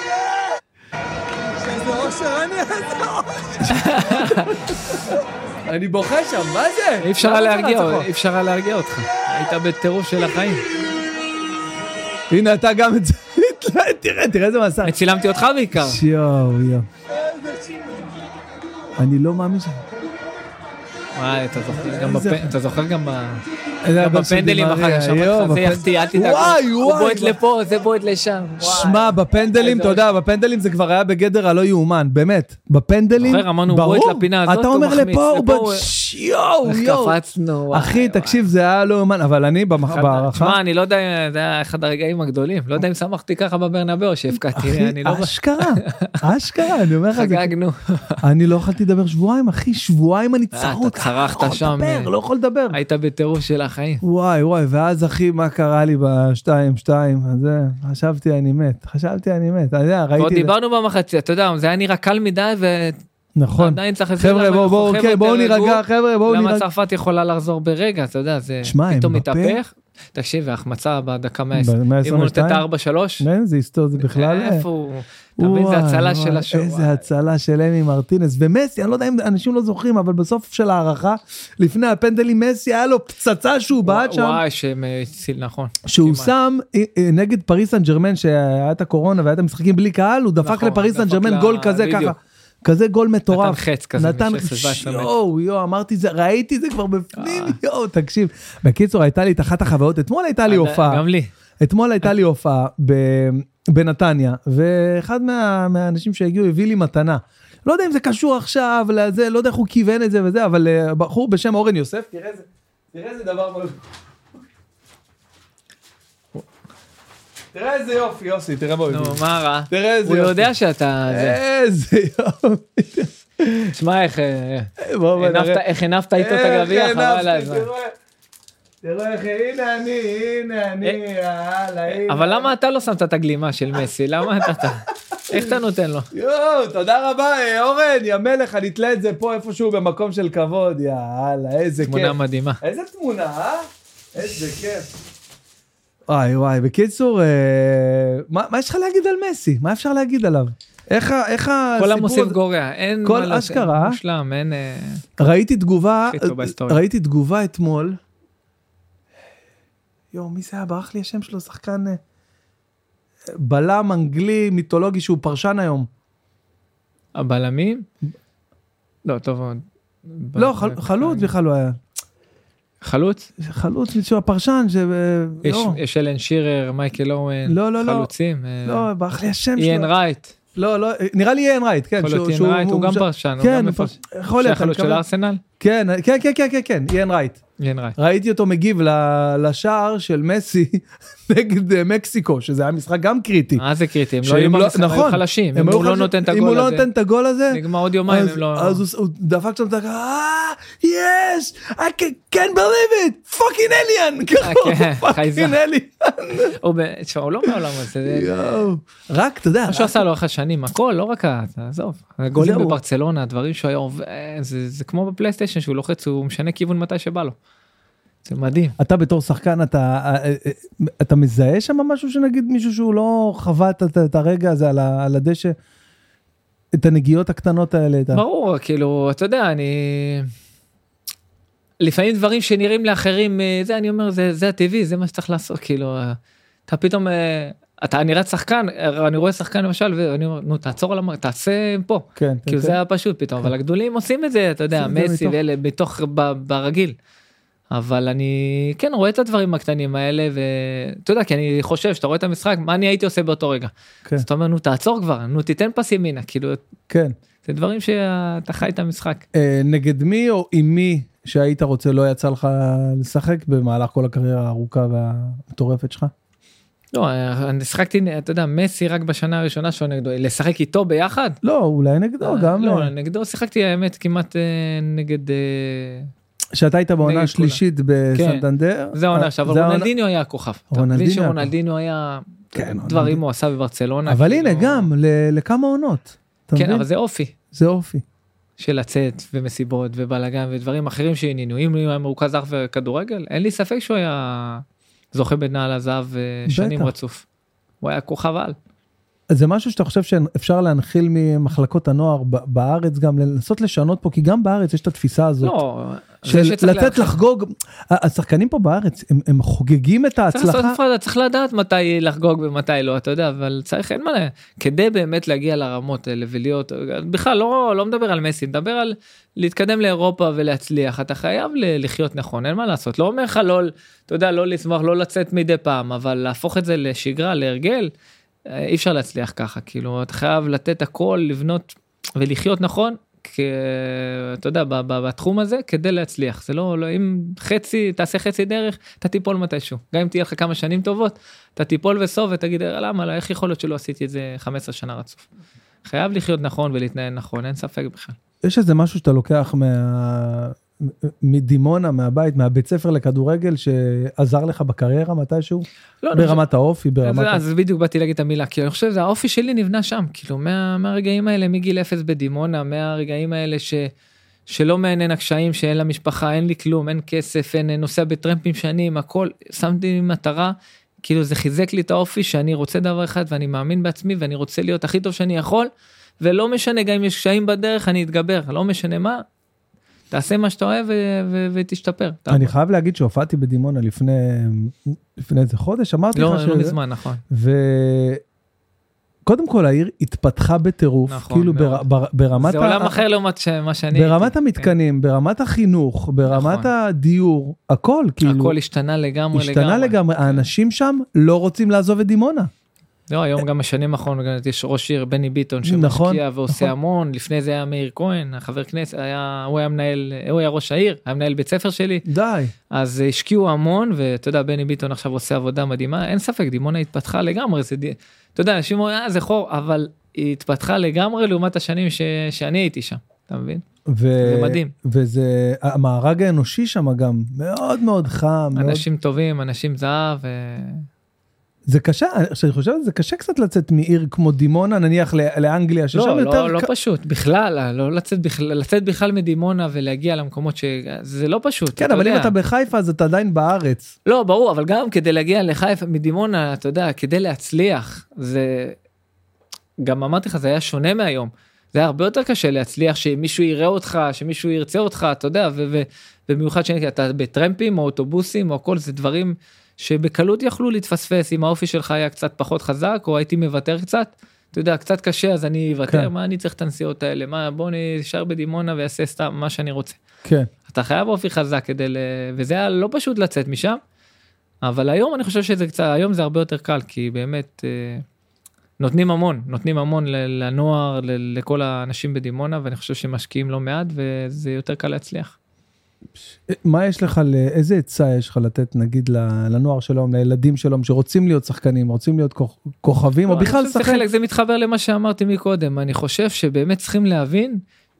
שזה אושר, אני אעזור. אני בוכה שם, מה זה? אי אפשר להרגיע, אי אפשר להרגיע אותך. היית בטירוף של החיים. הנה, אתה גם את זה. תראה, תראה איזה מסע. צילמתי אותך בעיקר. יואו, יואו. אני לא מאמין שם. וואי, אתה זוכר גם בפנדלים אחר כך, זה יחטיא, אל תדאג, הוא בועט לפה, זה בועט לשם. שמע, בפנדלים, אתה יודע, בפנדלים זה כבר היה בגדר הלא יאומן, באמת. בפנדלים, זוכר, אמרנו, הוא בועט לפינה הזאת, אתה אומר לפה, הוא בועט, יואו, יואו. קפצנו. אחי, תקשיב, זה היה לא יאומן, אבל אני בהערכה. שמע, אני לא יודע, זה היה אחד הרגעים הגדולים, לא יודע אם שמחתי ככה בברנבאו, שהפקעתי, אני לא... אשכרה, אשכרה, אני אומר לך, חגגנו. אני לא יכולתי לדבר שבועיים, אחי, שבועיים אני צרות. צרחת שם, לא יכול לדבר. היית בטירוף של החיים. וואי וואי, ואז אחי, מה קרה לי בשתיים, שתיים, אז חשבתי אני מת, חשבתי אני מת, אני יודע, ראיתי... עוד דיברנו במחצי, אתה יודע, זה היה נראה קל מדי ו... נכון. חבר'ה, בואו נירגע, חבר'ה, בואו נירגע. למה צרפת יכולה לחזור ברגע, אתה יודע, זה פתאום מתהפך. תקשיב, ההחמצה בדקה מאה עשרים. אם הוא נותן את ארבע שלוש. זה היסטור, זה בכלל... איפה הוא? תבין, זה הצלה של השורה. איזה הצלה של אמי מרטינס. ומסי, אני לא יודע אם אנשים לא זוכרים, אבל בסוף של הערכה, לפני הפנדלים, מסי היה לו פצצה שהוא בעט שם. וואי, שמציל, נכון. שהוא שם נגד פריס סן ג'רמן, שהיה את הקורונה והיה את המשחקים בלי קהל, הוא דפק לפריס סן ג'רמן גול כזה ככה. כזה גול מטורף. נתן חץ כזה. נתן חץ, יואו, יואו, אמרתי זה, ראיתי זה כבר בפנים, יואו, תקשיב. בקיצור, הייתה לי את אחת החוויות, אתמול הייתה לי הופעה. גם לי. אתמול הייתה לי הופעה בנתניה, ואחד מהאנשים שהגיעו הביא לי מתנה. לא יודע אם זה קשור עכשיו לזה, לא יודע איך הוא כיוון את זה וזה, אבל בחור בשם אורן יוסף, תראה איזה, תראה איזה דבר מלא. תראה איזה יופי, יוסי, תראה בו. נו, מה רע? תראה איזה יופי. הוא יודע שאתה... איזה יופי. תשמע, איך הנפת איתו את הגביע, חבל הזמן. תראה איך, הנה אני, הנה אני, יאללה, הנה. אבל למה אתה לא שמת את הגלימה של מסי? למה אתה... איך אתה נותן לו? יואו, תודה רבה, אורן, יא מלך, אני אתלה את זה פה איפשהו במקום של כבוד, יאללה, איזה כיף. תמונה מדהימה. איזה תמונה, אה? איזה כיף. וואי וואי, בקיצור, מה, מה יש לך להגיד על מסי? מה אפשר להגיד עליו? איך, איך הסיפור... כל המוסיף גורע, אין... כל אשכרה. מושלם, אין... ראיתי תגובה, ראיתי תגובה אתמול. יו, מי זה היה? ברח לי השם שלו, שחקן... בלם אנגלי מיתולוגי שהוא פרשן היום. הבלמים? לא, טוב. לא, חלוץ בכלל הוא היה. חלוץ? חלוץ, שהוא הפרשן, ש... יש אלן שירר, מייקל אוהן, חלוצים. לא, ברח לי השם שלו. איין רייט. לא, לא, נראה לי איין רייט, כן. יכול להיות איין רייט, הוא גם פרשן. כן, יכול להיות. שהחלוץ של ארסנל? כן, כן, כן, כן, כן, איין רייט. איין רייט. ראיתי אותו מגיב לשער של מסי נגד מקסיקו, שזה היה משחק גם קריטי. מה זה קריטי? הם לא היו במשחק, הם היו חלשים. אם הוא לא נותן את הגול הזה. אם הוא לא נותן את הגול הזה. נגמר עוד יומיים, הם לא... אז הוא דפק שם את הגול, אה, yes, I can't believe it, fucking alien. fucking alien. הוא לא מעולם הזה. רק, אתה יודע. מה שהוא עשה לו אחרי שנים, הכל, לא רק עזוב. הגולים בברצלונה, הדברים שהוא היה עובד, זה כמו בפלייסטיישן שהוא לוחץ, הוא משנה כיוון מתי שבא לו. זה מדהים. אתה בתור שחקן, אתה, אתה מזהה שם משהו שנגיד מישהו שהוא לא חווה את הרגע הזה על הדשא, את הנגיעות הקטנות האלה? ברור, כאילו, אתה יודע, אני... לפעמים דברים שנראים לאחרים, זה אני אומר, זה, זה הטבעי, זה מה שצריך לעשות, כאילו, אתה פתאום, אתה נראה שחקן, אני רואה שחקן למשל, ואני אומר, נו, תעצור על המ... תעשה פה, כן, כאילו כן. זה היה פשוט פתאום, אבל הגדולים עושים את זה, אתה יודע, מסי ואלה, בתוך, ברגיל. אבל אני כן רואה את הדברים הקטנים האלה, ואתה יודע, כי אני חושב שאתה רואה את המשחק, מה אני הייתי עושה באותו רגע? כן. אז אתה אומר, נו תעצור כבר, נו תיתן פס ימינה, כאילו, כן. זה דברים שאתה חי את המשחק. אה, נגד מי או עם מי שהיית רוצה לא יצא לך לשחק במהלך כל הקריירה הארוכה והמטורפת שלך? לא, אני שחקתי, אתה יודע, מסי רק בשנה הראשונה שהוא נגדו, לשחק איתו ביחד? לא, אולי נגדו גם. לא, נגדו שיחקתי האמת כמעט נגד... שאתה היית בעונה שלישית בסנטנדר. זה העונה, אבל רונלדיניו היה הכוכב. רונלדיניו היה דברים הוא עשה בברצלונה. אבל הנה גם, לכמה עונות. כן, אבל זה אופי. זה אופי. של לצאת ומסיבות ובלגן ודברים אחרים שעניינו. אם הוא היה מרוכז אך וכדורגל, אין לי ספק שהוא היה זוכה בנעל הזהב שנים רצוף. הוא היה כוכב על. זה משהו שאתה חושב שאפשר להנחיל ממחלקות הנוער בארץ, גם לנסות לשנות פה, כי גם בארץ יש את התפיסה הזאת. לא, של לתת לחגוג, השחקנים פה בארץ, הם, הם חוגגים את ההצלחה. צריך, צריך לדעת מתי לחגוג ומתי לא, אתה יודע, אבל צריך, אין מה לה, כדי באמת להגיע לרמות האלה ולהיות, בכלל לא, לא מדבר על מסי, מדבר על להתקדם לאירופה ולהצליח, אתה חייב לחיות נכון, אין מה לעשות, לא אומר לך לא, אתה יודע, לא לשמוח, לא לצאת מדי פעם, אבל להפוך את זה לשגרה, להרגל, אי אפשר להצליח ככה, כאילו, אתה חייב לתת הכל, לבנות ולחיות נכון, כי, אתה יודע, בתחום הזה, כדי להצליח, זה לא, לא, אם חצי, תעשה חצי דרך, אתה תיפול מתישהו, גם אם תהיה לך כמה שנים טובות, אתה תיפול וסוף ותגיד, למה, איך יכול להיות שלא עשיתי את זה חמש עשרה שנה רצוף? חייב לחיות נכון ולהתנהל נכון, אין ספק בכלל. יש איזה משהו שאתה לוקח מה... מדימונה, מהבית, מהבית ספר לכדורגל, שעזר לך בקריירה מתישהו? לא, ברמת האופי, ברמת... אז, אז בדיוק באתי להגיד את המילה, כי אני חושב שזה האופי שלי נבנה שם, כאילו, מה, מהרגעים האלה, מגיל אפס בדימונה, מהרגעים האלה ש, שלא מעניין הקשיים, שאין לה משפחה, אין לי כלום, אין כסף, אין נוסע בטרמפים שנים, הכל, שמתי מטרה, כאילו זה חיזק לי את האופי, שאני רוצה דבר אחד, ואני מאמין בעצמי, ואני רוצה להיות הכי טוב שאני יכול, ולא משנה, גם אם יש קשיים בדרך, אני אתגבר, לא משנה מה, תעשה מה שאתה אוהב ותשתפר. אני חייב להגיד שהופעתי בדימונה לפני איזה חודש, אמרתי לך ש... לא, לא מזמן, נכון. וקודם כל העיר התפתחה בטירוף, כאילו ברמת... זה עולם אחר לעומת מה שאני... ברמת המתקנים, ברמת החינוך, ברמת הדיור, הכל, כאילו... הכל השתנה לגמרי. השתנה לגמרי, האנשים שם לא רוצים לעזוב את דימונה. לא, היום גם השנים האחרונות, יש ראש עיר, בני ביטון, שמשקיע ועושה המון, לפני זה היה מאיר כהן, החבר כנסת, הוא היה מנהל, הוא היה ראש העיר, היה מנהל בית ספר שלי. די. אז השקיעו המון, ואתה יודע, בני ביטון עכשיו עושה עבודה מדהימה, אין ספק, דימונה התפתחה לגמרי, אתה יודע, אנשים אומרים, אה, זה חור, אבל היא התפתחה לגמרי לעומת השנים שאני הייתי שם, אתה מבין? זה מדהים. וזה, המארג האנושי שם גם, מאוד מאוד חם. אנשים טובים, אנשים זהב, ו... זה קשה, אני חושב, זה קשה קצת לצאת מעיר כמו דימונה, נניח לאנגליה, ששם לא, יותר... לא, לא פשוט, בכלל, לא לצאת בכלל, לצאת בכלל מדימונה ולהגיע למקומות ש... זה לא פשוט. כן, אבל אם אתה בחיפה, אז אתה עדיין בארץ. לא, ברור, אבל גם כדי להגיע לחיפה מדימונה, אתה יודע, כדי להצליח, זה... גם אמרתי לך, זה היה שונה מהיום. זה היה הרבה יותר קשה להצליח, שמישהו יראה אותך, שמישהו ירצה אותך, אתה יודע, ובמיוחד שאתה בטרמפים או אוטובוסים או כל זה דברים שבקלות יכלו להתפספס, אם האופי שלך היה קצת פחות חזק, או הייתי מוותר קצת, אתה יודע, קצת קשה, אז אני אוותר, מה אני צריך את הנסיעות האלה, מה, בוא נשאר בדימונה ויעשה סתם מה שאני רוצה. כן. אתה חייב אופי חזק כדי, ל... וזה היה לא פשוט לצאת משם, אבל היום אני חושב שזה קצת, היום זה הרבה יותר קל, כי באמת נותנים המון, נותנים המון לנוער, לכל האנשים בדימונה, ואני חושב שמשקיעים לא מעט, וזה יותר קל להצליח. מה יש לך, איזה עצה יש לך לתת, נגיד, לנוער שלום, לילדים שלום, שרוצים להיות שחקנים, רוצים להיות כוכבים, או בכלל שחק... זה מתחבר למה שאמרתי מקודם, אני חושב שבאמת צריכים להבין,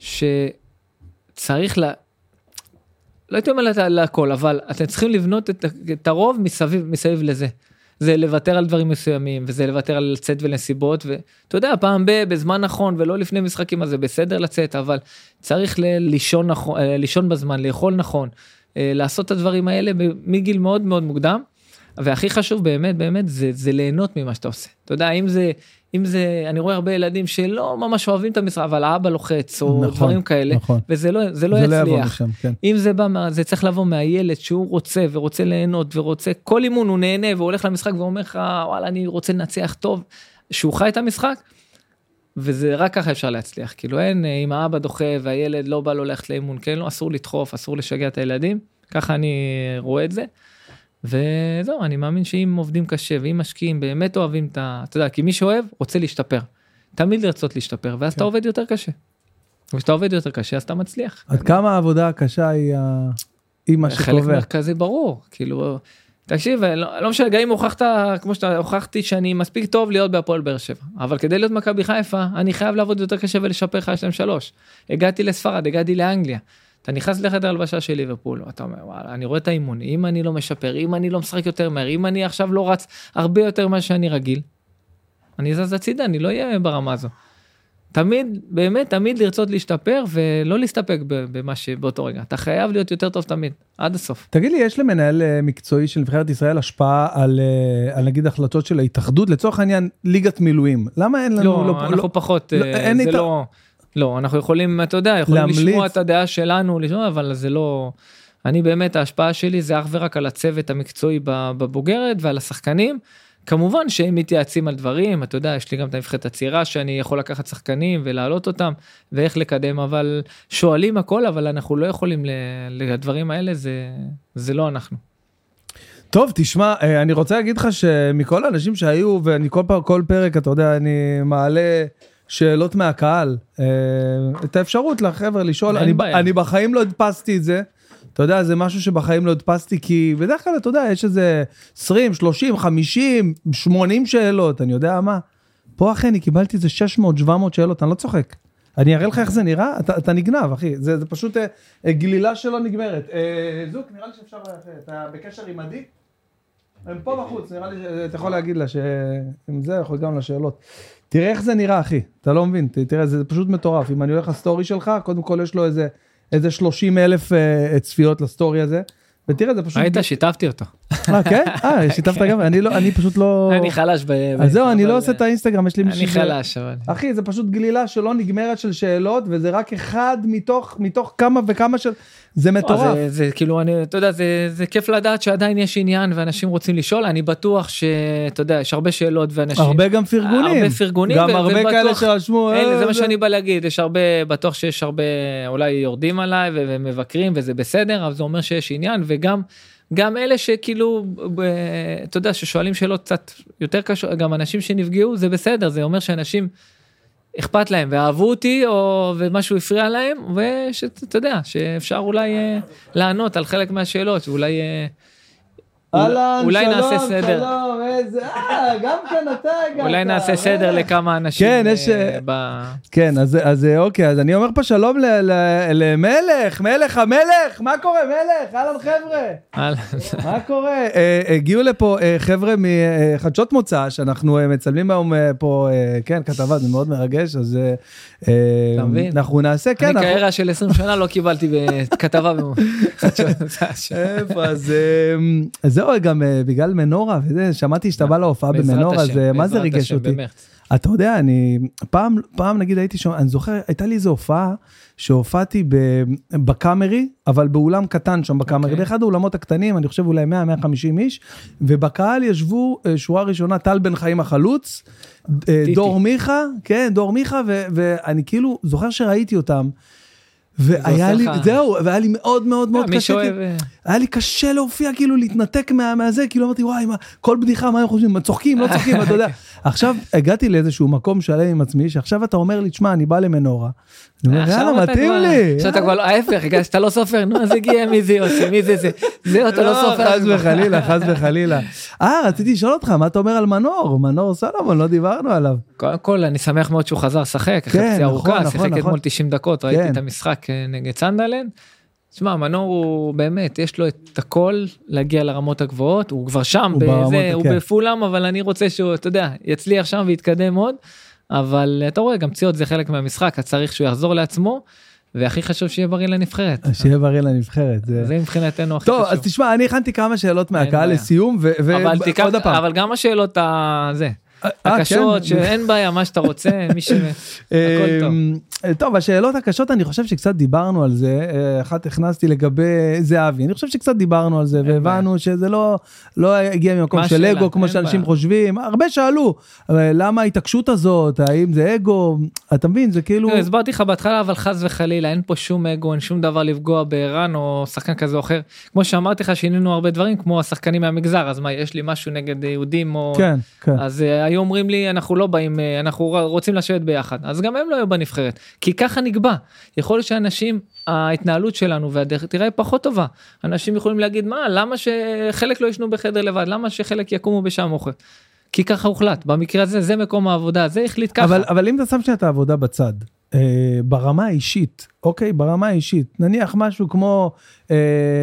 שצריך לה... לא הייתי אומר להכל, אבל אתם צריכים לבנות את הרוב מסביב, מסביב לזה. זה לוותר על דברים מסוימים, וזה לוותר על לצאת ולנסיבות, ואתה יודע, פעם ב, בזמן נכון, ולא לפני משחקים, אז זה בסדר לצאת, אבל צריך לישון נכון, לישון בזמן, לאכול נכון, לעשות את הדברים האלה מגיל מאוד מאוד מוקדם, והכי חשוב באמת, באמת, זה, זה ליהנות ממה שאתה עושה. אתה יודע, אם זה, אם זה, אני רואה הרבה ילדים שלא ממש אוהבים את המשחק, אבל האבא לוחץ, או נכון, דברים כאלה, נכון. וזה לא, זה לא זה יצליח. לא משם, כן. אם זה בא, זה צריך לבוא מהילד שהוא רוצה, ורוצה ליהנות, ורוצה, כל אימון הוא נהנה, והוא הולך למשחק, ואומר לך, וואלה, אני רוצה לנצח טוב, שהוא חי את המשחק, וזה רק ככה אפשר להצליח. כאילו אין, אם האבא דוחה, והילד לא בא לו ללכת לאימון, כן, לא, אסור לדחוף, אסור לשגע את הילדים, ככה אני רואה את זה. וזהו, אני מאמין שאם עובדים קשה, ואם משקיעים, באמת אוהבים את ה... אתה יודע, כי מי שאוהב, רוצה להשתפר. תמיד לרצות להשתפר, ואז אתה עובד יותר קשה. וכשאתה עובד יותר קשה, אז אתה מצליח. עד כמה העבודה הקשה היא מה שקובע? חלק מרכזי ברור, כאילו, תקשיב, לא משנה, גם אם הוכחת, כמו שאתה הוכחתי שאני מספיק טוב להיות בהפועל באר שבע, אבל כדי להיות מכבי חיפה, אני חייב לעבוד יותר קשה ולשפר לך, יש להם שלוש. הגעתי לספרד, הגעתי לאנגליה. אתה נכנס לחדר הלבשה של ליברפול, אתה אומר, וואלה, אני רואה את האימון, אם אני לא משפר, אם אני לא משחק יותר מהר, אם אני עכשיו לא רץ הרבה יותר מה שאני רגיל, אני זז הצידה, אני לא אהיה ברמה הזו. תמיד, באמת, תמיד לרצות להשתפר, ולא להסתפק במה שבאותו רגע. אתה חייב להיות יותר טוב תמיד, עד הסוף. תגיד לי, יש למנהל מקצועי של נבחרת ישראל השפעה על, על נגיד החלטות של ההתאחדות, לצורך העניין ליגת מילואים? למה אין לנו... לא, לא אנחנו לא, פחות, לא, זה איתה... לא... לא, אנחנו יכולים, אתה יודע, יכולים להמליץ. לשמוע את הדעה שלנו, לשמוע, אבל זה לא... אני באמת, ההשפעה שלי זה אך ורק על הצוות המקצועי בבוגרת ועל השחקנים. כמובן שהם מתייעצים על דברים, אתה יודע, יש לי גם את הנבחרת הצעירה שאני יכול לקחת שחקנים ולהעלות אותם, ואיך לקדם, אבל שואלים הכל, אבל אנחנו לא יכולים, לדברים האלה, זה, זה לא אנחנו. טוב, תשמע, אני רוצה להגיד לך שמכל האנשים שהיו, ואני כל פעם, כל פרק, אתה יודע, אני מעלה שאלות מהקהל, את האפשרות לחבר'ה לשאול, אני, אני בחיים לא הדפסתי את זה, אתה יודע, זה משהו שבחיים לא הדפסתי, כי בדרך כלל, אתה יודע, יש איזה עשרים, שלושים, חמישים, שמונים שאלות, אני יודע מה. פה אחי, אני קיבלתי איזה שש מאות, שבע מאות שאלות, אני לא צוחק. אני אראה לך איך זה נראה, אתה, אתה נגנב, אחי. זה, זה פשוט אה, גלילה שלא נגמרת. אה, זוק, נראה לי שאפשר, אתה בקשר עם עדי? הם פה בחוץ, נראה לי שאתה יכול להגיד לה שעם זה יכול גם לשאלות. תראה איך זה נראה, אחי. אתה לא מבין, תראה, זה פשוט מטורף. אם אני הולך לסטורי שלך, קודם כל יש לו איזה... איזה שלושים אלף uh, צפיות לסטורי הזה, ותראה, זה פשוט... היית, שיתפתי אותו. אה, כן? אה, שיתפת גם, אני לא, אני פשוט לא... אני חלש ב... אז זהו, אני לא עושה את האינסטגרם, יש לי מישהו... אני חלש, אבל... אחי, זה פשוט גלילה שלא נגמרת של שאלות, וזה רק אחד מתוך, מתוך כמה וכמה של... זה מטורף. זה, זה כאילו, אני, אתה יודע, זה, זה כיף לדעת שעדיין יש עניין, ואנשים רוצים לשאול, אני בטוח שאתה יודע, יש הרבה שאלות ואנשים... הרבה גם פרגונים. הרבה פרגונים. גם הרבה כאלה שרשמו... זה מה שאני בא להגיד, יש הרבה, בטוח שיש הרבה, אולי יורדים עליי ומבקרים, וזה בסדר, אבל זה אומר שיש עניין, וגם... גם אלה שכאילו, אתה יודע, ששואלים שאלות קצת יותר קשות, גם אנשים שנפגעו, זה בסדר, זה אומר שאנשים אכפת להם, ואהבו אותי, או, ומשהו הפריע להם, ושאתה יודע, שאפשר אולי לענות על חלק מהשאלות, שאולי... אהלן, אולי שלום, נעשה סדר. שלום, איזה, אה, גם כאן אתה הגעת. אולי נעשה סדר לכמה אנשים. כן, יש, ב... כן, אז, אז אוקיי, אז אני אומר פה שלום ל, ל, למלך, מלך המלך, מה קורה מלך? אהלן חבר'ה. מה קורה? הגיעו לפה חבר'ה מחדשות מוצא, שאנחנו מצלמים היום פה, כן, כתבה, זה מאוד מרגש, אז אנחנו נעשה, כן. אני קריירה של עשרים שנה לא קיבלתי כתבה בחדשות מוצא. איפה, אז... זהו, גם בגלל מנורה, וזה, שמעתי שאתה בא להופעה במנורה, זה, מה זה ריגש אותי? אתה יודע, אני, פעם, פעם נגיד הייתי שם, אני זוכר, הייתה לי איזו הופעה, שהופעתי בקאמרי, אבל באולם קטן שם בקאמרי, באחד האולמות הקטנים, אני חושב אולי מאה עד מאה וחמישים איש, ובקהל ישבו שורה ראשונה, טל בן חיים החלוץ, דור מיכה, כן, דור מיכה, ואני כאילו זוכר שראיתי אותם, והיה לי, זהו, והיה לי מאוד מאוד מאוד קשה, היה לי קשה להופיע, כאילו להתנתק מהזה, כאילו אמרתי, וואי, כל בדיחה, מה הם חושבים, צוחקים, לא צוחקים, אתה יודע. עכשיו הגעתי לאיזשהו מקום שלם עם עצמי, שעכשיו אתה אומר לי, תשמע, אני בא למנורה, אני אומר, יאללה, מתאים לי. עכשיו אתה כבר לא, ההפך, שאתה לא סופר, נו, אז הגיע, מי זה יוסי, מי זה זה, זה אתה לא סופר. חס וחלילה, חס וחלילה. אה, רציתי לשאול אותך, מה אתה אומר על מנור? מנור סולומון, לא דיברנו עליו. קודם כל, אני שמח מאוד שהוא חזר לשחק, אחרי פציעה ארוכה, שיחק אתמול תשעים דקות, ראיתי את המשחק נגד סנדרלנד. תשמע, מנור הוא באמת, יש לו את הכל להגיע לרמות הגבוהות, הוא כבר שם, הוא בפולם, אבל אני רוצה שהוא, אתה יודע, יצליח שם ויתקדם עוד, אבל אתה רואה, גם פציעות זה חלק מהמשחק, צריך שהוא יחזור לעצמו, והכי חשוב שיהיה בריא לנבחרת. שיהיה בריא לנבחרת. זה מבחינתנו הכי חשוב. טוב, אז תשמע, אני הכנתי כמה שאלות מהקהל לסיום, ועוד הפעם. אבל גם השאלות הזה. הקשות, שאין בעיה, מה שאתה רוצה, מי ש... הכל טוב. טוב, השאלות הקשות, אני חושב שקצת דיברנו על זה, אחת הכנסתי לגבי זהבי, אני חושב שקצת דיברנו על זה, והבנו שזה לא הגיע ממקום של אגו, כמו שאנשים חושבים, הרבה שאלו, למה ההתעקשות הזאת, האם זה אגו, אתה מבין, זה כאילו... הסברתי לך בהתחלה, אבל חס וחלילה, אין פה שום אגו, אין שום דבר לפגוע בערן, או שחקן כזה או אחר, כמו שאמרתי לך, שינינו הרבה דברים, כמו השחקנים מהמגזר, אז מה, יש לי משהו נגד יהודים, או... כן, כן. אז היו אומרים לי, אנחנו לא באים, אנחנו רוצים לשבת ביחד, אז גם הם לא היו בנבחרת, כי ככה נקבע. יכול להיות שאנשים, ההתנהלות שלנו והדרך תראה פחות טובה. אנשים יכולים להגיד, מה, למה שחלק לא ישנו בחדר לבד? למה שחלק יקומו בשם אוכל? כי ככה הוחלט. במקרה הזה, זה מקום העבודה, זה החליט ככה. אבל, אבל אם אתה שם שאת העבודה בצד, אה, ברמה האישית, אוקיי, ברמה האישית, נניח משהו כמו, אה,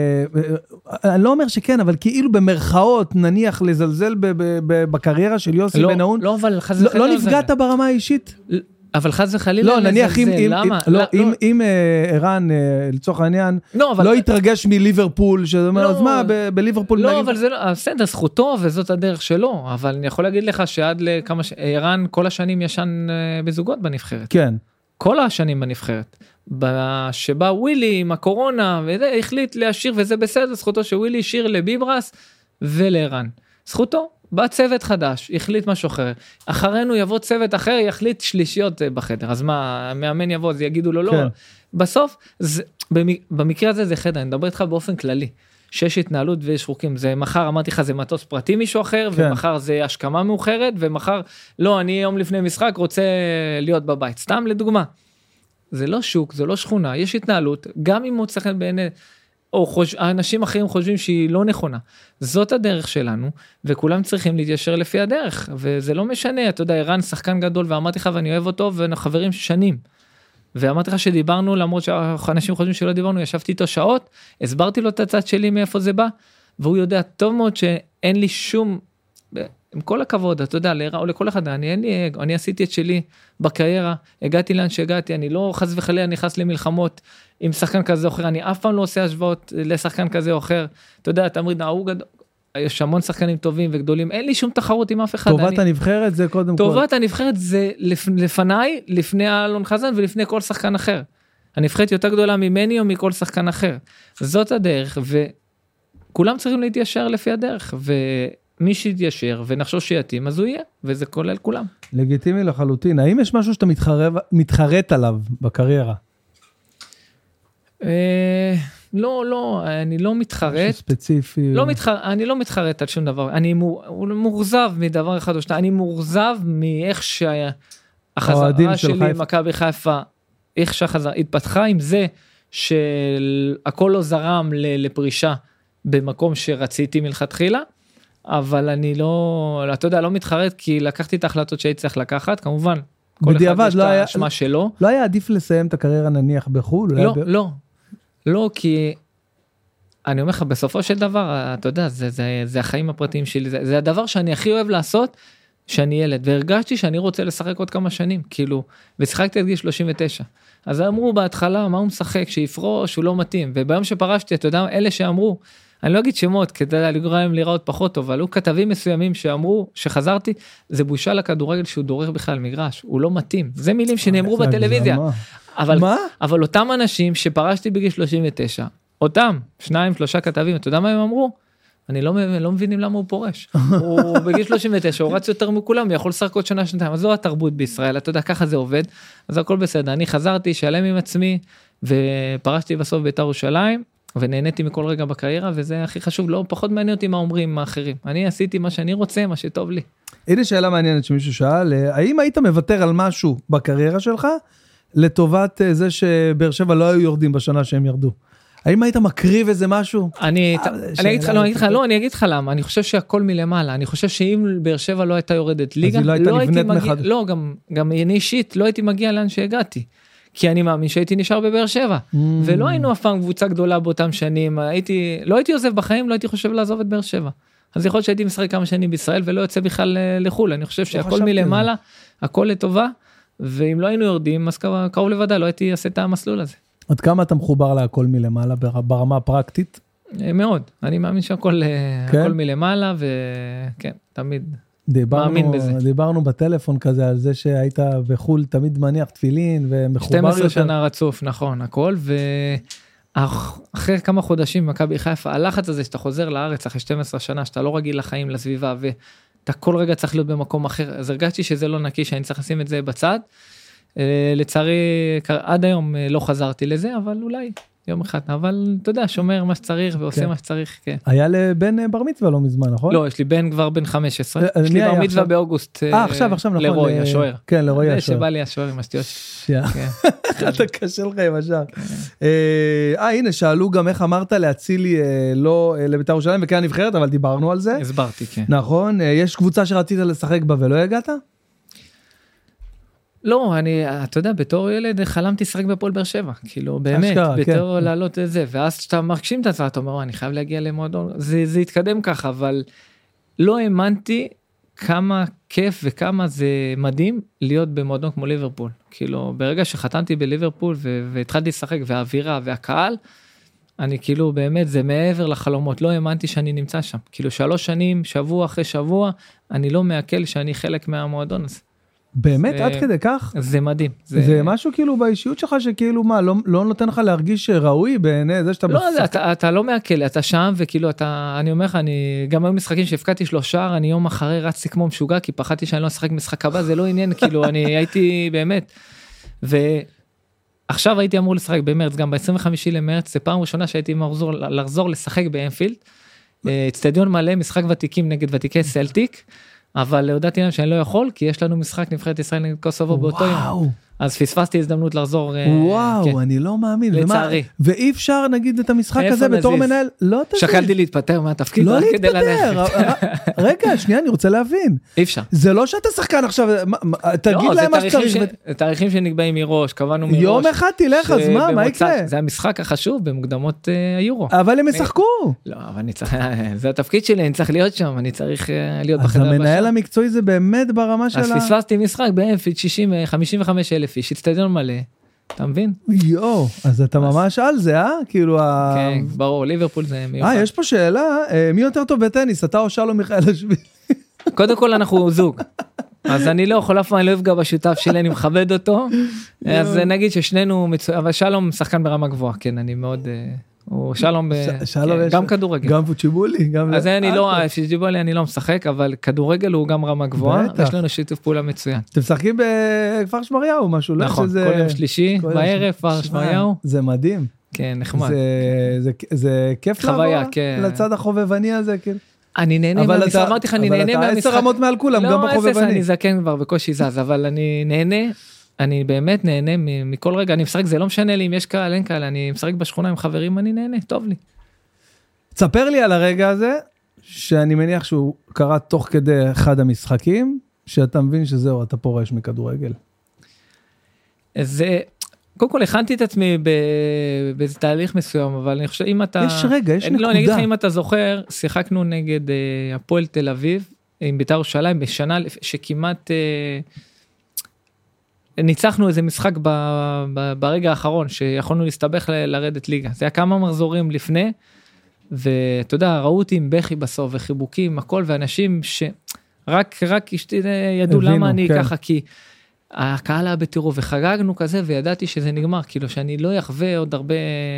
אה, אני לא אומר שכן, אבל כאילו במרכאות, נניח לזלזל ב- ב- ב- בקריירה של יוסי לא, בן נאון, לא, אבל לא, לא נפגעת ברמה האישית? אבל חס וחלילה לא, נניח אם, אם, למה? לא, לא, אם, לא. אם ערן, לצורך העניין, לא, אבל... לא יתרגש מליברפול, שזה אומר, לא, אז מה, ב- בליברפול... לא, נגיד... אבל זה לא, בסדר, זכותו, וזאת הדרך שלו, אבל אני יכול להגיד לך שעד לכמה, ש... ערן כל השנים ישן בזוגות בנבחרת. כן. כל השנים בנבחרת. שבה ווילי עם הקורונה, וזה החליט להשאיר, וזה בסדר, זכותו שווילי השאיר לביברס ולערן. זכותו. בא צוות חדש, החליט משהו אחר, אחרינו יבוא צוות אחר, יחליט שלישיות בחדר, אז מה, המאמן יבוא, אז יגידו לו לא, כן. בסוף, זה, במקרה הזה זה חדר, אני מדבר איתך באופן כללי, שיש התנהלות ויש חוקים, זה מחר, אמרתי לך, זה מטוס פרטי מישהו אחר, כן. ומחר זה השכמה מאוחרת, ומחר, לא, אני יום לפני משחק רוצה להיות בבית, סתם לדוגמה, זה לא שוק, זה לא שכונה, יש התנהלות, גם אם הוא צריך בעיני, או חוש... האנשים אחרים חושבים שהיא לא נכונה. זאת הדרך שלנו, וכולם צריכים להתיישר לפי הדרך, וזה לא משנה, אתה יודע, ערן שחקן גדול, ואמרתי לך, ואני אוהב אותו, ואנחנו חברים שנים. ואמרתי לך שדיברנו, למרות שאנשים חושבים שלא דיברנו, ישבתי איתו שעות, הסברתי לו את הצד שלי מאיפה זה בא, והוא יודע טוב מאוד שאין לי שום, עם כל הכבוד, אתה יודע, או לכל אחד, אני, אין לי, אני עשיתי את שלי בקריירה, הגעתי לאן שהגעתי, אני לא חס וחלילה נכנס למלחמות עם שחקן כזה או אחר, אני אף פעם לא עושה השוואות לשחקן כזה או אחר, אתה יודע, תמריד נעו גדול, יש המון שחקנים טובים וגדולים, אין לי שום תחרות עם אף אחד. טובת אני, הנבחרת זה קודם טובת כל. טובת הנבחרת זה לפ, לפניי, לפני אלון חזן ולפני כל שחקן אחר. הנבחרת יותר גדולה ממני או מכל שחקן אחר. זאת הדרך, וכולם צריכים להתיישר לפי הדרך, ו... מי שיתיישר ונחשוב שיתאים, אז הוא יהיה, וזה כולל כולם. לגיטימי לחלוטין. האם יש משהו שאתה מתחרב, מתחרט עליו בקריירה? אה, לא, לא, אני לא מתחרט. משהו ספציפי. לא מתחר, אני לא מתחרט על שום דבר. אני מורזב מדבר אחד או שתיים. אני מורזב מאיך שהחזרה שלי מכבי חיפה, איך שהחזרה התפתחה עם זה, שהכל לא זרם לפרישה במקום שרציתי מלכתחילה. אבל אני לא, אתה יודע, לא מתחרט, כי לקחתי את ההחלטות שהייתי צריך לקחת, כמובן, כל אחד יש את האשמה שלו. לא היה עדיף לסיים את הקריירה נניח בחול? לא, לא, לא, כי אני אומר לך, בסופו של דבר, אתה יודע, זה, זה, זה החיים הפרטיים שלי, זה, זה הדבר שאני הכי אוהב לעשות, שאני ילד, והרגשתי שאני רוצה לשחק עוד כמה שנים, כאילו, ושיחקתי עד גיל שלושים ותשע. אז אמרו בהתחלה, מה הוא משחק, שיפרוש, הוא לא מתאים, וביום שפרשתי, אתה יודע, אלה שאמרו, אני לא אגיד שמות, כדי לגרום להם לראות פחות טוב, אבל הוא כתבים מסוימים שאמרו, שחזרתי, זה בושה לכדורגל שהוא דורך בכלל מגרש, הוא לא מתאים. זה מילים שנאמרו בטלוויזיה. אבל, אבל אותם אנשים שפרשתי בגיל שלושים ותשע, אותם, שניים, שלושה כתבים, אתה יודע מה הם אמרו? אני לא, לא מבינים למה הוא פורש. הוא בגיל שלושים ותשע, הוא רץ יותר מכולם, הוא יכול לשחק עוד שנה, שנתיים. אז זו התרבות בישראל, אתה יודע, ככה זה עובד. אז הכל בסדר. אני חזרתי, שלם עם עצמי, ופרשתי בסוף בית"ר ירושלים, ונהניתי מכל רגע בקריירה, וזה הכי חשוב, לא פחות מעניין אותי מה אומרים האחרים. אני עשיתי מה שאני רוצה, מה שטוב לי. הנה שאלה מעניינת שמישהו שאל, האם היית מוותר על משהו בקריירה שלך, לטובת זה שבאר שבע לא היו יורדים בשנה שהם ירדו? האם היית מקריב איזה משהו? אני אגיד לך, לא, אני אגיד לך, לא, אני אגיד לך למה, אני חושב שהכל מלמעלה, אני חושב שאם באר שבע לא הייתה יורדת ליגה, לא הייתי מגיע, לא, גם אני אישית, לא הייתי מגיע לאן שהגעתי. כי אני מאמין שהייתי נשאר בבאר שבע, mm. ולא היינו אף פעם קבוצה גדולה באותם שנים, הייתי, לא הייתי עוזב בחיים, לא הייתי חושב לעזוב את באר שבע. אז יכול להיות שהייתי משחק כמה שנים בישראל, ולא יוצא בכלל לחול, אני חושב שהכל מלמעלה, הכל לטובה, ואם לא היינו יורדים, אז קרוב לוודאי, לא הייתי עושה את המסלול הזה. עד כמה אתה מחובר להכל מלמעלה, ברמה הפרקטית? מאוד, אני מאמין שהכל כן? הכל מלמעלה, וכן, תמיד... דיברנו, דיברנו בטלפון כזה על זה שהיית בחול תמיד מניח תפילין ומחובר שתים עשרה שנה רצוף, נכון, הכל, ואחרי כמה חודשים מכבי חיפה, הלחץ הזה שאתה חוזר לארץ אחרי שתים עשרה שנה, שאתה לא רגיל לחיים, לסביבה, ואתה כל רגע צריך להיות במקום אחר, אז הרגשתי שזה לא נקי, שאני צריך לשים את זה בצד, לצערי, עד היום לא חזרתי לזה, אבל אולי... יום אחד, אבל אתה יודע, שומר מה שצריך ועושה מה שצריך, כן. היה לבן בר מצווה לא מזמן, נכון? לא, יש לי בן כבר בן חמש עשרה, יש לי בר מצווה באוגוסט. אה, עכשיו, עכשיו, נכון. לרוי, השוער. כן, לרוי השוער. שבא לי השוער עם השטויות. אתה קשה לך עם השער. אה, הנה, שאלו גם איך אמרת להצילי לא לבית"ר ירושלים, וכן הנבחרת, אבל דיברנו על זה. הסברתי, כן. נכון, יש קבוצה שרצית לשחק בה ולא הגעת? לא, אני, אתה יודע, בתור ילד חלמתי לשחק בפועל באר שבע, כאילו, באמת, בתור לעלות את זה, ואז כשאתה מרגישים את זה, אתה אומר, אני חייב להגיע למועדון, זה, זה התקדם ככה, אבל לא האמנתי כמה כיף וכמה זה מדהים להיות במועדון כמו ליברפול. כאילו, ברגע שחתמתי בליברפול והתחלתי לשחק, והאווירה והקהל, אני כאילו באמת, זה מעבר לחלומות, לא האמנתי שאני נמצא שם. כאילו, שלוש שנים, שבוע אחרי שבוע, אני לא מעכל שאני חלק מהמועדון הזה. באמת, עד כדי כך? זה מדהים. זה משהו כאילו באישיות שלך, שכאילו מה, לא נותן לך להרגיש ראוי בעיני זה שאתה... לא, אתה לא מעכל, אתה שם, וכאילו אתה, אני אומר לך, אני, גם היו משחקים שהפקעתי שלוש שער, אני יום אחרי רצתי כמו משוגע, כי פחדתי שאני לא אשחק משחק הבא, זה לא עניין, כאילו, אני הייתי באמת, ועכשיו הייתי אמור לשחק במרץ, גם ב-עשרים וחמישה למרץ, זה פעם ראשונה שהייתי אמור לחזור לשחק באנפילד, אצטדיון מלא, משחק ותיקים נגד ותיקי סלטיק, אבל הודעתי להם שאני לא יכול, כי יש לנו משחק נבחרת ישראל נגד קוסובו באותו יום. אז פספסתי הזדמנות לחזור. וואו, כן. אני לא מאמין. לצערי. ומה, ואי אפשר נגיד את המשחק הזה בתור מנהל, לא תזיז. שקלתי להתפטר מהתפקיד. לא להתפטר. רגע, שנייה, אני רוצה להבין. אי אפשר. זה לא שאתה שחקן עכשיו, תגיד לא, להם מה שצריך. זה תאריכים שנקבעים מראש, קבענו מראש. יום אחד תלך, אז מה, מה יקרה? זה המשחק החשוב במוקדמות היורו. אבל הם ישחקו. לא, אבל אני צריך, זה התפקיד שלי, אני צריך להיות שם, אני צריך להיות בחדר. אז המנהל המקצועי זה באמת ברמה של אז פספסתי משחק באנפילד שישים חמישים וחמישה אלף איש, אצטדיון מלא, אתה מבין? יו, אז אתה ממש על זה, אה? כאילו כן, ברור, ליברפול זה מיוחד. אה, יש פה שאלה, מי יותר טוב בטניס, אתה או שלום מיכאלשווילי? קודם כל אנחנו זוג, אז אני לא יכול, אף פעם אני לא אפגע בשותף שלי, אני מכבד אותו, אז נגיד ששנינו מצוין, אבל שלום שחקן ברמה גבוהה, כן, אני מאוד... הוא שלום, גם כדורגל. גם פוצ'יבולי. אז אני לא, פוצ'יבולי אני לא משחק, אבל כדורגל הוא גם רמה גבוהה, ויש לנו שיתוף פעולה מצוין. אתם משחקים בכפר שמריהו משהו, לא? נכון, כל יום שלישי, בערב, כפר שמריהו. זה מדהים. כן, נחמד. זה כיף לבוא לצד החובבני הזה, כן. אני נהנה מהמשחק, אמרתי לך, אני נהנה מהמשחק. אבל אתה עשר רמות מעל כולם, גם בחובבני. לא, אני זקן כבר בקושי זז, אבל אני נהנה. אני באמת נהנה מכל רגע, אני משחק, זה לא משנה לי אם יש קהל, אין קהל, אני משחק בשכונה עם חברים, אני נהנה, טוב לי. תספר לי על הרגע הזה, שאני מניח שהוא קרה תוך כדי אחד המשחקים, שאתה מבין שזהו, אתה פורש מכדורגל. זה, קודם כל הכנתי את עצמי באיזה תהליך מסוים, אבל אני חושב, אם אתה... יש רגע, יש נקודה. לא, אני אגיד לך, אם אתה זוכר, שיחקנו נגד הפועל תל אביב, עם בית"ר ירושלים, בשנה שכמעט... ניצחנו איזה משחק ב, ב, ברגע האחרון, שיכולנו להסתבך ל, לרדת ליגה. זה היה כמה מחזורים לפני, ואתה יודע, ראו אותי עם בכי בסוף, וחיבוקים, הכל, ואנשים שרק רק ידעו הבינו, למה אני כן. ככה, כי הקהל היה בטירוף, וחגגנו כזה, וידעתי שזה נגמר, כאילו שאני לא יחווה עוד הרבה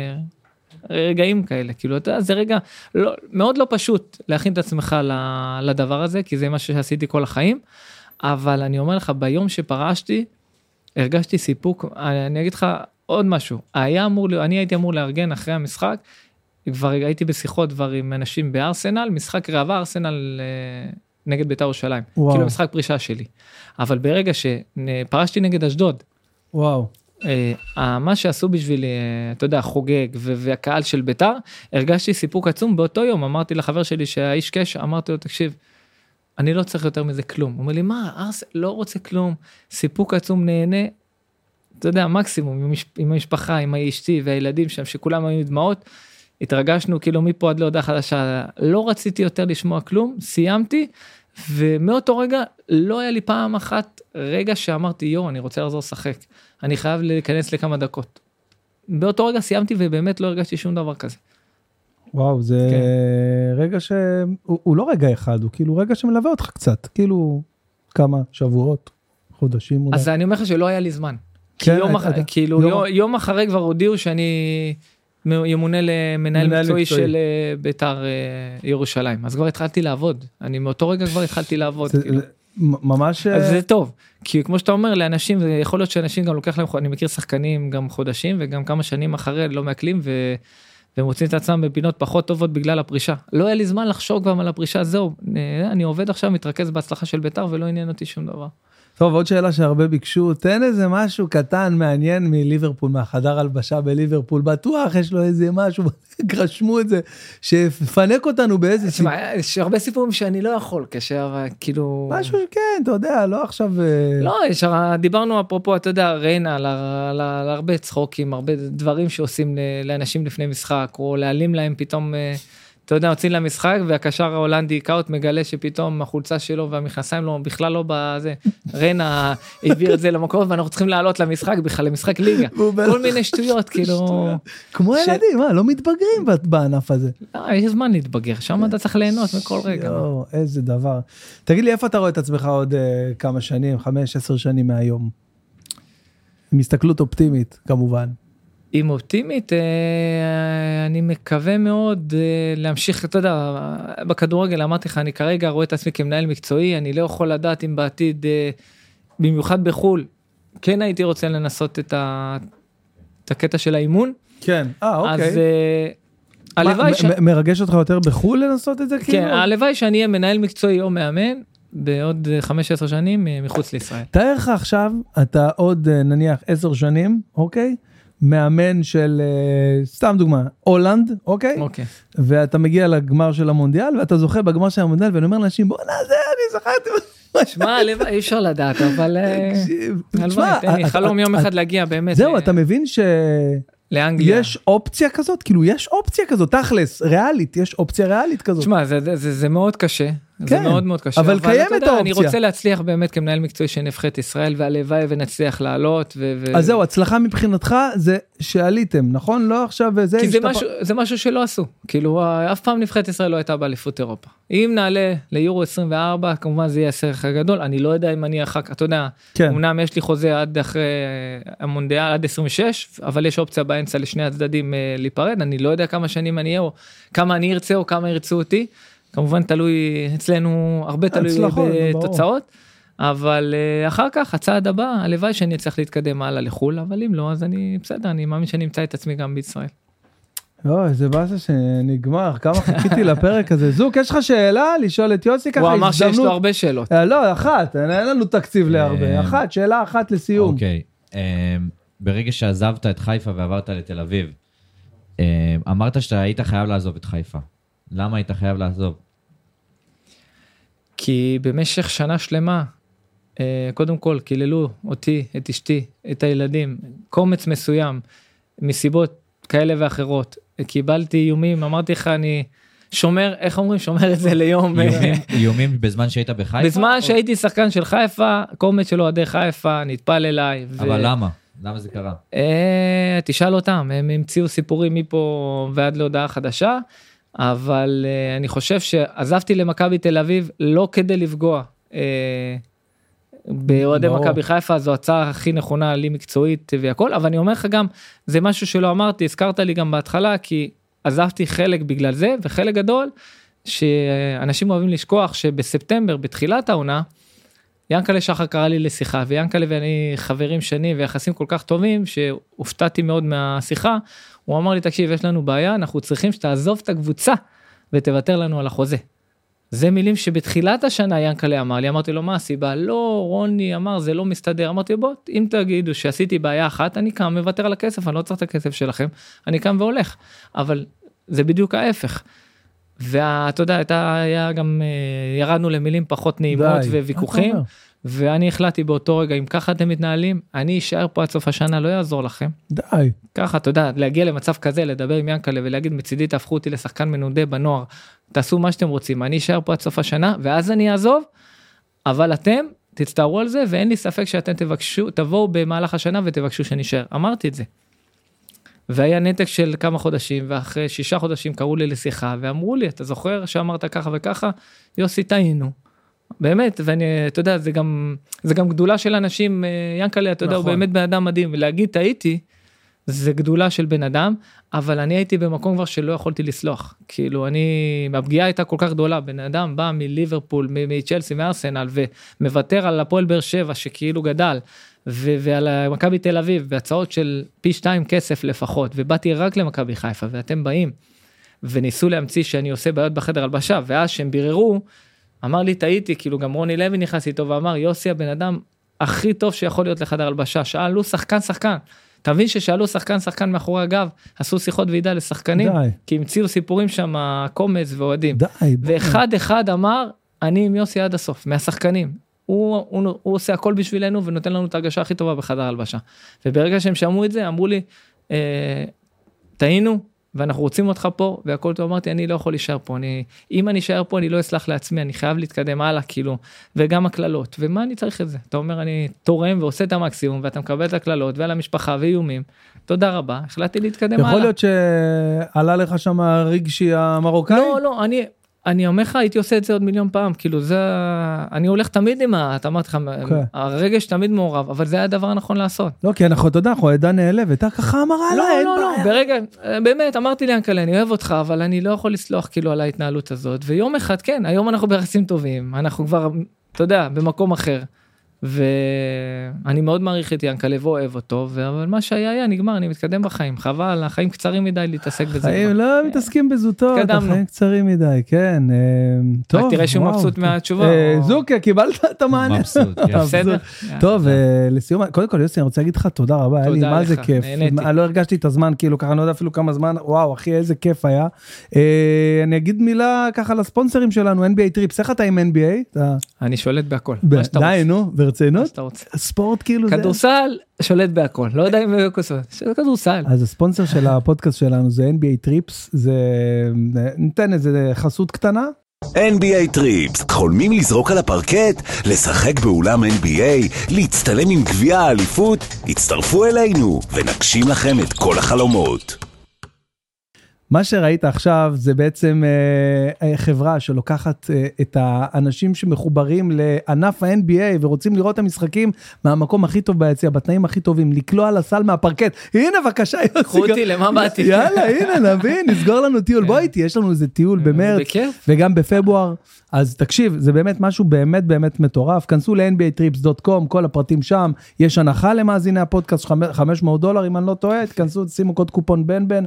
רגעים כאלה, כאילו, אתה יודע, זה רגע לא, מאוד לא פשוט להכין את עצמך לדבר הזה, כי זה מה שעשיתי כל החיים, אבל אני אומר לך, ביום שפרשתי, הרגשתי סיפוק, אני אגיד לך עוד משהו, היה אמור, אני הייתי אמור לארגן אחרי המשחק, כבר הייתי בשיחות דבר עם אנשים בארסנל, משחק ראווה ארסנל נגד בית"ר ירושלים, כאילו משחק פרישה שלי, אבל ברגע שפרשתי נגד אשדוד, וואו, מה שעשו בשבילי, אתה יודע, חוגג והקהל של בית"ר, הרגשתי סיפוק עצום באותו יום, אמרתי לחבר שלי שהאיש קשר, אמרתי לו, תקשיב, אני לא צריך יותר מזה כלום. הוא אומר לי, מה, ארס לא רוצה כלום, סיפוק עצום נהנה, אתה יודע, מקסימום, עם, עם המשפחה, עם האשתי והילדים שם, שכולם היו דמעות, התרגשנו כאילו מפה עד להודעה חדשה, לא רציתי יותר לשמוע כלום, סיימתי, ומאותו רגע לא היה לי פעם אחת רגע שאמרתי, יו, אני רוצה לחזור לשחק, אני חייב להיכנס לכמה דקות. באותו רגע סיימתי ובאמת לא הרגשתי שום דבר כזה. וואו, זה כן. רגע שהוא הוא לא רגע אחד, הוא כאילו רגע שמלווה אותך קצת, כאילו כמה שבועות, חודשים אולי. אז אני אומר לך שלא היה לי זמן. כן, יום, אח... אתה... כאילו יום... יום אחרי כבר הודיעו שאני ימונה למנהל מקצועי של בית"ר ירושלים, אז כבר התחלתי לעבוד, אני מאותו רגע כבר התחלתי לעבוד. זה... כאילו. ממש... אז זה טוב, כי כמו שאתה אומר, לאנשים, זה יכול להיות שאנשים גם לוקח להם, אני מכיר שחקנים גם חודשים, וגם כמה שנים אחרי לא מעכלים, ו... והם מוצאים את עצמם בפינות פחות טובות בגלל הפרישה. לא היה לי זמן לחשוב גם על הפרישה, זהו, אני עובד עכשיו, מתרכז בהצלחה של בית"ר, ולא עניין אותי שום דבר. טוב, עוד שאלה שהרבה ביקשו, תן איזה משהו קטן, מעניין מליברפול, מהחדר הלבשה בליברפול, בטוח יש לו איזה משהו, רשמו את זה, שפנק אותנו באיזה סיפור. יש הרבה סיפורים שאני לא יכול, כאשר כאילו... משהו שכן, אתה יודע, לא עכשיו... לא, יש, דיברנו אפרופו, אתה יודע, ריינה, על, על, על הרבה צחוקים, הרבה דברים שעושים לאנשים לפני משחק, או להעלים להם פתאום... אתה יודע, יוצאים למשחק, והקשר ההולנדי קאוט מגלה שפתאום החולצה שלו והמכנסיים לו בכלל לא בזה. רנה העביר את זה למקום, ואנחנו צריכים לעלות למשחק בכלל, למשחק ליגה. כל מיני שטויות, כאילו... כמו ילדים, מה, לא מתבגרים בענף הזה. לא, יש זמן להתבגר, שם אתה צריך ליהנות מכל רגע. יואו, איזה דבר. תגיד לי, איפה אתה רואה את עצמך עוד כמה שנים, חמש, עשר שנים מהיום? עם הסתכלות אופטימית, כמובן. עם אופטימית, אני מקווה מאוד להמשיך, אתה יודע, בכדורגל אמרתי לך, אני כרגע רואה את עצמי כמנהל מקצועי, אני לא יכול לדעת אם בעתיד, במיוחד בחול, כן הייתי רוצה לנסות את, ה, את הקטע של האימון. כן, אה, אוקיי. אז הלוואי ש... מרגש אותך יותר בחול לנסות את זה? כן, הלוואי שאני אהיה מנהל מקצועי או מאמן, בעוד חמש עשר שנים מחוץ לישראל. תאר לך עכשיו, אתה עוד נניח עשר שנים, אוקיי? מאמן של, סתם דוגמה, הולנד, אוקיי? אוקיי. ואתה מגיע לגמר של המונדיאל, ואתה זוכה בגמר של המונדיאל, ואני אומר לאנשים, בוא נעזה, אני זכרתי. שמע, אי אפשר לדעת, אבל... הלוואי, תן לי חלום יום אחד להגיע באמת. זהו, אתה מבין ש... לאנגליה. יש אופציה כזאת, כאילו יש אופציה כזאת, תכלס, ריאלית, יש אופציה ריאלית כזאת. תשמע, זה, זה, זה, זה מאוד קשה, כן, זה מאוד מאוד קשה. אבל, אבל קיימת האופציה. אני רוצה להצליח באמת כמנהל מקצועי של נבחרת ישראל, והלוואי ונצליח לעלות. ו- ו- אז זהו, הצלחה מבחינתך זה שעליתם, נכון? לא עכשיו וזה... כי זה משהו, פ... זה משהו שלא עשו, כאילו אף פעם נבחרת ישראל לא הייתה באליפות אירופה. אם נעלה ליורו עשרים וארבע, כמובן זה יהיה הסרח הגדול, אני לא יודע אם אני אחר כך, אתה יודע, כן. אמנם יש לי חוזה עד אחרי המונדיאל, עד עשרים ושש, אבל יש אופציה באמצע לשני הצדדים להיפרד, אני לא יודע כמה שנים אני אהיה, או כמה אני ארצה, או כמה ירצו אותי, כמובן תלוי אצלנו, הרבה תלוי בתוצאות, אבל אחר כך, הצעד הבא, הלוואי שאני צריך להתקדם הלאה לחול, אבל אם לא, אז אני, בסדר, אני מאמין שאני אמצא את עצמי גם בישראל. לא, איזה באסה שנגמר, כמה חיכיתי לפרק הזה. זוק, יש לך שאלה? לשאול את יוסי ככה הזדמנות? הוא אמר שיש לו הרבה שאלות. לא, אחת, אין לנו תקציב להרבה. אחת, שאלה אחת לסיום. אוקיי, ברגע שעזבת את חיפה ועברת לתל אביב, אמרת שאתה היית חייב לעזוב את חיפה. למה היית חייב לעזוב? כי במשך שנה שלמה, קודם כל, קיללו אותי, את אשתי, את הילדים, קומץ מסוים, מסיבות כאלה ואחרות. קיבלתי איומים, אמרתי לך, אני שומר, איך אומרים? שומר את זה ליום. איומים בזמן שהיית בחיפה? בזמן שהייתי שחקן של חיפה, קומץ של אוהדי חיפה, נטפל אליי. אבל למה? למה זה קרה? תשאל אותם, הם המציאו סיפורים מפה ועד להודעה חדשה, אבל uh, אני חושב שעזבתי למכבי תל אביב לא כדי לפגוע uh, באוהדי מכבי חיפה, זו הצעה הכי נכונה לי מקצועית והכל, אבל אני אומר לך גם, זה משהו שלא אמרתי, הזכרת לי גם בהתחלה, כי עזבתי חלק בגלל זה, וחלק גדול, שאנשים אוהבים לשכוח שבספטמבר, בתחילת העונה, ינקלה שחר קרא לי לשיחה, וינקלה ואני חברים שנים ויחסים כל כך טובים, שהופתעתי מאוד מהשיחה, הוא אמר לי, תקשיב, יש לנו בעיה, אנחנו צריכים שתעזוב את הקבוצה, ותוותר לנו על החוזה. זה מילים שבתחילת השנה ינקלה אמר לי, אמרתי לו, מה הסיבה? לא, רוני אמר, זה לא מסתדר. אמרתי, בוא, אם תגידו שעשיתי בעיה אחת, אני קם, מוותר על הכסף, אני לא צריך את הכסף שלכם, אני קם והולך. אבל זה בדיוק ההפך. ואתה יודע, היה גם, ירדנו למילים פחות נעימות וויכוחים, ואני החלטתי באותו רגע, אם ככה אתם מתנהלים, אני אשאר פה עד סוף השנה, לא יעזור לכם. די. ככה, אתה יודע, להגיע למצב כזה, לדבר עם ינקלה ולהגיד, מצידי תהפכו אותי לשחקן מנודה בנוער, תעשו מה שאתם רוצים, אני אשאר פה עד סוף השנה, ואז אני אעזוב, אבל אתם תצטערו על זה, ואין לי ספק שאתם תבקשו, תבואו במהלך השנה ותבקשו שנשאר. אמרתי את זה. והיה נתק של כמה חודשים, ואחרי שישה חודשים קראו לי לשיחה, ואמרו לי, אתה זוכר שאמרת ככה וככה, יוסי, טעינו. באמת, ואני, אתה יודע, זה גם, זה גם גדולה של אנשים, ינקלה, אתה יודע, הוא באמת בן אדם מדהים, ולהגיד, טעיתי, זה גדולה של בן אדם, אבל אני הייתי במקום כבר שלא יכולתי לסלוח, כאילו, אני, הפגיעה הייתה כל כך גדולה, בן אדם בא מליברפול, מצ'לסי, מארסנל, ומוותר על הפועל באר שבע, שכאילו גדל, ו- ועל מכבי תל אביב, בהצעות של פי שתיים כסף לפחות, ובאתי רק למכבי חיפה, ואתם באים, וניסו להמציא שאני עושה בעיות בחדר הלבשה, ואז שהם ביררו, אמר לי, טעיתי, כאילו גם רוני לוי נכנס איתו, ואמר, יוסי הבן אדם הכי טוב שיכול להיות לחדר הלבשה, שאלו שחקן שחקן, אתה מבין ששאלו שחקן שחקן מאחורי הגב, עשו שיחות ועידה לשחקנים, די. כי המציאו סיפורים שם, קומץ ואוהדים, די, ואחד אחד אמר, אני עם יוסי עד הסוף, מהשחקנים, הוא, הוא, הוא עושה הכל בשבילנו, ונותן לנו את ההרגשה הכי טובה בחדר הלבשה, וברגע שהם שמעו את זה, אמרו לי, אה, טעינו, ואנחנו רוצים אותך פה, והכל טוב, אמרתי, אני לא יכול להישאר פה, אני, אם אני אשאר פה, אני לא אסלח לעצמי, אני חייב להתקדם הלאה, כאילו, וגם הכללות, ומה אני צריך את זה? אתה אומר, אני תורם ועושה את המקסימום, ואתה מקבל את הכללות, ועל המשפחה ואיומים, תודה רבה, החלטתי להתקדם הלאה. יכול להיות שעלה לך שם רגשי המרוקאי? לא, לא, אני... אני אומר לך, הייתי עושה את זה עוד מיליון פעם, כאילו זה, אני הולך תמיד עם ה... אתה אמרת לך, הרגש תמיד מעורב, אבל זה היה הדבר הנכון לעשות. לא, כי אנחנו, אתה יודע, אנחנו עדה נעלבת, אתה ככה אמרה לה, אין בעיה. לא, לא, ברגע, באמת, אמרתי לי, אנקל, אני אוהב אותך, אבל אני לא יכול לסלוח כאילו על ההתנהלות הזאת, ויום אחד, כן, היום אנחנו ביחסים טובים, אנחנו כבר, אתה יודע, במקום אחר, ואני מאוד מעריך את ינקלה ואוהב אותו, אבל מה שהיה היה נגמר, אני מתקדם בחיים, חבל, החיים קצרים מדי להתעסק בזה. חיים לא מתעסקים בזוטות, החיים קצרים מדי, כן, טוב. תראה שהוא מבסוט מהתשובה. זוקה, קיבלת את המענה. מבסוט, בסדר. טוב, לסיום, קודם כל יוסי, אני רוצה להגיד לך תודה רבה, היה לי מה זה כיף, אני לא הרגשתי את הזמן, כאילו ככה, אני לא יודע אפילו כמה זמן, וואו, אחי, איזה כיף היה. אני אגיד מילה ככה לספונסרים שלנו, אן בי איי טריפס, איך אתה עם אן בי איי? אני שולט בהכל. די, נו, ברצינות? ספורט כאילו זה... כדורסל שולט בהכל, לא יודע אם זה כדורסל. אז הספונסר של הפודקאסט שלנו זה אן בי איי טריפס, זה ניתן איזה חסות קטנה. אן בי איי טריפס, חולמים לזרוק על הפרקט, לשחק באולם אן בי איי, להצטלם עם גביע האליפות, הצטרפו אלינו ונגשים לכם את כל החלומות. מה שראית עכשיו זה בעצם אה, חברה שלוקחת אה, את האנשים שמחוברים לענף ה-אן בי איי ורוצים לראות את המשחקים מהמקום הכי טוב ביציע, בתנאים הכי טובים, לקלוע לסל מהפרקט. הנה בבקשה יוסי. קחו אותי, למה באתי? יאללה, הנה נביא, נסגור לנו טיול. בוא איתי, יש לנו איזה טיול במרץ וגם בפברואר. אז תקשיב, זה באמת משהו באמת באמת מטורף. כנסו ל-אן בי איי טריפס דוט קום, כל הפרטים שם. יש הנחה למאזיני הפודקאסט, חמש מאות דולר, אם אני לא טועה. תכנסו, שימו קוד קופון בן בן,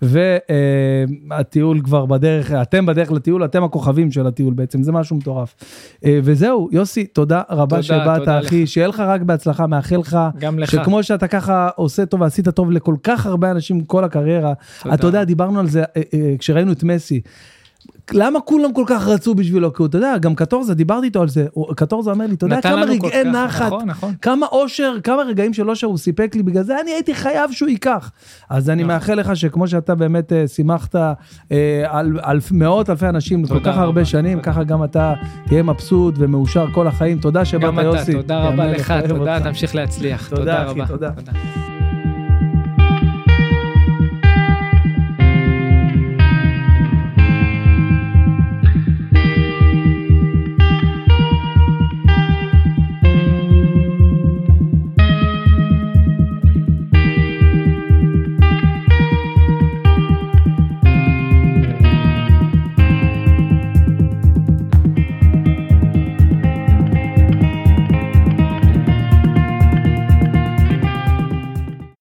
והטיול כבר בדרך, אתם בדרך לטיול, אתם הכוכבים של הטיול בעצם, זה משהו מטורף. וזהו, יוסי, תודה רבה שבאת, אחי, שיהיה לך רק בהצלחה, מאחל לך, שכמו שאתה ככה עושה טוב, ועשית טוב לכל כך הרבה אנשים כל הקריירה. אתה יודע, דיברנו על זה, כשראינו את מסי, למה כולם כל כך רצו בשבילו? כי אתה יודע, גם קטורזה, דיברתי איתו על זה, קטורזה אומר לי, אתה יודע כמה רגעי נחת, כמה אושר, כמה רגעים של אושר הוא סיפק לי, בגלל זה אני הייתי חייב שהוא ייקח. אז אני מאחל לך שכמו שאתה באמת שימחת על מאות אלפי אנשים, כל כך הרבה שנים, ככה גם אתה תהיה מבסוט ומאושר כל החיים. תודה שבאת יוסי. תודה רבה לך, תודה, תמשיך להצליח. תודה רבה.